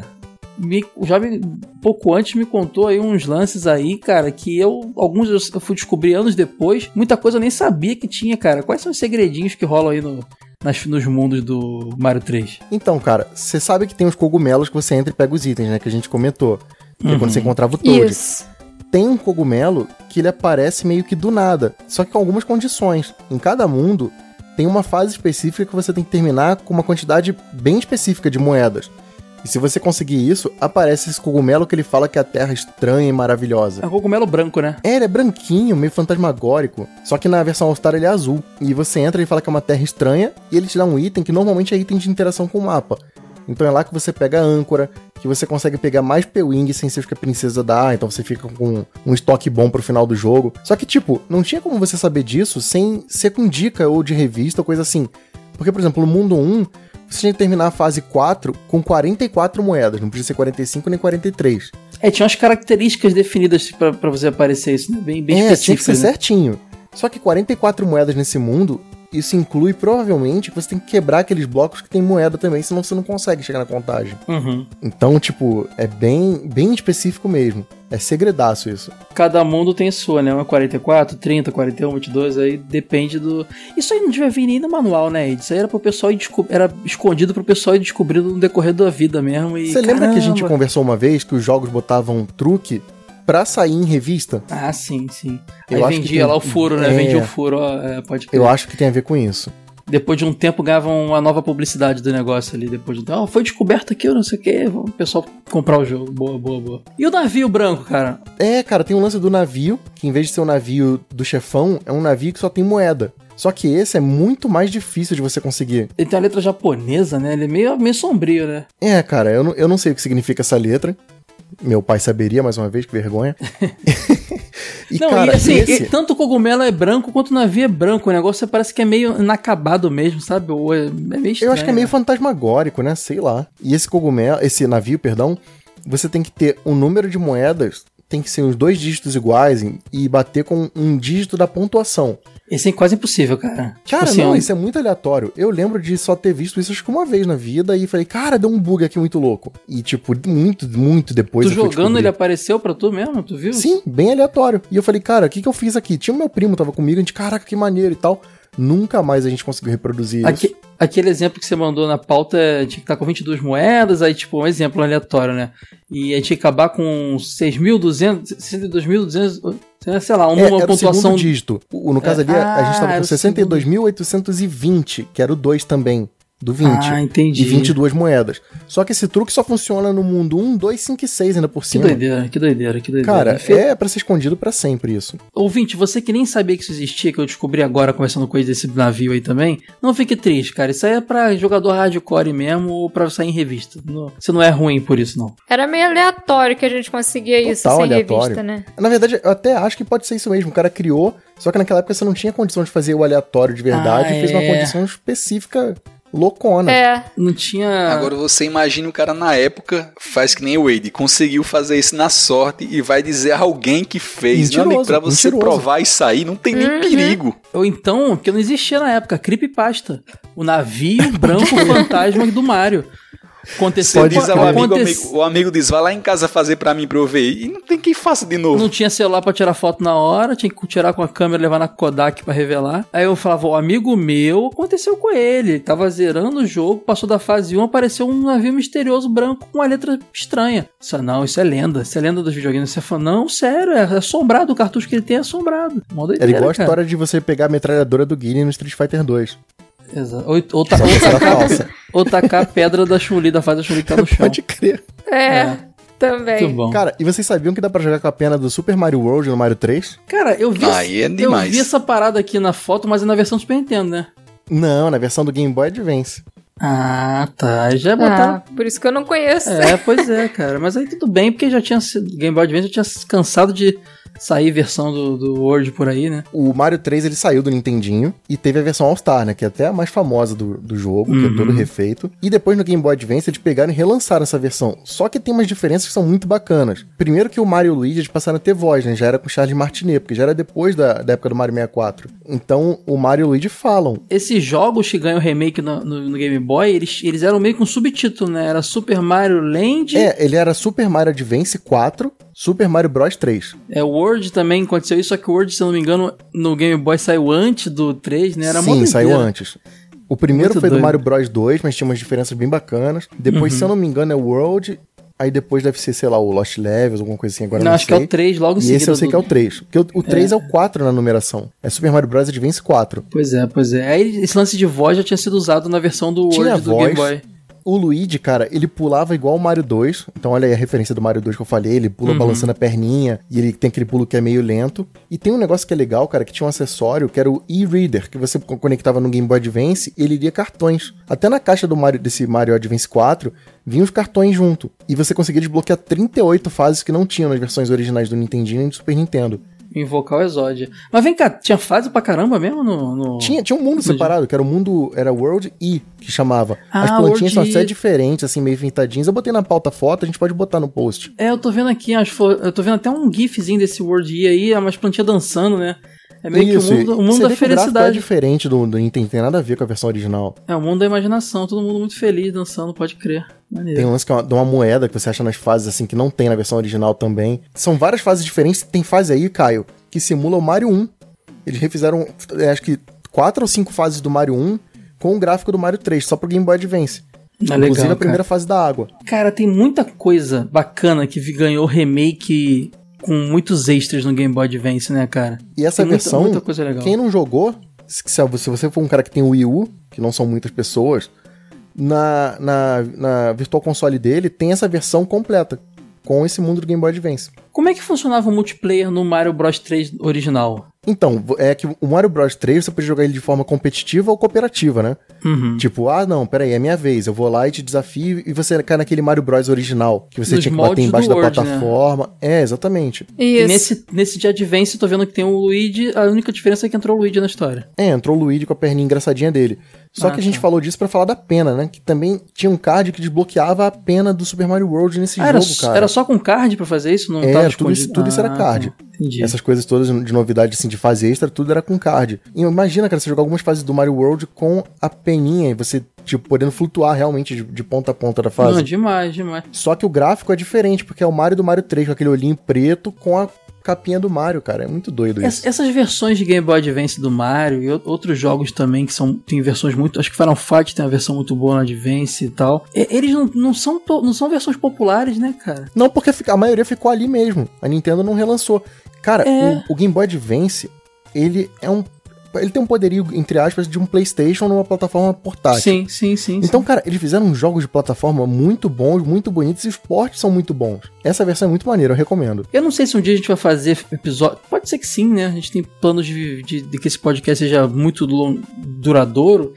pouco antes me contou aí uns lances aí, cara, que alguns eu fui descobrir anos depois, muita coisa eu nem sabia que tinha, cara. Quais são os segredinhos que rolam aí nos mundos do Mario 3? Então, cara, você sabe que tem os cogumelos que você entra e pega os itens, né, que a gente comentou, que é quando você encontrava o Toad. Isso. Tem um cogumelo que ele aparece meio que do nada, só que com algumas condições. Em cada mundo tem uma fase específica que você tem que terminar com uma quantidade bem específica de moedas. E se você conseguir isso, aparece esse cogumelo que ele fala que é a terra estranha e maravilhosa. É um cogumelo branco, né? Ele é branquinho, meio fantasmagórico. Só que na versão All-Star ele é azul. E você entra e fala que é uma terra estranha, e ele te dá um item que normalmente é item de interação com o mapa. Então é lá que você pega a âncora, que você consegue pegar mais P-Wing sem ser o que a princesa dá, então você fica com um estoque bom pro final do jogo. Só que, tipo, não tinha como você saber disso sem ser com dica ou de revista ou coisa assim. Porque, por exemplo, no mundo 1, você tinha que terminar a fase 4 com 44 moedas, não podia ser 45 nem 43. Tinha umas características definidas pra você aparecer isso, né? Bem específicas. Tinha que ser né? certinho. Só que 44 moedas nesse mundo, isso inclui provavelmente que você tem que quebrar aqueles blocos que tem moeda também, senão você não consegue chegar na contagem. Uhum. Então, tipo, é bem específico mesmo. É segredaço isso. Cada mundo tem sua, né? Uma 44, 30, 41, 22, aí depende do... Isso aí não devia vir nem no manual, né, Ed? Isso aí era pro pessoal ir era escondido pro pessoal ir descobrindo no decorrer da vida mesmo. E você lembra que a gente conversou uma vez que os jogos botavam um truque pra sair em revista? Ah, sim. Eu aí vendia lá o furo, né? Vendia o furo, pode crer. Eu acho que tem a ver com isso. Depois de um tempo ganhavam uma nova publicidade do negócio ali. Depois de um tempo, foi descoberto aqui, eu não sei o que. O pessoal comprar o jogo. Boa. E o navio branco, cara? Cara, tem um lance do navio, que em vez de ser o navio do chefão, é um navio que só tem moeda. Só que esse é muito mais difícil de você conseguir. Ele tem uma letra japonesa, né? Ele é meio sombrio, né? Cara, eu não sei o que significa essa letra. Meu pai saberia, mais uma vez, que vergonha. Tanto o cogumelo é branco quanto o navio é branco. O negócio parece que é meio inacabado mesmo, sabe? Ou é meio estranho. Eu acho que é meio fantasmagórico, né? Sei lá. E esse navio, você tem que ter um número de moedas, tem que ser os 2 dígitos iguais e bater com um dígito da pontuação. Esse é quase impossível, cara. Cara, isso é muito aleatório. Eu lembro de só ter visto isso acho que uma vez na vida e falei, cara, deu um bug aqui muito louco. E tipo, muito depois tu jogando ele apareceu pra tu mesmo? Tu viu? Sim, bem aleatório. E eu falei, cara, o que eu fiz aqui? Tinha o meu primo, tava comigo, a gente, caraca, que maneiro e tal. Nunca mais a gente conseguiu reproduzir isso. Aquele exemplo que você mandou na pauta, tinha que estar com 22 moedas, aí tipo, um exemplo aleatório, né? E a gente ia acabar com 6.200, 62.200... Sei lá, uma Era o pontuação... segundo dígito. No caso ali, a gente tava com 62.820, que era o 2 também. Do 20. Ah, entendi. E 22 moedas. Só que esse truque só funciona no mundo 1, 2, 5 e 6 ainda por Que cima. doideira. Cara, é pra ser escondido pra sempre isso. Ouvinte, você que nem sabia que isso existia, que eu descobri agora conversando com ele desse navio aí também, não fique triste, cara. Isso aí é pra jogador hardcore mesmo ou pra sair em revista. Você não é ruim por isso, não. Era meio aleatório que a gente conseguia isso Total sem aleatório. revista, né? Na verdade, eu até acho que pode ser isso mesmo. O cara criou, só que naquela época você não tinha condição de fazer o aleatório de verdade e fez uma condição específica loucona. Não tinha... Agora você imagina o cara na época, faz que nem o Wade, conseguiu fazer isso na sorte e vai dizer a alguém que fez. Meu amigo, pra você provar isso aí, não tem nem perigo. Ou então, porque não existia na época, creepypasta. O navio branco fantasma do Mario. Aconteceu, diz o amigo diz, vai lá em casa fazer pra mim pra eu ver. E não tem quem faça de novo. Não tinha celular pra tirar foto na hora, tinha que tirar com a câmera e levar na Kodak pra revelar. Aí eu falava, o amigo meu, aconteceu com ele. Ele tava zerando o jogo, passou da fase 1, apareceu um navio misterioso branco com uma letra estranha. Isso é lenda dos videogames. Você fala, não, sério, é assombrado, o cartucho que ele tem é assombrado. Era igual a história de você pegar a metralhadora do Guile no Street Fighter 2. Exato. Ou tacar a pedra da Chun-Li, da fase da Chun-Li que tá no chão. Pode crer. Também. Muito bom. Cara, e vocês sabiam que dá pra jogar com a pena do Super Mario World no Mario 3? Cara, eu vi essa parada aqui na foto, mas é na versão do Super Nintendo, né? Não, na versão do Game Boy Advance. Ah, tá. Já botaram. Por isso que eu não conheço. Pois é, cara. Mas aí tudo bem, porque já tinha sido. Game Boy Advance já tinha cansado de sair versão do World por aí, né? O Mario 3 ele saiu do Nintendinho e teve a versão All-Star, né? Que é até a mais famosa do jogo, que é todo refeito. E depois no Game Boy Advance eles pegaram e relançaram essa versão. Só que tem umas diferenças que são muito bacanas. Primeiro que o Mario e o Luigi eles passaram a ter voz, né? Já era com Charles Martinet, porque já era depois da época do Mario 64. Então o Mario e o Luigi falam. Esses jogos que ganham remake no Game Boy, eles eram meio que um subtítulo, né? Era Super Mario Land... ele era Super Mario Advance 4... Super Mario Bros 3. O World também aconteceu isso, só que o World, se eu não me engano, no Game Boy saiu antes do 3, né? Era Sim, saiu antes. O primeiro muito foi doido. do Mario Bros 2, mas tinha umas diferenças bem bacanas. Depois, se eu não me engano, é o World. Aí depois deve ser, sei lá, o Lost Levels, alguma coisa assim. Agora não acho sei. que é o 3, logo em seguida. E esse eu sei que é o 3. Porque o 3 é o 4 na numeração. É Super Mario Bros Advance 4. Pois é. Aí esse lance de voz já tinha sido usado na versão do World do Game Boy. O Luigi, cara, ele pulava igual o Mario 2. Então olha aí a referência do Mario 2 que eu falei. Ele pula balançando a perninha. E ele tem aquele pulo que é meio lento. E tem um negócio que é legal, cara, que tinha um acessório que era o e-reader, que você conectava no Game Boy Advance e ele lia cartões. Até na caixa desse Mario Advance 4, vinham os cartões junto. E você conseguia desbloquear 38 fases que não tinham nas versões originais do Nintendinho e do Super Nintendo. Invocar o Exódia. Mas vem cá, tinha fase pra caramba mesmo no... Tinha um mundo separado, que era o mundo... Era World E, que chamava. As plantinhas World são até E. diferentes, assim, meio pintadinhas. Eu botei na pauta foto, a gente pode botar no post. Eu tô vendo aqui, eu tô vendo até um gifzinho desse World E aí, umas plantinhas dançando, né? É meio Isso, que o mundo da é felicidade. diferente do Nintendo, não tem nada a ver com a versão original. É o mundo da imaginação, todo mundo muito feliz dançando, pode crer. Maneiro. Tem um lance que é uma moeda que você acha nas fases, assim, que não tem na versão original também. São várias fases diferentes. Tem fase aí, Caio, que simula o Mario 1. Eles refizeram, acho que 4 ou 5 fases do Mario 1 com o gráfico do Mario 3, só pro Game Boy Advance. Inclusive legal, a primeira fase da água. Cara, tem muita coisa bacana que ganhou remake com muitos extras no Game Boy Advance, né, cara? E essa tem versão, muita coisa legal. Quem não jogou, se você for um cara que tem o Wii U, que não são muitas pessoas, na Virtual Console dele tem essa versão completa, com esse mundo do Game Boy Advance. Como é que funcionava o multiplayer no Mario Bros 3 original? Então, é que o Mario Bros 3 você pode jogar ele de forma competitiva ou cooperativa, né? Tipo, não, peraí, é minha vez, eu vou lá e te desafio e você cai naquele Mario Bros original, que você Nos tinha que bater embaixo da World, plataforma. Né? Exatamente. Isso. E nesse de Advance, eu tô vendo que tem o Luigi, a única diferença é que entrou o Luigi na história. Entrou o Luigi com a perninha engraçadinha dele. Só que a gente falou disso pra falar da pena, né? Que também tinha um card que desbloqueava a pena do Super Mario World nesse jogo, cara. Era só com card pra fazer isso? Não tava escondido? Tudo isso era card. Entendi. Essas coisas todas de novidade, assim, de fase extra, tudo era com card. E imagina, cara, você jogar algumas fases do Mario World com a peninha e você, tipo, podendo flutuar realmente de ponta a ponta da fase. Não, demais. Só que o gráfico é diferente, porque é o Mario do Mario 3, com aquele olhinho preto com a capinha do Mario, cara. É muito doido isso. Essas versões de Game Boy Advance do Mario e outros jogos também que tem versões muito... Acho que Final Fight tem uma versão muito boa no Advance e tal. Eles não são versões populares, né, cara? Não, porque a maioria ficou ali mesmo. A Nintendo não relançou. Cara, o Game Boy Advance, ele tem um poderio, entre aspas, de um PlayStation numa plataforma portátil. Sim. Então, cara, eles fizeram uns jogos de plataforma muito bons, muito bonitos, e os ports são muito bons. Essa versão é muito maneira, eu recomendo. Eu não sei se um dia a gente vai fazer episódio. Pode ser que sim, né? A gente tem planos de que esse podcast seja muito duradouro.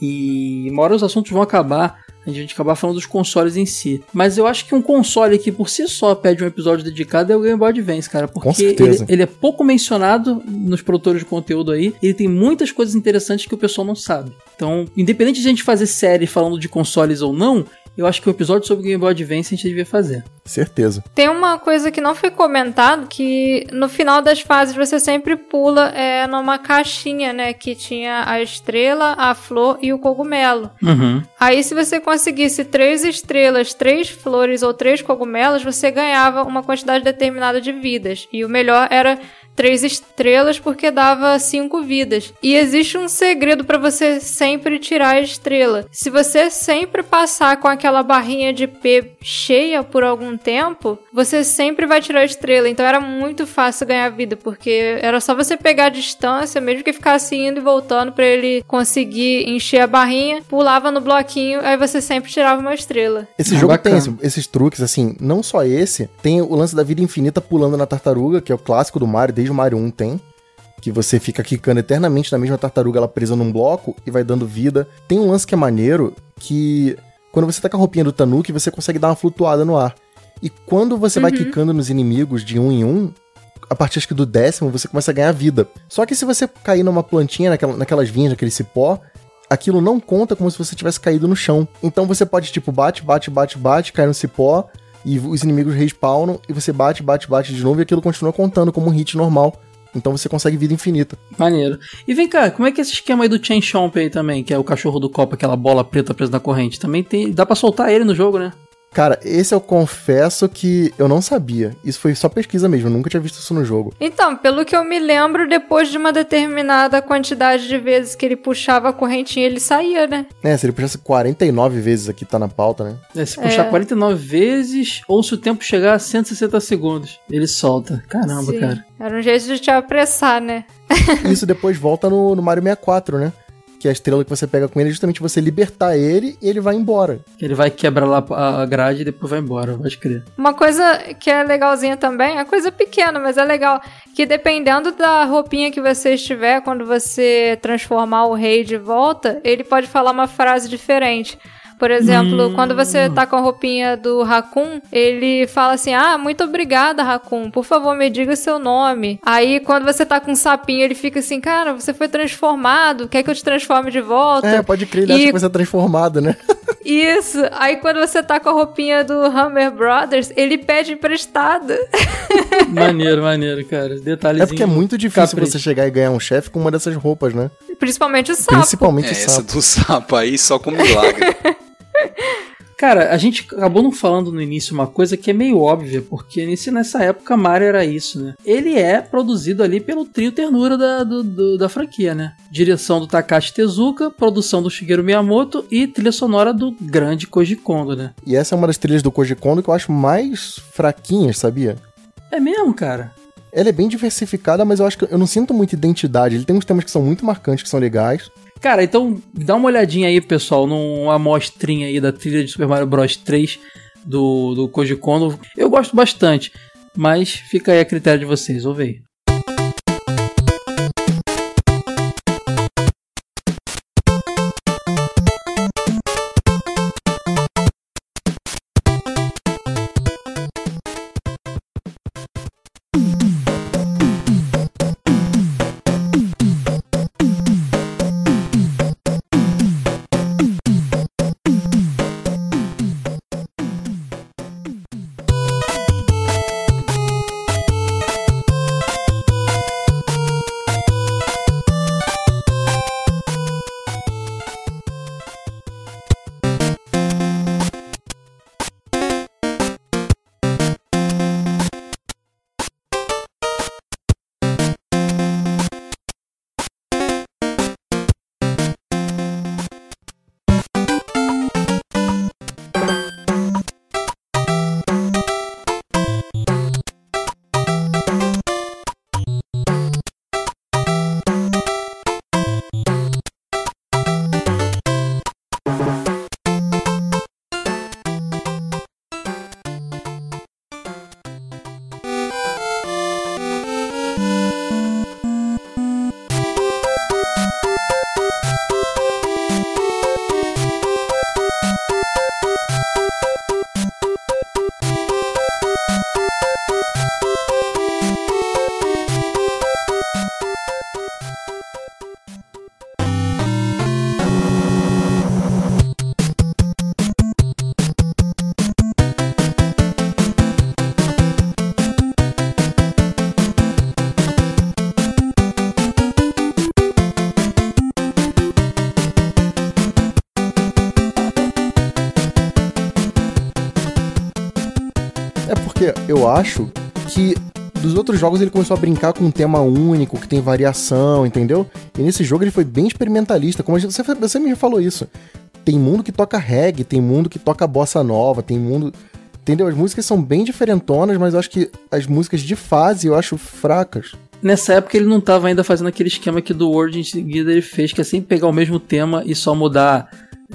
E uma hora os assuntos vão acabar. A gente acabar falando dos consoles em si. Mas eu acho que um console que por si só pede um episódio dedicado é o Game Boy Advance, cara. Porque ele é pouco mencionado nos produtores de conteúdo aí. Ele tem muitas coisas interessantes que o pessoal não sabe. Então, independente de a gente fazer série falando de consoles ou não, eu acho que o episódio sobre o Game Boy Advance a gente devia fazer. Certeza. Tem uma coisa que não foi comentado, que no final das fases você sempre pula numa caixinha, né? Que tinha a estrela, a flor e o cogumelo. Uhum. Aí se você conseguisse 3 estrelas, 3 flores ou 3 cogumelos, você ganhava uma quantidade determinada de vidas. E o melhor era 3 estrelas porque dava 5 vidas. E existe um segredo para você sempre tirar a estrela. Se você sempre passar com aquela barrinha de P cheia por algum tempo, você sempre vai tirar a estrela. Então era muito fácil ganhar vida, porque era só você pegar a distância, mesmo que ficasse indo e voltando para ele conseguir encher a barrinha, pulava no bloquinho, aí você sempre tirava uma estrela. Esse jogo tem esses truques, assim, não só esse, tem o lance da vida infinita pulando na tartaruga, que é o clássico do Mario, desde o Mario 1 tem, que você fica quicando eternamente na mesma tartaruga, ela presa num bloco e vai dando vida. Tem um lance que é maneiro, que quando você tá com a roupinha do Tanuki, você consegue dar uma flutuada no ar. E quando você vai quicando nos inimigos de 1 em 1, a partir acho que do 10º, você começa a ganhar vida. Só que se você cair numa plantinha, naquelas vinhas, naquele cipó, aquilo não conta como se você tivesse caído no chão. Então você pode, tipo, bate, cai no cipó, e os inimigos respawnam, e você bate de novo, e aquilo continua contando como um hit normal. Então você consegue vida infinita. Maneiro. E vem cá, como é que é esse esquema aí do Chain Chomp aí também, que é o cachorro do copo, aquela bola preta presa na corrente? Também tem. Dá pra soltar ele no jogo, né? Cara, esse eu confesso que eu não sabia. Isso foi só pesquisa mesmo, eu nunca tinha visto isso no jogo. Então, pelo que eu me lembro, depois de uma determinada quantidade de vezes que ele puxava a correntinha, ele saía, né? Se ele puxasse 49 vezes aqui, tá na pauta, né? Se puxar 49 vezes, ou se o tempo chegar a 160 segundos, ele solta. Caramba, Sim. cara. Era um jeito de te apressar, né? Isso depois volta no Mario 64, né? Que é a estrela que você pega com ele, é justamente você libertar ele e ele vai embora. Ele vai quebrar lá a grade e depois vai embora, pode crer. Uma coisa que é legalzinha também, é coisa pequena, mas é legal, que dependendo da roupinha que você estiver, quando você transformar o rei de volta, ele pode falar uma frase diferente. Por exemplo, quando você tá com a roupinha do Raccoon, ele fala assim, muito obrigada, Raccoon, por favor, me diga seu nome. Aí, quando você tá com um sapinho, ele fica assim, cara, você foi transformado, quer que eu te transforme de volta? Pode crer, ele acha que você é transformado, né? Isso, aí quando você tá com a roupinha do Hammer Brothers, ele pede emprestado. Maneiro, cara, detalhezinho. É porque é muito difícil você chegar e ganhar um chefe com uma dessas roupas, né? Principalmente o sapo. Principalmente o sapo. Essa do sapo aí, só com milagre. Cara, a gente acabou não falando no início uma coisa que é meio óbvia, porque nessa época Mario era isso, né? Ele é produzido ali pelo trio ternura da franquia, né? Direção do Takashi Tezuka, produção do Shigeru Miyamoto e trilha sonora do grande Koji Kondo, né? E essa é uma das trilhas do Koji Kondo que eu acho mais fraquinhas, sabia? É mesmo, cara? Ela é bem diversificada, mas eu acho que eu não sinto muita identidade. Ele tem uns temas que são muito marcantes, que são legais. Cara, então dá uma olhadinha aí, pessoal, numa amostrinha aí da trilha de Super Mario Bros 3 do Koji Kondo. Eu gosto bastante, mas fica aí a critério de vocês, ouve aí. É porque eu acho que dos outros jogos ele começou a brincar com um tema único, que tem variação, entendeu? E nesse jogo ele foi bem experimentalista, como você me falou isso. Tem mundo que toca reggae, tem mundo que toca bossa nova, tem mundo... Entendeu? As músicas são bem diferentonas, mas eu acho que as músicas de fase eu acho fracas. Nessa época ele não tava ainda fazendo aquele esquema que do World em seguida ele fez, que é sempre pegar o mesmo tema e só mudar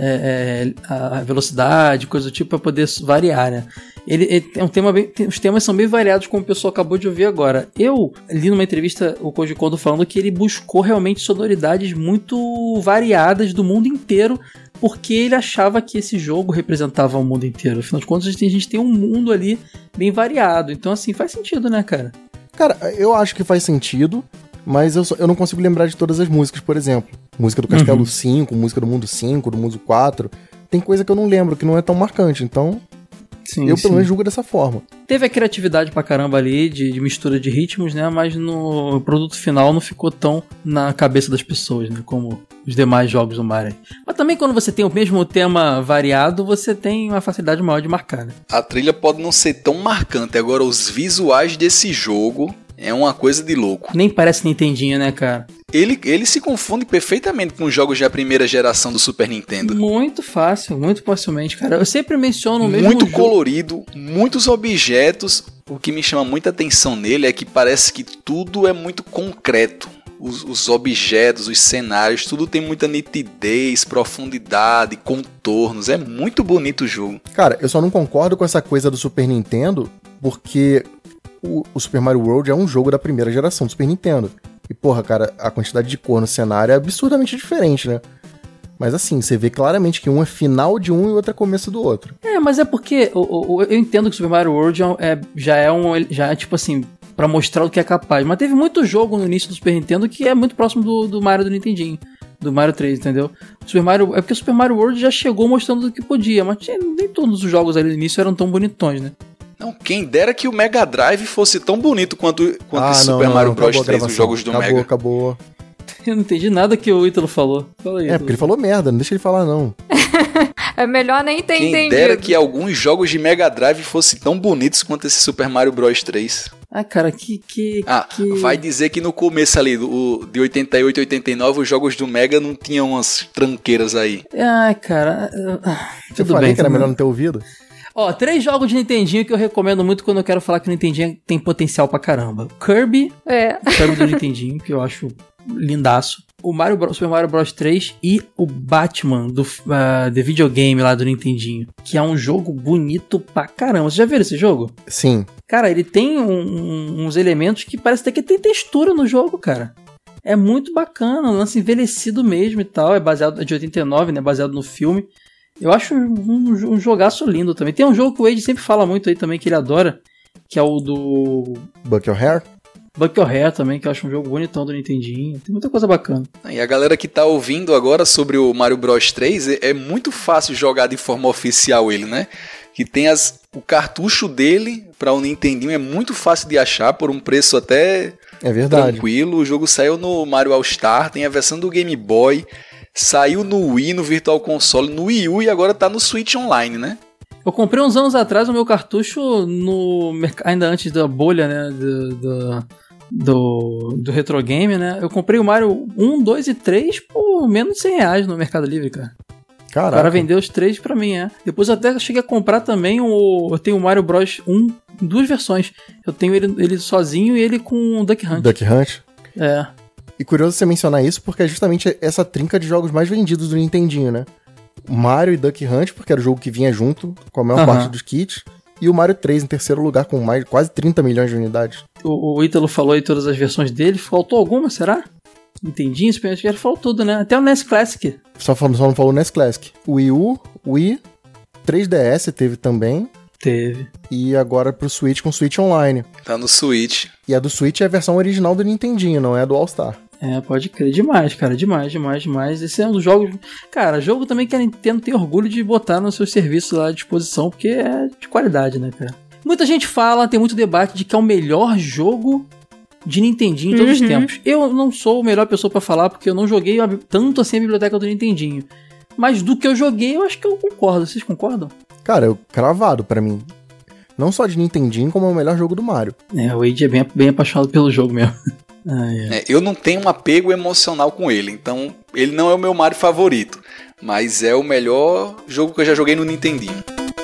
a velocidade, coisa do tipo, pra poder variar, né? Ele é um tema bem, os temas são bem variados, como o pessoal acabou de ouvir agora. Eu li numa entrevista o Koji Kondo falando que ele buscou realmente sonoridades muito variadas do mundo inteiro, porque ele achava que esse jogo representava o mundo inteiro. Afinal de contas, a gente tem um mundo ali bem variado. Então, assim, faz sentido, né, cara? Cara, eu acho que faz sentido, mas eu não consigo lembrar de todas as músicas, por exemplo. Música do Castelo 5, música do Mundo 5, do Mundo 4. Tem coisa que eu não lembro, que não é tão marcante. Então, eu pelo menos julgo dessa forma. Teve a criatividade pra caramba ali, de mistura de ritmos, né? Mas no produto final não ficou tão na cabeça das pessoas, né? Como os demais jogos do Mario. Mas também quando você tem o mesmo tema variado, você tem uma facilidade maior de marcar, né? A trilha pode não ser tão marcante, agora os visuais desse jogo é uma coisa de louco. Nem parece Nintendinho, né, cara? Ele se confunde perfeitamente com os jogos da primeira geração do Super Nintendo. Muito fácil, muito facilmente, cara. Eu sempre menciono o mesmo muito jogo. Colorido, muitos objetos. O que me chama muita atenção nele é que parece que tudo é muito concreto. Os objetos, os cenários, tudo tem muita nitidez, profundidade, contornos. É muito bonito o jogo. Cara, eu só não concordo com essa coisa do Super Nintendo, porque o Super Mario World é um jogo da primeira geração do Super Nintendo. E, porra, cara, a quantidade de cor no cenário é absurdamente diferente, né? Mas assim, você vê claramente que um é final de um e o outro é começo do outro. Mas é porque eu entendo que o Super Mario World já é tipo assim, pra mostrar o que é capaz. Mas teve muito jogo no início do Super Nintendo que é muito próximo do Mario do Nintendinho. Do Mario 3, entendeu? É porque o Super Mario World já chegou mostrando o que podia, mas nem todos os jogos ali no início eram tão bonitões, né? Não, quem dera que o Mega Drive fosse tão bonito quanto esse Super Mario Bros 3, os jogos do Mega. Acabou. Eu não entendi nada que o Ítalo falou. Fala aí, porque ele falou merda, não deixa ele falar, não. É melhor nem ter entendido. Quem dera que alguns jogos de Mega Drive fossem tão bonitos quanto esse Super Mario Bros 3. Cara, vai dizer que no começo ali, de 88 e 89, os jogos do Mega não tinham umas tranqueiras aí. Cara... Eu falei que era melhor não ter ouvido. 3 jogos de Nintendinho que eu recomendo muito quando eu quero falar que o Nintendinho tem potencial pra caramba. Kirby. Kirby do Nintendinho, que eu acho lindaço. O Super Mario Bros 3 e o Batman do videogame lá do Nintendinho, que é um jogo bonito pra caramba. Você já viu esse jogo? Sim. Cara, ele tem uns elementos que parece até que tem textura no jogo, cara. É muito bacana, um lance envelhecido mesmo e tal. É de 89, né? Baseado no filme. Eu acho um jogaço lindo também. Tem um jogo que o Wade sempre fala muito aí também, que ele adora, que é o do... Buck Your Hair? Buck Your Hair também, que eu acho um jogo bonitão do Nintendinho. Tem muita coisa bacana. E a galera que tá ouvindo agora sobre o Mario Bros 3, é muito fácil jogar de forma oficial ele, né? Que tem o cartucho dele para o Nintendinho, é muito fácil de achar por um preço até tranquilo. O jogo saiu no Mario All Star, tem a versão do Game Boy, saiu no Wii, no Virtual Console, no Wii U e agora tá no Switch Online, né? Eu comprei uns anos atrás o meu cartucho ainda antes da bolha, né, do Retro Game, né? Eu comprei o Mario 1, 2 e 3 por menos de R$100 no Mercado Livre, cara. Caraca. O cara vendeu os 3 pra mim, Depois eu até cheguei a comprar também eu tenho o Mario Bros 1 em 2 versões. Eu tenho ele sozinho e ele com o Duck Hunt. Duck Hunt? É. E curioso você mencionar isso, porque é justamente essa trinca de jogos mais vendidos do Nintendinho, né? Mario e Duck Hunt, porque era o jogo que vinha junto com a maior parte dos kits. E o Mario 3 em terceiro lugar, com quase 30 milhões de unidades. O Ítalo falou aí todas as versões dele. Faltou alguma, será? Nintendinho, Super Nintendo, ele falou tudo, né? Até o NES Classic. Só não falou o NES Classic. O Wii U, Wii, 3DS teve também. Teve. E agora pro Switch com Switch Online. Tá no Switch. E a do Switch é a versão original do Nintendinho, não é a do All Star. Pode crer. Demais, cara. Demais. Esse é um dos jogos... Cara, jogo também que a Nintendo tem orgulho de botar nos seus serviços lá à disposição, porque é de qualidade, né, cara? Muita gente fala, tem muito debate de que é o melhor jogo de Nintendinho em todos os tempos. Eu não sou a melhor pessoa pra falar, porque eu não joguei tanto assim a biblioteca do Nintendinho. Mas do que eu joguei, eu acho que eu concordo. Vocês concordam? Cara, cravado pra mim. Não só de Nintendinho, como é o melhor jogo do Mario. O Wade é bem apaixonado pelo jogo mesmo. Eu não tenho um apego emocional com ele, então ele não é o meu Mario favorito, mas é o melhor jogo que eu já joguei no Nintendinho.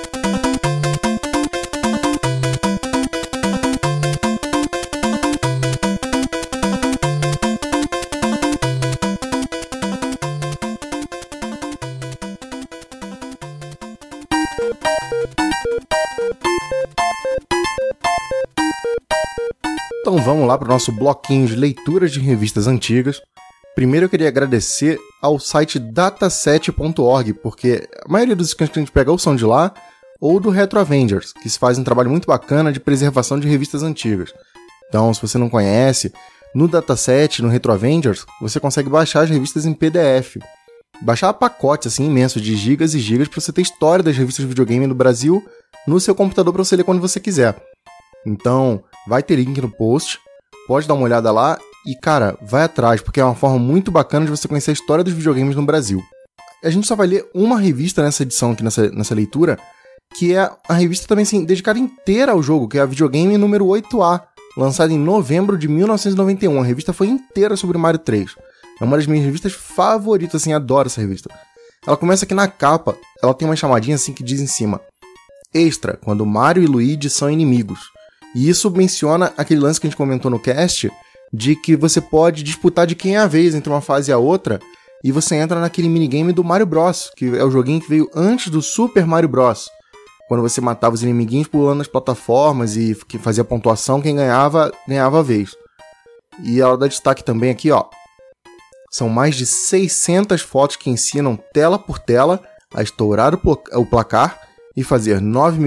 Então vamos lá para o nosso bloquinho de leituras de revistas antigas. Primeiro eu queria agradecer ao site dataset.org, porque a maioria dos scans que a gente pega ou são de lá, ou do Retro Avengers, que se faz um trabalho muito bacana de preservação de revistas antigas. Então, se você não conhece, no Dataset, no Retro Avengers, você consegue baixar as revistas em PDF. Baixar pacotes assim, imensos de gigas e gigas para você ter história das revistas de videogame no Brasil no seu computador para você ler quando você quiser. Então, vai ter link no post, pode dar uma olhada lá e, cara, vai atrás, porque é uma forma muito bacana de você conhecer a história dos videogames no Brasil. A gente só vai ler uma revista nessa edição aqui, nessa leitura, que é a revista também, assim, dedicada inteira ao jogo, que é a Videogame número 8A, lançada em novembro de 1991. A revista foi inteira sobre o Mario 3. É uma das minhas revistas favoritas, assim, adoro essa revista. Ela começa aqui na capa, ela tem uma chamadinha assim que diz em cima: Extra, quando Mario e Luigi são inimigos. E isso menciona aquele lance que a gente comentou no cast, de que você pode disputar de quem é a vez entre uma fase e a outra, e você entra naquele minigame do Mario Bros, que é o joguinho que veio antes do Super Mario Bros. Quando você matava os inimiguinhos pulando nas plataformas e fazia pontuação, quem ganhava a vez. E ela dá destaque também aqui, ó. São mais de 600 fotos que ensinam tela por tela a estourar o placar e fazer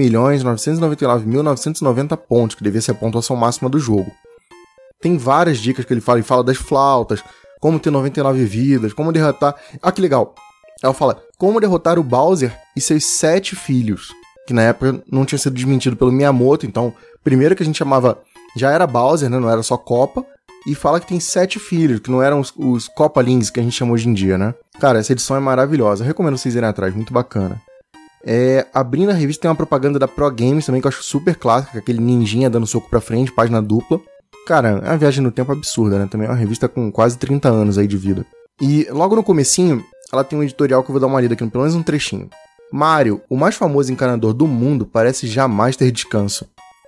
9.999.990 pontos, que devia ser a pontuação máxima do jogo. Tem várias dicas que ele fala das flautas, como ter 99 vidas, como derrotar... Ah, que legal! Ela fala como derrotar o Bowser e seus 7 filhos, que na época não tinha sido desmentido pelo Miyamoto, então, primeiro que a gente chamava... Já era Bowser, né? Não era só Copa, e fala que tem 7 filhos, que não eram os Copalings que a gente chama hoje em dia, né? Cara, essa edição é maravilhosa, eu recomendo vocês irem atrás, muito bacana. Abrindo a revista tem uma propaganda da Pro Games também, que eu acho super clássica, aquele ninjinha dando soco pra frente, página dupla. Cara, é uma viagem no tempo absurda, né? Também é uma revista com quase 30 anos aí de vida. E logo no comecinho, ela tem um editorial que eu vou dar uma lida aqui, pelo menos um trechinho. Mario, o mais famoso encanador do mundo, parece jamais ter descanso.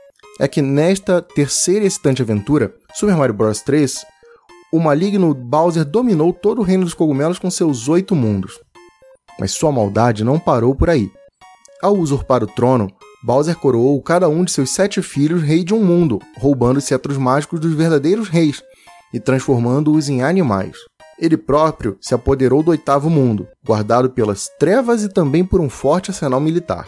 É que nesta terceira e excitante aventura, Super Mario Bros 3, o maligno Bowser dominou todo o reino dos cogumelos com seus 8 mundos. Mas sua maldade não parou por aí. Ao usurpar o trono, Bowser coroou cada um de seus 7 filhos rei de um mundo, roubando os cetros mágicos dos verdadeiros reis e transformando-os em animais. Ele próprio se apoderou do 8º mundo, guardado pelas trevas e também por um forte arsenal militar.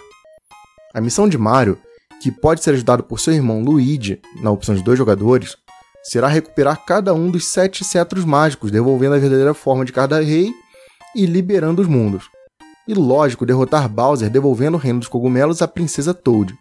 A missão de Mario, que pode ser ajudado por seu irmão Luigi, na opção de 2 jogadores, será recuperar cada um dos 7 cetros mágicos, devolvendo a verdadeira forma de cada rei e liberando os mundos. E, lógico, derrotar Bowser devolvendo o reino dos cogumelos à princesa Toad.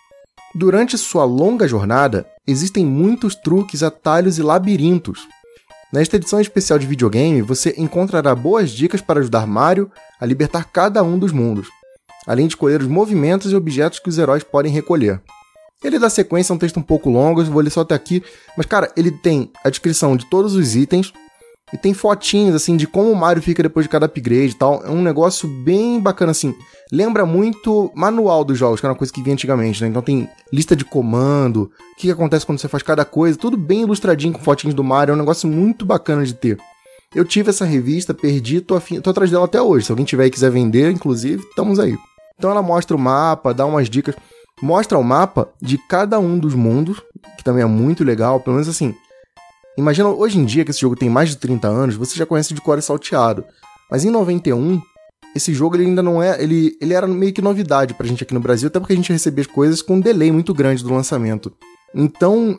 Durante sua longa jornada, existem muitos truques, atalhos e labirintos. Nesta edição especial de videogame, você encontrará boas dicas para ajudar Mario a libertar cada um dos mundos, além de escolher os movimentos e objetos que os heróis podem recolher. Ele dá sequência, é um texto um pouco longo, eu vou ler só até aqui, mas, cara, ele tem a descrição de todos os itens, e tem fotinhos, assim, de como o Mario fica depois de cada upgrade e tal. É um negócio bem bacana, assim. Lembra muito manual dos jogos, que era uma coisa que vinha antigamente, né? Então tem lista de comando, o que acontece quando você faz cada coisa, tudo bem ilustradinho com fotinhos do Mario. É um negócio muito bacana de ter. Eu tive essa revista, perdi, tô atrás dela até hoje. Se alguém tiver e quiser vender, inclusive, estamos aí. Então ela mostra o mapa, dá umas dicas. Mostra o mapa de cada um dos mundos, que também é muito legal, pelo menos assim... Imagina, hoje em dia, que esse jogo tem mais de 30 anos, você já conhece de cor e salteado. Mas em 91, esse jogo ele ainda não é... Ele era meio que novidade pra gente aqui no Brasil, até porque a gente recebia as coisas com um delay muito grande do lançamento. Então,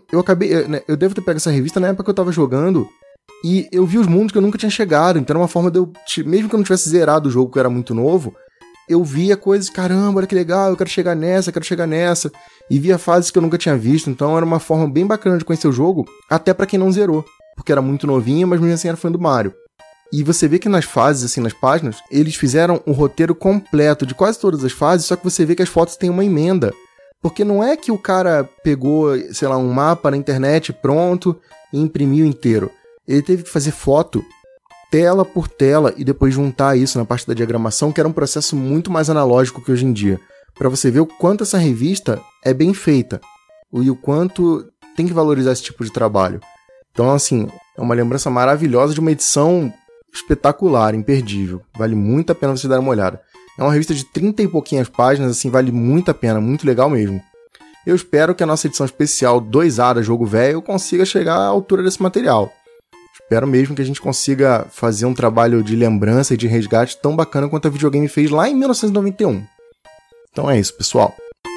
eu devo ter pego essa revista na época que eu tava jogando, e eu vi os mundos que eu nunca tinha chegado. Então era uma forma de eu... Mesmo que eu não tivesse zerado o jogo, que eu era muito novo, eu via coisas, caramba, olha que legal, eu quero chegar nessa, e via fases que eu nunca tinha visto, então era uma forma bem bacana de conhecer o jogo, até pra quem não zerou, porque era muito novinho, mas mesmo assim era fã do Mario. E você vê que nas fases, assim, nas páginas, eles fizeram um roteiro completo de quase todas as fases, só que você vê que as fotos têm uma emenda, Porque não é que o cara pegou, sei lá, um mapa na internet pronto e imprimiu inteiro. Ele teve que fazer foto tela por tela e depois juntar isso na parte da diagramação, que era um processo muito mais analógico que hoje em dia. Pra você ver o quanto essa revista é bem feita e o quanto tem que valorizar esse tipo de trabalho. Então, assim, é uma lembrança maravilhosa de uma edição espetacular, imperdível. Vale muito a pena você dar uma olhada. É uma revista de 30 e pouquinhas páginas, assim, vale muito a pena, muito legal mesmo. Eu espero que a nossa edição especial 2A da Jogo Velho consiga chegar à altura desse material. Espero mesmo que a gente consiga fazer um trabalho de lembrança e de resgate tão bacana quanto a Videogame fez lá em 1991. Então é isso, pessoal.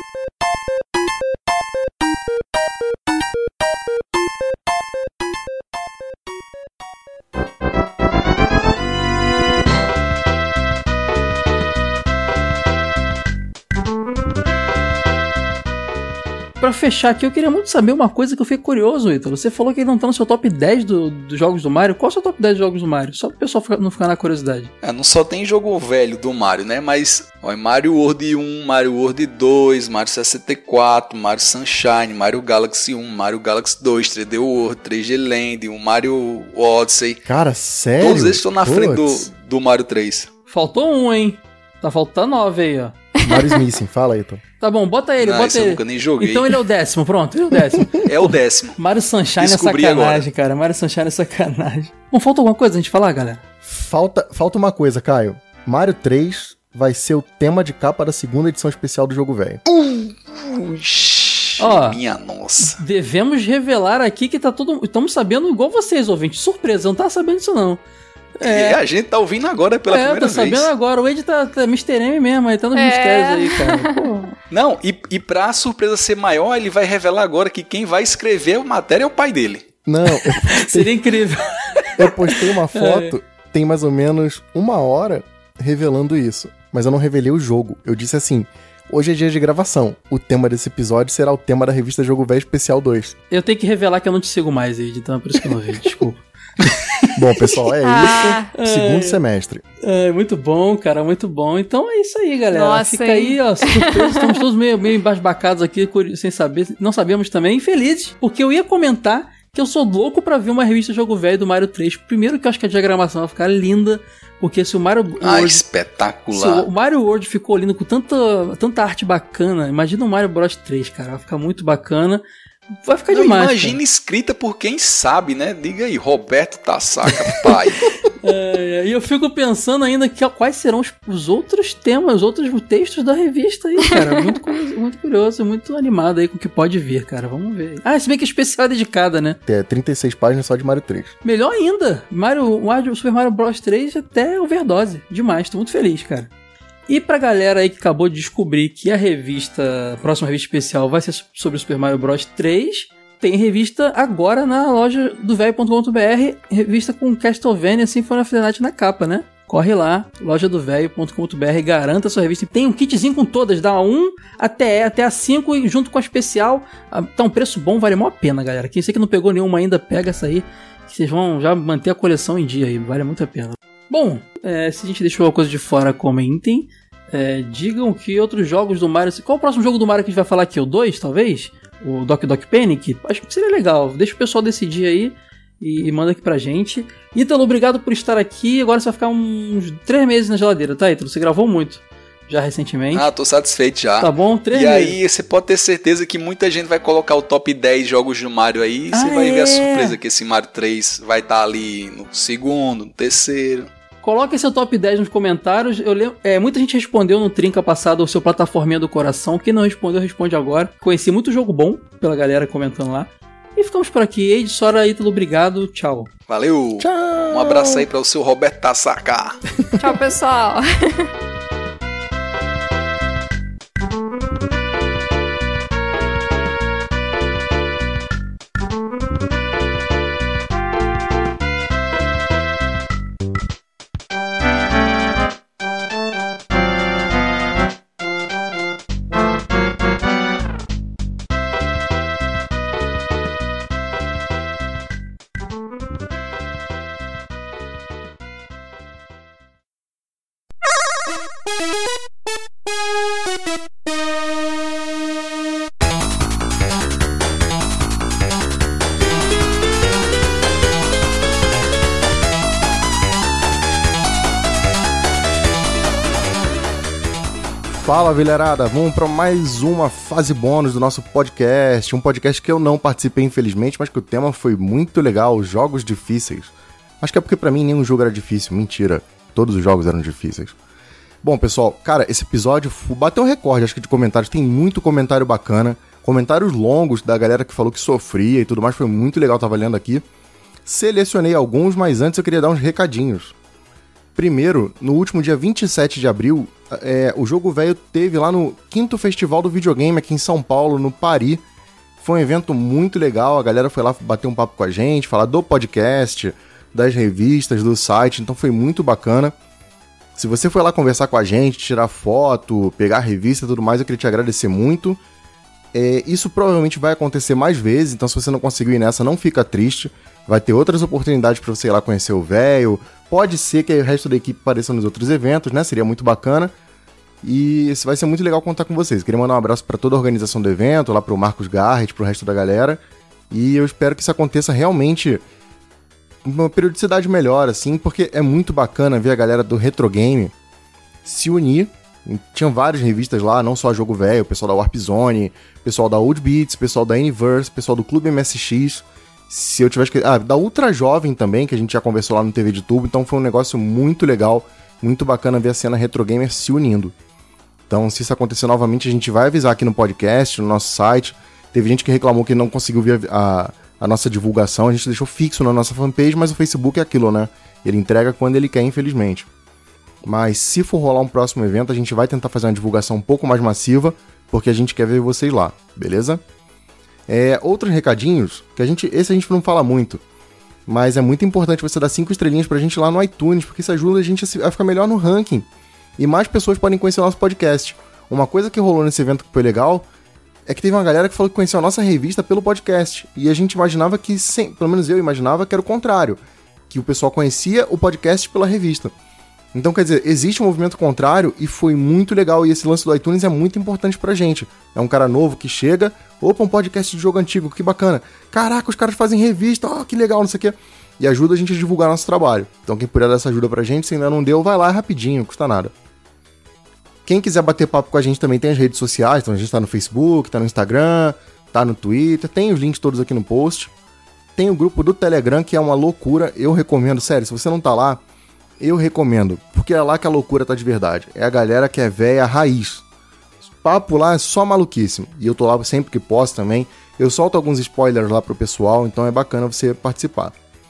Pra fechar aqui, eu queria muito saber uma coisa que eu fiquei curioso, Ítalo. Você falou que ele não tá no seu top 10 dos jogos do Mario. Qual é o seu top 10 dos jogos do Mario? Só pro pessoal não ficar na curiosidade. Não só tem jogo velho do Mario, né? Mas ó, Mario World 1, Mario World 2, Mario 64, Mario Sunshine, Mario Galaxy 1, Mario Galaxy 2, 3D World, 3D Land, o Mario Odyssey. Cara, sério? Todos eles estão na frente do Mario 3. Faltou um, hein? Tá faltando 9 aí, ó. Mario Smith, fala aí, então. Tá bom, bota ele, bota ele. Eu nunca nem joguei. Então ele é o 10º, pronto, ele é o 10º. É o 10º. Mario Sunshine Descobri é sacanagem, agora. cara. Mario Sunshine é sacanagem. Bom, falta alguma coisa a gente falar, galera? Falta uma coisa, Caio. Mario 3 vai ser o tema de capa da segunda edição especial do Jogo Velho. Ó, minha nossa. Devemos revelar aqui que tá todo... Estamos sabendo igual vocês, ouvintes. Surpresa, eu não tava sabendo disso, não. A gente tá ouvindo agora pela primeira tá vez. sabendo agora. O Ed tá Mr. M mesmo, aí tá nos mistérios aí, cara. Pô. Não, e pra surpresa ser maior, ele vai revelar agora que quem vai escrever a matéria é o pai dele. Não, Seria incrível. Eu postei uma foto, tem mais ou menos 1 hora, revelando isso. Mas eu não revelei o jogo. Eu disse assim, hoje é dia de gravação. O tema desse episódio será o tema da revista Jogo Velho Especial 2. Eu tenho que revelar que eu não te sigo mais, Ed, então é por isso que eu não vi, desculpa. Bom, pessoal, é isso. Segundo semestre. Muito bom, cara, muito bom. Então é isso aí, galera. Nossa, fica aí, ó, surpresa. Estamos todos meio embasbacados aqui, sem saber. Não sabemos também, felizes, porque eu ia comentar que eu sou louco pra ver uma revista Jogo Velho do Mario 3. Primeiro que eu acho que a diagramação vai ficar linda, porque se o Mario World... espetacular. Se o Mario World ficou lindo com tanta arte bacana, imagina o Mario Bros 3, cara. Vai ficar muito bacana. Vai ficar demais. Imagina escrita por quem sabe, né? Diga aí, Roberto Tassaca, pai. E eu fico pensando ainda quais serão os outros temas, os outros textos da revista aí, cara. Muito curioso, muito animado aí com o que pode vir, cara. Vamos ver. Se bem que é especial dedicada, né? 36 páginas só de Mario 3. Melhor ainda. Super Mario Bros 3 até overdose. Demais, tô muito feliz, cara. E pra galera aí que acabou de descobrir que a próxima revista especial vai ser sobre o Super Mario Bros 3, tem revista agora na loja do velho.com.br, revista com Castlevania Symphony of the Night na capa, né? Corre lá, loja do velho.com.br, garanta a sua revista. Tem um kitzinho com todas, da 1 até a 5 e junto com a especial. Tá um preço bom, vale mó a pena, galera. Quem sei que não pegou nenhuma ainda, pega essa aí, que vocês vão já manter a coleção em dia aí, vale muito a pena. Bom, se a gente deixou alguma coisa de fora, comentem. Digam que outros jogos do Mario... Qual o próximo jogo do Mario que a gente vai falar aqui? O 2, talvez? O Doc Doc Panic? Acho que seria legal. Deixa o pessoal decidir aí e manda aqui pra gente. Ítalo, obrigado por estar aqui. Agora você vai ficar uns 3 meses na geladeira, tá, Ítalo? Você gravou muito já recentemente. Tô satisfeito já. Tá bom? 3 meses. E aí você pode ter certeza que muita gente vai colocar o top 10 jogos do Mario aí. E você vai ver a surpresa que esse Mario 3 vai estar ali no segundo, no terceiro. Coloque seu top 10 nos comentários. Eu lembro, muita gente respondeu no Trinca passado o seu plataforminha do coração. Quem não respondeu, responde agora. Conheci muito jogo bom pela galera comentando lá. E ficamos por aqui. Eide, Sora, Ítalo, obrigado. Tchau. Valeu. Tchau. Um abraço aí para o seu Roberto Tassaca. Tchau, pessoal. Fala, velharada, vamos para mais uma fase bônus do nosso podcast, um podcast que eu não participei infelizmente, mas que o tema foi muito legal, jogos difíceis. Acho que é porque pra mim nenhum jogo era difícil, mentira, todos os jogos eram difíceis. Bom, pessoal, cara, esse episódio bateu um recorde, acho que de comentários, tem muito comentário bacana, comentários longos da galera que falou que sofria e tudo mais, foi muito legal, tava lendo aqui. Selecionei alguns, mas antes eu queria dar uns recadinhos. Primeiro, no último dia 27 de abril, o Jogo Velho teve lá no 5º Festival do Videogame aqui em São Paulo, no Paris. Foi um evento muito legal, a galera foi lá bater um papo com a gente, falar do podcast, das revistas, do site, então foi muito bacana. Se você foi lá conversar com a gente, tirar foto, pegar a revista e tudo mais, eu queria te agradecer muito. Isso provavelmente vai acontecer mais vezes, então se você não conseguiu ir nessa, não fica triste. Vai ter outras oportunidades para você ir lá conhecer o velho. Pode ser que o resto da equipe apareça nos outros eventos, né? Seria muito bacana. E isso vai ser muito legal contar com vocês. Queria mandar um abraço para toda a organização do evento, lá pro Marcos Garrett, pro resto da galera. E eu espero que isso aconteça realmente uma periodicidade melhor, assim, porque é muito bacana ver a galera do Retro Game se unir. Tinham várias revistas lá, não só Jogo Velho, o pessoal da Warp Zone, o pessoal da Old Beats, o pessoal da Universe, o pessoal do Clube MSX. Se eu tivesse da Ultra Jovem também, que a gente já conversou lá no TV de Tubo, então foi um negócio muito legal, muito bacana ver a cena Retro Gamer se unindo. Então, se isso acontecer novamente, a gente vai avisar aqui no podcast, no nosso site. Teve gente que reclamou que não conseguiu ver a nossa divulgação, a gente deixou fixo na nossa fanpage, mas o Facebook é aquilo, né? Ele entrega quando ele quer, infelizmente. Mas se for rolar um próximo evento, a gente vai tentar fazer uma divulgação um pouco mais massiva, porque a gente quer ver vocês lá, beleza? Outros recadinhos, que esse a gente não fala muito, mas é muito importante você dar 5 estrelinhas pra gente lá no iTunes, porque isso ajuda a gente a ficar melhor no ranking, e mais pessoas podem conhecer o nosso podcast. Uma coisa que rolou nesse evento que foi legal, é que teve uma galera que falou que conheceu a nossa revista pelo podcast, e a gente imaginava que, pelo menos eu imaginava que era o contrário, que o pessoal conhecia o podcast pela revista. Então, quer dizer, existe um movimento contrário e foi muito legal, e esse lance do iTunes é muito importante pra gente. É um cara novo que chega, opa, um podcast de jogo antigo, que bacana. Caraca, os caras fazem revista, que legal, não sei o quê. E ajuda a gente a divulgar nosso trabalho. Então, quem puder dar essa ajuda pra gente, se ainda não deu, vai lá, é rapidinho, não custa nada. Quem quiser bater papo com a gente também tem as redes sociais, então a gente tá no Facebook, tá no Instagram, tá no Twitter, tem os links todos aqui no post. Tem o grupo do Telegram, que é uma loucura, eu recomendo, sério, se você não tá lá, eu recomendo, porque é lá que a loucura tá de verdade. É a galera que é véia raiz. O papo lá é só maluquíssimo. E eu tô lá sempre que posso também. Eu solto alguns spoilers lá pro pessoal, então é bacana você participar.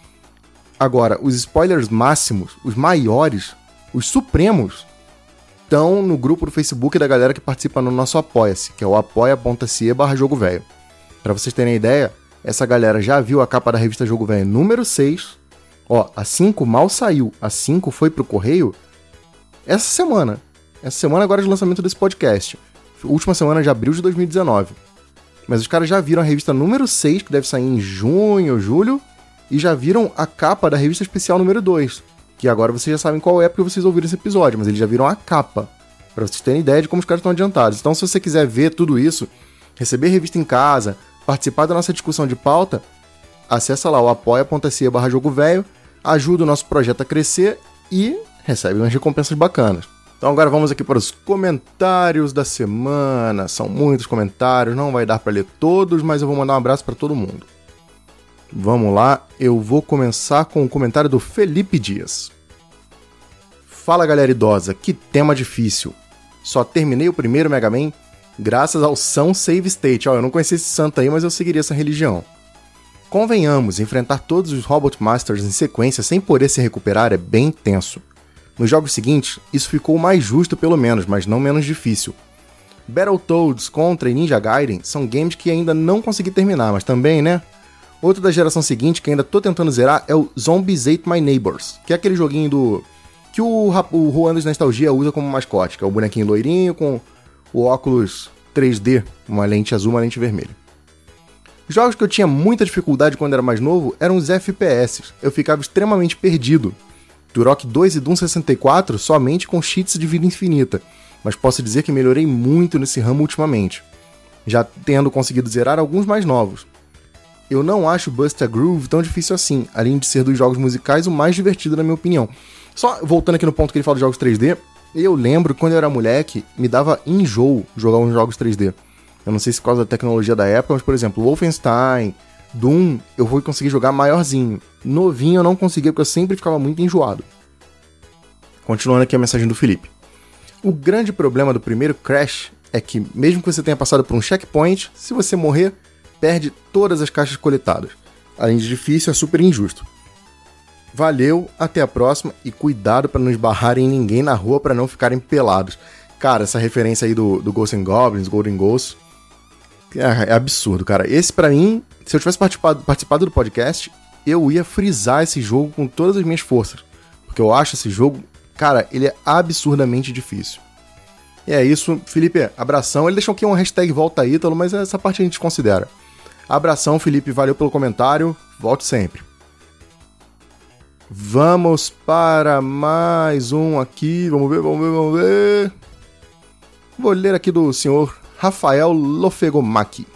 Agora, os spoilers máximos, os maiores, os supremos, estão no grupo do Facebook da galera que participa no nosso Apoia-se, que é o apoia.se/Jogo Velho. Pra vocês terem ideia, essa galera já viu a capa da revista Jogo Velho número 6... a 5 mal saiu, a 5 foi pro correio essa semana agora de lançamento desse podcast, última semana de abril de 2019, mas os caras já viram a revista número 6, que deve sair em junho ou julho, e já viram a capa da revista especial número 2, que agora vocês já sabem qual é porque vocês ouviram esse episódio, mas eles já viram a capa, pra vocês terem ideia de como os caras estão adiantados. Então, se você quiser ver tudo isso, receber revista em casa, participar da nossa discussão de pauta, acessa lá o apoia.se/Jogo Velho, ajuda o nosso projeto a crescer e recebe umas recompensas bacanas. Então agora vamos aqui para os comentários da semana. São muitos comentários, não vai dar para ler todos, mas eu vou mandar um abraço para todo mundo. Vamos lá, eu vou começar com o comentário do Felipe Dias. Fala galera idosa, que tema difícil. Só terminei o primeiro Mega Man graças ao São Save State. Eu não conhecia esse santo aí, mas eu seguiria essa religião. Convenhamos, enfrentar todos os Robot Masters em sequência sem poder se recuperar é bem tenso. Nos jogos seguintes, isso ficou mais justo pelo menos, mas não menos difícil. Battletoads, Contra e Ninja Gaiden são games que ainda não consegui terminar, mas também, né? Outro da geração seguinte que ainda tô tentando zerar é o Zombies Ate My Neighbors, que é aquele joguinho que o Juan dos Nostalgia usa como mascote, que é o bonequinho loirinho com o óculos 3D, uma lente azul, uma lente vermelha. Jogos que eu tinha muita dificuldade quando era mais novo eram os FPS, eu ficava extremamente perdido. Turok 2 e Doom 64 somente com cheats de vida infinita, mas posso dizer que melhorei muito nesse ramo ultimamente, já tendo conseguido zerar alguns mais novos. Eu não acho Bust a Groove tão difícil assim, além de ser dos jogos musicais o mais divertido na minha opinião. Só voltando aqui no ponto que ele fala de jogos 3D, Eu lembro que quando eu era moleque, me dava enjoo jogar uns jogos 3D. Eu não sei se por causa da tecnologia da época, mas, por exemplo, Wolfenstein, Doom, eu vou conseguir jogar maiorzinho. Novinho eu não conseguia, porque eu sempre ficava muito enjoado. Continuando aqui a mensagem do Felipe. O grande problema do primeiro Crash é que, mesmo que você tenha passado por um checkpoint, se você morrer, perde todas as caixas coletadas. Além de difícil, é super injusto. Valeu, até a próxima e cuidado pra não esbarrarem em ninguém na rua pra não ficarem pelados. Cara, essa referência aí do Ghosts and Goblins, Golden Ghosts, é absurdo, cara. Esse pra mim, se eu tivesse participado do podcast, eu ia frisar esse jogo com todas as minhas forças. Porque eu acho esse jogo, cara, ele é absurdamente difícil. E é isso, Felipe, abração. Ele deixou aqui um hashtag volta Ítalo, mas essa parte a gente considera. Abração, Felipe, valeu pelo comentário, volte sempre. Vamos para mais um aqui, vamos ver. Vou ler aqui do senhor Rafael Lofegomaki.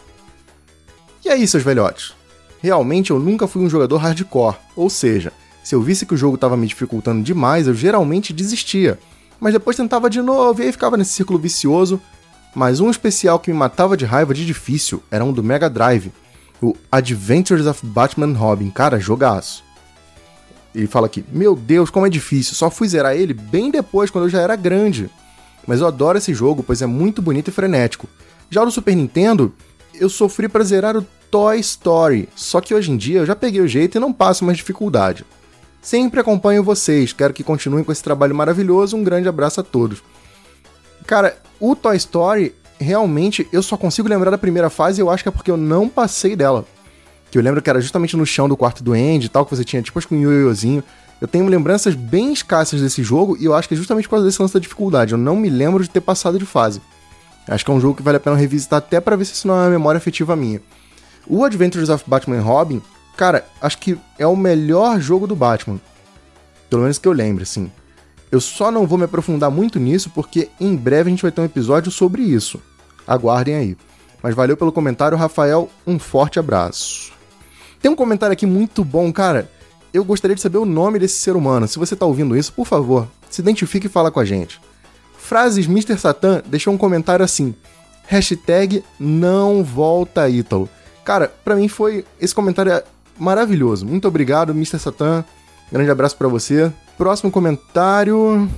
E aí, seus velhotes? Realmente eu nunca fui um jogador hardcore, ou seja, se eu visse que o jogo estava me dificultando demais, eu geralmente desistia. Mas depois tentava de novo e aí ficava nesse círculo vicioso. Mas um especial que me matava de raiva de difícil era um do Mega Drive, o Adventures of Batman Robin, cara, jogaço. Ele fala aqui, meu Deus, como é difícil, só fui zerar ele bem depois, quando eu já era grande. Mas eu adoro esse jogo, pois é muito bonito e frenético. Já o do Super Nintendo, eu sofri pra zerar o Toy Story, só que hoje em dia eu já peguei o jeito e não passo mais dificuldade. Sempre acompanho vocês, quero que continuem com esse trabalho maravilhoso, um grande abraço a todos. Cara, o Toy Story, realmente, eu só consigo lembrar da primeira fase e eu acho que é porque eu não passei dela. Que eu lembro que era justamente no chão do quarto do Andy e tal, que você tinha tipo com um ioiôzinho. Eu tenho lembranças bem escassas desse jogo e eu acho que é justamente por causa desse lance da dificuldade. Eu não me lembro de ter passado de fase. Acho que é um jogo que vale a pena revisitar até pra ver se isso não é uma memória afetiva minha. O Adventures of Batman Robin, cara, acho que é o melhor jogo do Batman. Pelo menos que eu lembre, assim. Eu só não vou me aprofundar muito nisso porque em breve a gente vai ter um episódio sobre isso. Aguardem aí. Mas valeu pelo comentário, Rafael. Um forte abraço. Tem um comentário aqui muito bom, cara. Eu gostaria de saber o nome desse ser humano. Se você tá ouvindo isso, por favor, se identifique e fala com a gente. Frases Mr. Satan deixou um comentário assim. Hashtag não volta Ítalo. Cara, pra mim foi... Esse comentário é maravilhoso. Muito obrigado, Mr. Satan. Grande abraço pra você. Próximo comentário...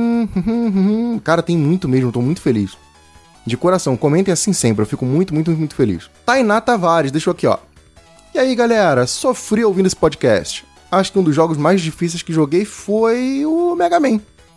Cara, tem muito mesmo. Tô muito feliz. De coração, comentem assim sempre. Eu fico muito, muito, muito feliz. Tainá Tavares deixou aqui, ó. E aí, galera, sofri ouvindo esse podcast. Acho que um dos jogos mais difíceis que joguei foi o Mega Man.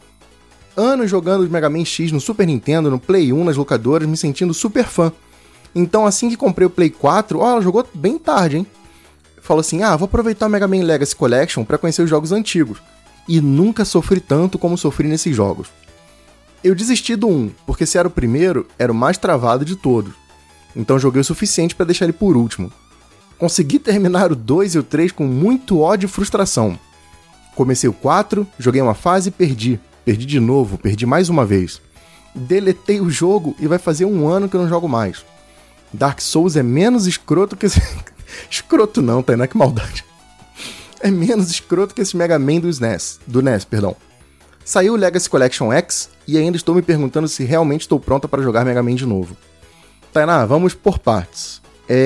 Anos jogando os Mega Man X no Super Nintendo, no Play 1, nas locadoras, me sentindo super fã. Então, assim que comprei o Play 4, ela jogou bem tarde, hein? Falou assim, vou aproveitar o Mega Man Legacy Collection pra conhecer os jogos antigos. E nunca sofri tanto como sofri nesses jogos. Eu desisti do 1, porque se era o primeiro, era o mais travado de todos. Então joguei o suficiente pra deixar ele por último. Consegui terminar o 2 e o 3 com muito ódio e frustração. Comecei o 4, joguei uma fase e perdi. Perdi de novo, perdi mais uma vez. Deletei o jogo e vai fazer 1 ano que eu não jogo mais. Dark Souls é menos escroto que esse... Escroto não, Tainá, que maldade. É menos escroto que esse Mega Man do NES, perdão. Saiu o Legacy Collection X e ainda estou me perguntando se realmente estou pronta para jogar Mega Man de novo. Tainá, vamos por partes.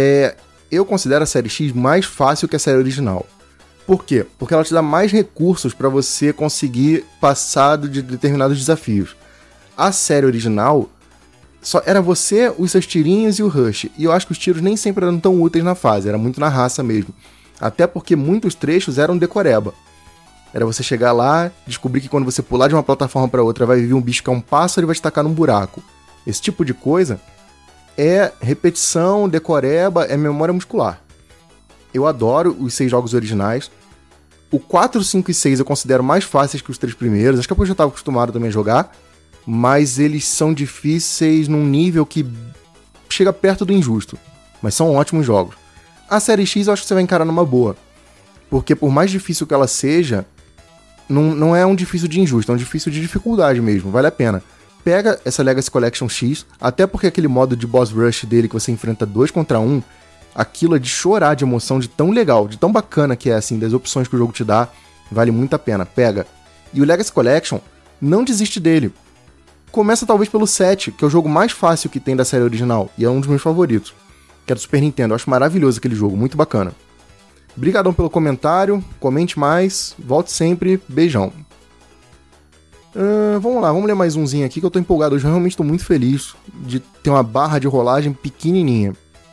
Eu considero a série X mais fácil que a série original. Por quê? Porque ela te dá mais recursos para você conseguir passar de determinados desafios. A série original só era você, os seus tirinhos e o Rush. E eu acho que os tiros nem sempre eram tão úteis na fase, era muito na raça mesmo. Até porque muitos trechos eram decoreba. Era você chegar lá, descobrir que quando você pular de uma plataforma para outra vai vir um bicho que é um pássaro e vai te tacar num buraco. Esse tipo de coisa é repetição, decoreba, é memória muscular. Eu adoro os 6 jogos originais. O 4, 5 e 6 eu considero mais fáceis que os 3 primeiros. Acho que eu já estava acostumado também a jogar. Mas eles são difíceis num nível que chega perto do injusto. Mas são ótimos jogos. A série X eu acho que você vai encarar numa boa. Porque por mais difícil que ela seja, não é um difícil de injusto, é um difícil de dificuldade mesmo. Vale a pena. Pega essa Legacy Collection X, até porque aquele modo de boss rush dele que você enfrenta 2 contra 1, aquilo é de chorar de emoção, de tão legal, de tão bacana que é, assim, das opções que o jogo te dá, vale muito a pena. Pega. E o Legacy Collection, não desiste dele. Começa talvez pelo 7, que é o jogo mais fácil que tem da série original, e é um dos meus favoritos, que é do Super Nintendo. Eu acho maravilhoso aquele jogo, muito bacana. Obrigadão pelo comentário, comente mais, volte sempre, beijão. Vamos lá, vamos ler mais umzinho aqui que eu tô empolgado. Hoje eu realmente tô muito feliz de ter uma barra de rolagem pequenininha.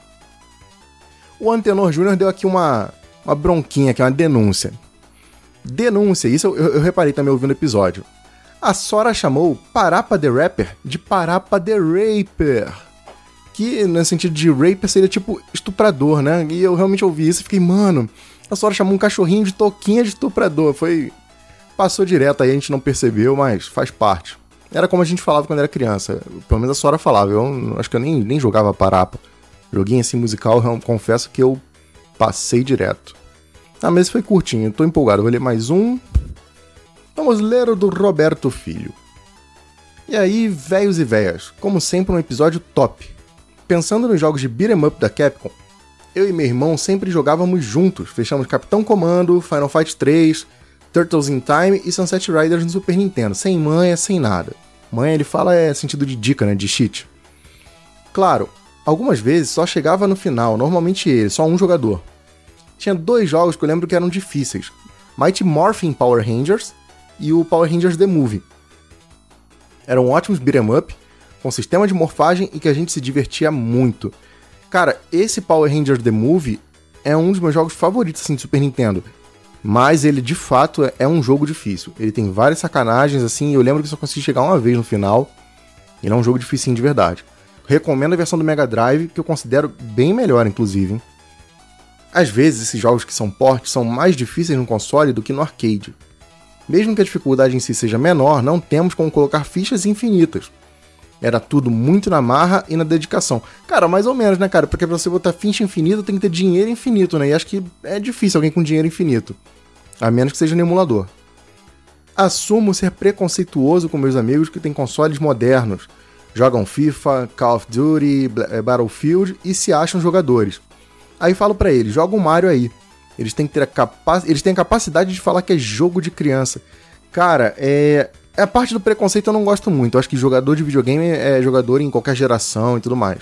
O Antenor Júnior deu aqui uma bronquinha, que é uma denúncia. Denúncia, isso eu reparei também ouvindo o episódio. A Sora chamou Parappa the Rapper de Parappa the Raper. Que no sentido de raper seria tipo estuprador, né? E eu realmente ouvi isso e fiquei, mano, a Sora chamou um cachorrinho de toquinha de estuprador. Passou direto aí, a gente não percebeu, mas faz parte. Era como a gente falava quando era criança. Pelo menos a Sora falava. Eu acho que eu nem jogava Parappa. Joguinho assim musical, eu confesso que eu passei direto. Mas esse foi curtinho, tô empolgado. Vou ler mais um. Vamos ler o do Roberto Filho. E aí, véios e véias, como sempre um episódio top. Pensando nos jogos de beat'em up da Capcom, eu e meu irmão sempre jogávamos juntos. Fechamos Capitão Comando, Final Fight 3... Turtles in Time e Sunset Riders no Super Nintendo, sem manha, sem nada. Manha, ele fala, é sentido de dica, né, de cheat. Claro, algumas vezes só chegava no final, normalmente ele, só um jogador. Tinha 2 jogos que eu lembro que eram difíceis. Mighty Morphin Power Rangers e o Power Rangers The Movie. Eram ótimos beat'em up, com sistema de morfagem e que a gente se divertia muito. Cara, esse Power Rangers The Movie é um dos meus jogos favoritos, assim, de Super Nintendo. Mas ele, de fato, é um jogo difícil. Ele tem várias sacanagens, assim, e eu lembro que só consegui chegar uma vez no final. Ele é um jogo dificinho de verdade. Recomendo a versão do Mega Drive, que eu considero bem melhor, inclusive, hein? Às vezes, esses jogos que são ports são mais difíceis no console do que no arcade. Mesmo que a dificuldade em si seja menor, não temos como colocar fichas infinitas. Era tudo muito na marra e na dedicação. Cara, mais ou menos, né, cara? Porque pra você botar ficha infinita tem que ter dinheiro infinito, né? E acho que é difícil alguém com dinheiro infinito. A menos que seja no emulador. Assumo ser preconceituoso com meus amigos que têm consoles modernos. Jogam FIFA, Call of Duty, Battlefield e se acham jogadores. Aí falo pra eles, joga um Mario aí. Eles têm que ter eles têm a capacidade de falar que é jogo de criança. Cara, a parte do preconceito eu não gosto muito. Eu acho que jogador de videogame é jogador em qualquer geração e tudo mais.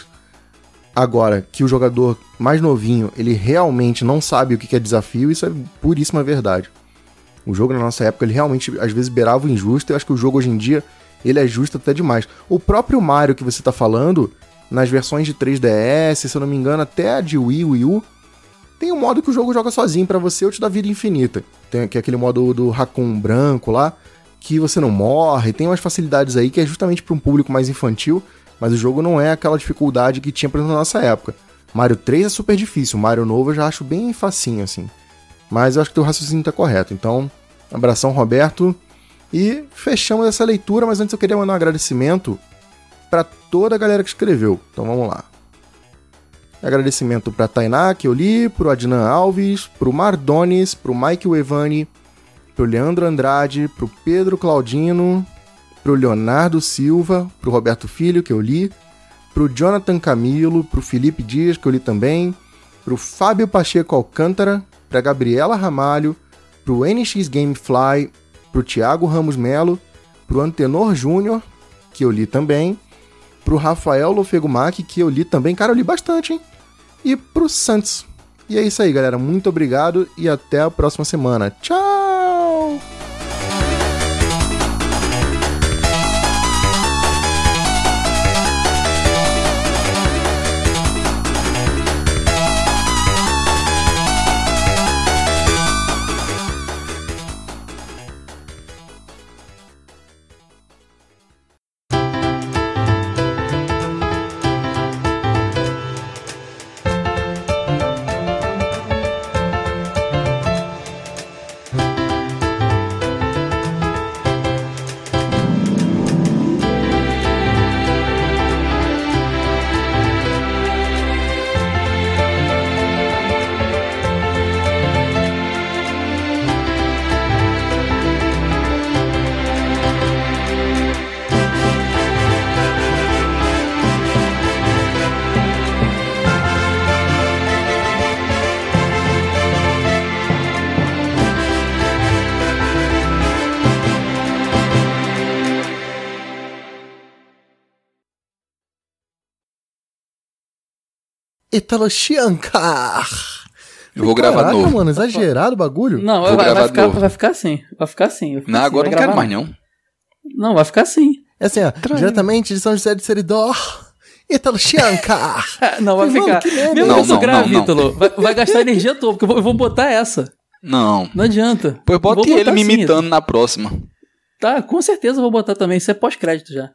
Agora, que o jogador mais novinho, ele realmente não sabe o que é desafio, isso é puríssima verdade. O jogo na nossa época, ele realmente, às vezes, beirava o injusto. Eu acho que o jogo hoje em dia, ele é justo até demais. O próprio Mario que você tá falando, nas versões de 3DS, se eu não me engano, até a de Wii U, tem um modo que o jogo joga sozinho pra você ou te dá vida infinita. Que é aquele modo do Raccoon branco lá, que você não morre, tem umas facilidades aí que é justamente para um público mais infantil, mas o jogo não é aquela dificuldade que tinha, por exemplo, na nossa época. Mario 3 é super difícil, Mario novo eu já acho bem facinho, assim. Mas eu acho que o teu raciocínio tá correto. Então, abração, Roberto. E fechamos essa leitura, mas antes eu queria mandar um agradecimento para toda a galera que escreveu. Então vamos lá. Agradecimento para Tainá, que eu li, pro Adnan Alves, pro Mardones, pro Mike Evani, pro Leandro Andrade, pro Pedro Claudino, pro Leonardo Silva, pro Roberto Filho, que eu li, pro Jonathan Camilo, pro Felipe Dias, que eu li também, pro Fábio Pacheco Alcântara, pra Gabriela Ramalho, pro NX Gamefly, pro Thiago Ramos Melo, pro Antenor Júnior, que eu li também, pro Rafael Lofegumac, que eu li também, cara, eu li bastante, hein? E pro Santos. E é isso aí, galera, muito obrigado e até a próxima semana. Tchau! Italo Shankar. Eu vou gravar de Caraca, novo. mano, exagerado o bagulho. Não, Vou gravar de novo. vai ficar assim. Vai ficar assim. Não, agora não quero mais, não. Não, vai ficar assim. É assim, ó, diretamente de São José de Seridó, Italo Shankar. Não, vai Falei, ficar. mano, que merda. Mesmo Não, que isso não, grave, não. Ítalo, vai gastar energia toda, porque eu vou botar essa. Não. Não adianta. Pois bote Vou ele botar me assim, imitando na próxima. Tá, com certeza eu vou botar também. Isso é pós-crédito já.